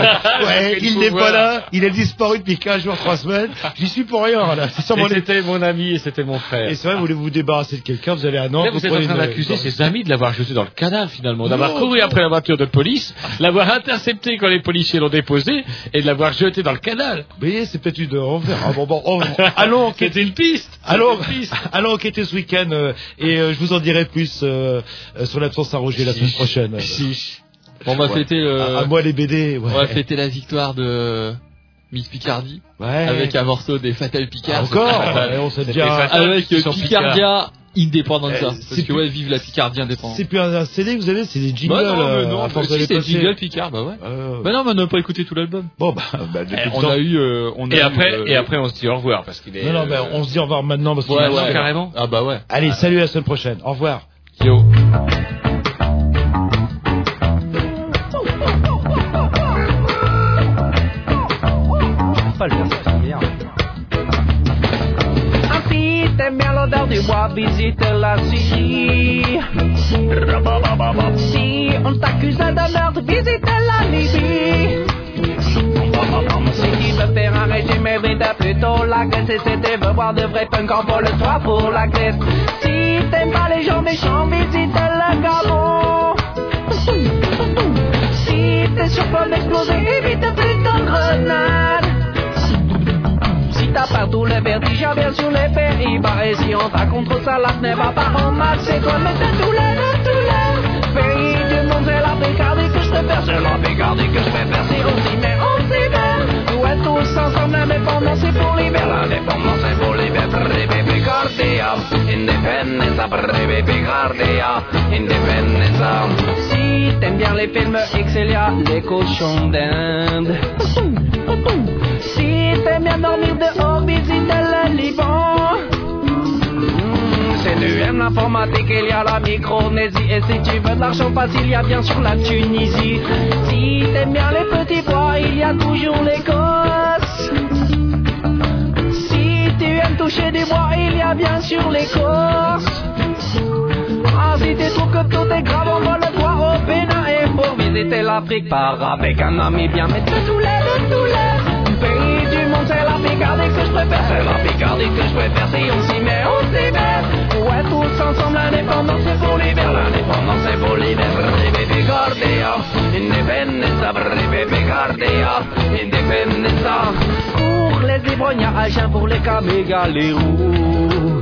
Speaker 1: Il n'est pas là, il a disparu depuis 15 jours, 3 semaines. J'y suis pour rien, là.
Speaker 2: C'était mon ami et c'était mon frère.
Speaker 1: Et c'est vrai, vous voulez vous débarrasser de quelqu'un, vous allez à Nantes.
Speaker 2: Là, vous êtes en train d'accuser ses amis de l'avoir jeté dans le canal, finalement. D'avoir couru après la voiture de police, l'avoir intercepté quand les policiers l'ont déposé, et de l'avoir jeté dans le canal.
Speaker 1: Mais c'est peut-être une allons enquêter
Speaker 2: une piste.
Speaker 1: Allons enquêter ce week-end et je vous en dirai plus sur l'absence à Roger la semaine prochaine.
Speaker 3: On va fêter
Speaker 1: à moi les BD.
Speaker 3: On va fêter la victoire de Miss Picardie avec un morceau des Fatal Picard.
Speaker 1: Encore on s'est déjà
Speaker 3: avec Picardia Indépendanza. Parce que vive la Picardie indépendante.
Speaker 1: C'est plus un CD que vous avez, c'est des jingles.
Speaker 3: Non, c'est des jingles Picard, non, mais on n'a pas écouté tout l'album.
Speaker 1: Bon,
Speaker 2: et après on se dit au revoir parce qu'il est.
Speaker 1: Non, on se dit au revoir maintenant parce qu'il
Speaker 2: est carrément.
Speaker 3: Ah bah ouais.
Speaker 1: Allez, salut à la semaine prochaine. Au revoir.
Speaker 2: Yo.
Speaker 12: Pas le faire, c'est bien.
Speaker 15: t'aimes bien l'odeur du bois, visite la Syrie. Si on t'accuse de meurtre, visite la Libye. Si tu veux faire un régime, évite plutôt la Grèce. Et si tu veux voir de vrais punk, envole-toi pour la Grèce. Si t'aimes pas les gens méchants, visite le Gabon. Si t'es sur point d'exploser, évite plutôt Grenade. Si t'as partout le vertige, bien sur les Pays-Bas. Et si on t'a contre ça, la ne va pas en mal. C'est toi, mais c'est tous les pays du monde. C'est la Picardie que je préfère, c'est la Picardie que je préfère. Si on s'y met, on s'y met. Nous êtes tous ensemble, l'indépendance c'est pour l'hiver. L'indépendance c'est pour l'hiver. Breve Picardia, Independenza. Breve Picardia, Independenza. Si t'aimes bien les films X, il y a les cochons d'Inde. Si t'aimes bien dormir dehors, visite le Liban. Si tu aimes l'informatique, il y a la Micronésie. Et si tu veux de l'argent facile, il y a bien sûr la Tunisie. Si t'aimes bien les petits bois, il y a toujours l'Écosse. Si tu aimes toucher du bois, il y a bien sûr l'Écosse. Ah, si tu trouves que tout est grave, on va le voir au Bénin. Et pour visiter l'Afrique, part avec un ami bien. Mais de tous les pays du monde, c'est la Picardie que je préfère. C'est la Picardie que je préfère. Si on s'y met, on s'y met. Ouais, tous ensemble, l'indépendance c'est pour l'hiver. L'indépendance c'est pour l'hiver. Breve Picardia, Independenza. Breve Picardia, Independenza. Pour les ivrognes à Agen, pour les camégas, les roues.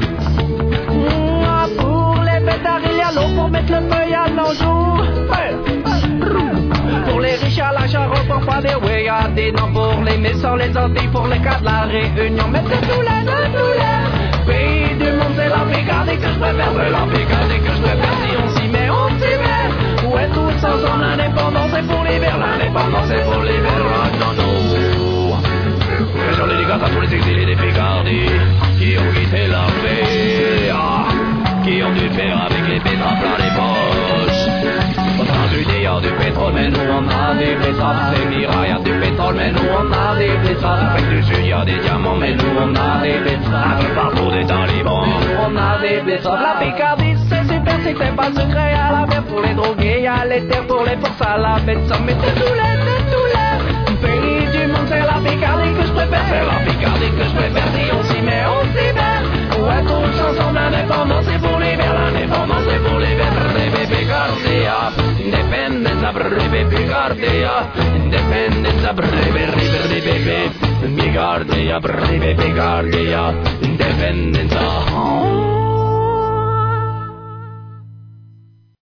Speaker 15: Pour les pétards, il y a l'eau pour mettre le feu à l'enjou. Pour les riches à la Charente, pour pas des ouais, à des noms. Pour les méchants, les Antilles, pour les cas de la Réunion. Mais c'est tous les pays du monde, c'est la Picardie que je préfère. C'est la Picardie que je préfère. Si on s'y met, on s'y met. Ouais, tous ensemble, l'indépendance c'est pour l'hiver. L'indépendance c'est pour l'hiver. Non, non. J'en ai des gars à tous les exilés des Picardies qui ont quitté l'armée, qui ont dû faire avec les pétards plein les poches. Au train du nez, y'a du pétrole, mais nous on a des pétards. C'est Mira, y'a du pétrole, mais nous on a des pétards. Afrique du Sud, y'a des diamants, mais nous on a des pétards. Un peu partout des talibans, on a des pétards. La Picardie, c'est super, si t'es pas secret à la mer. Pour les drogués, y'a les terres, pour les forces à la bête. Ça met tous les pays du monde, c'est la Picardie que je préfère. C'est la Picardie que je préfère. Si on s'y met, on s'y met. Ouais, tous ensemble, l'indépendance c'est pour l'hiver. L'indépendance c'est pour l'hiver. Breve Picardia, Independenza. Breve Picardia, Independenza. Breve Picardia, Breve Picardia, Independenza.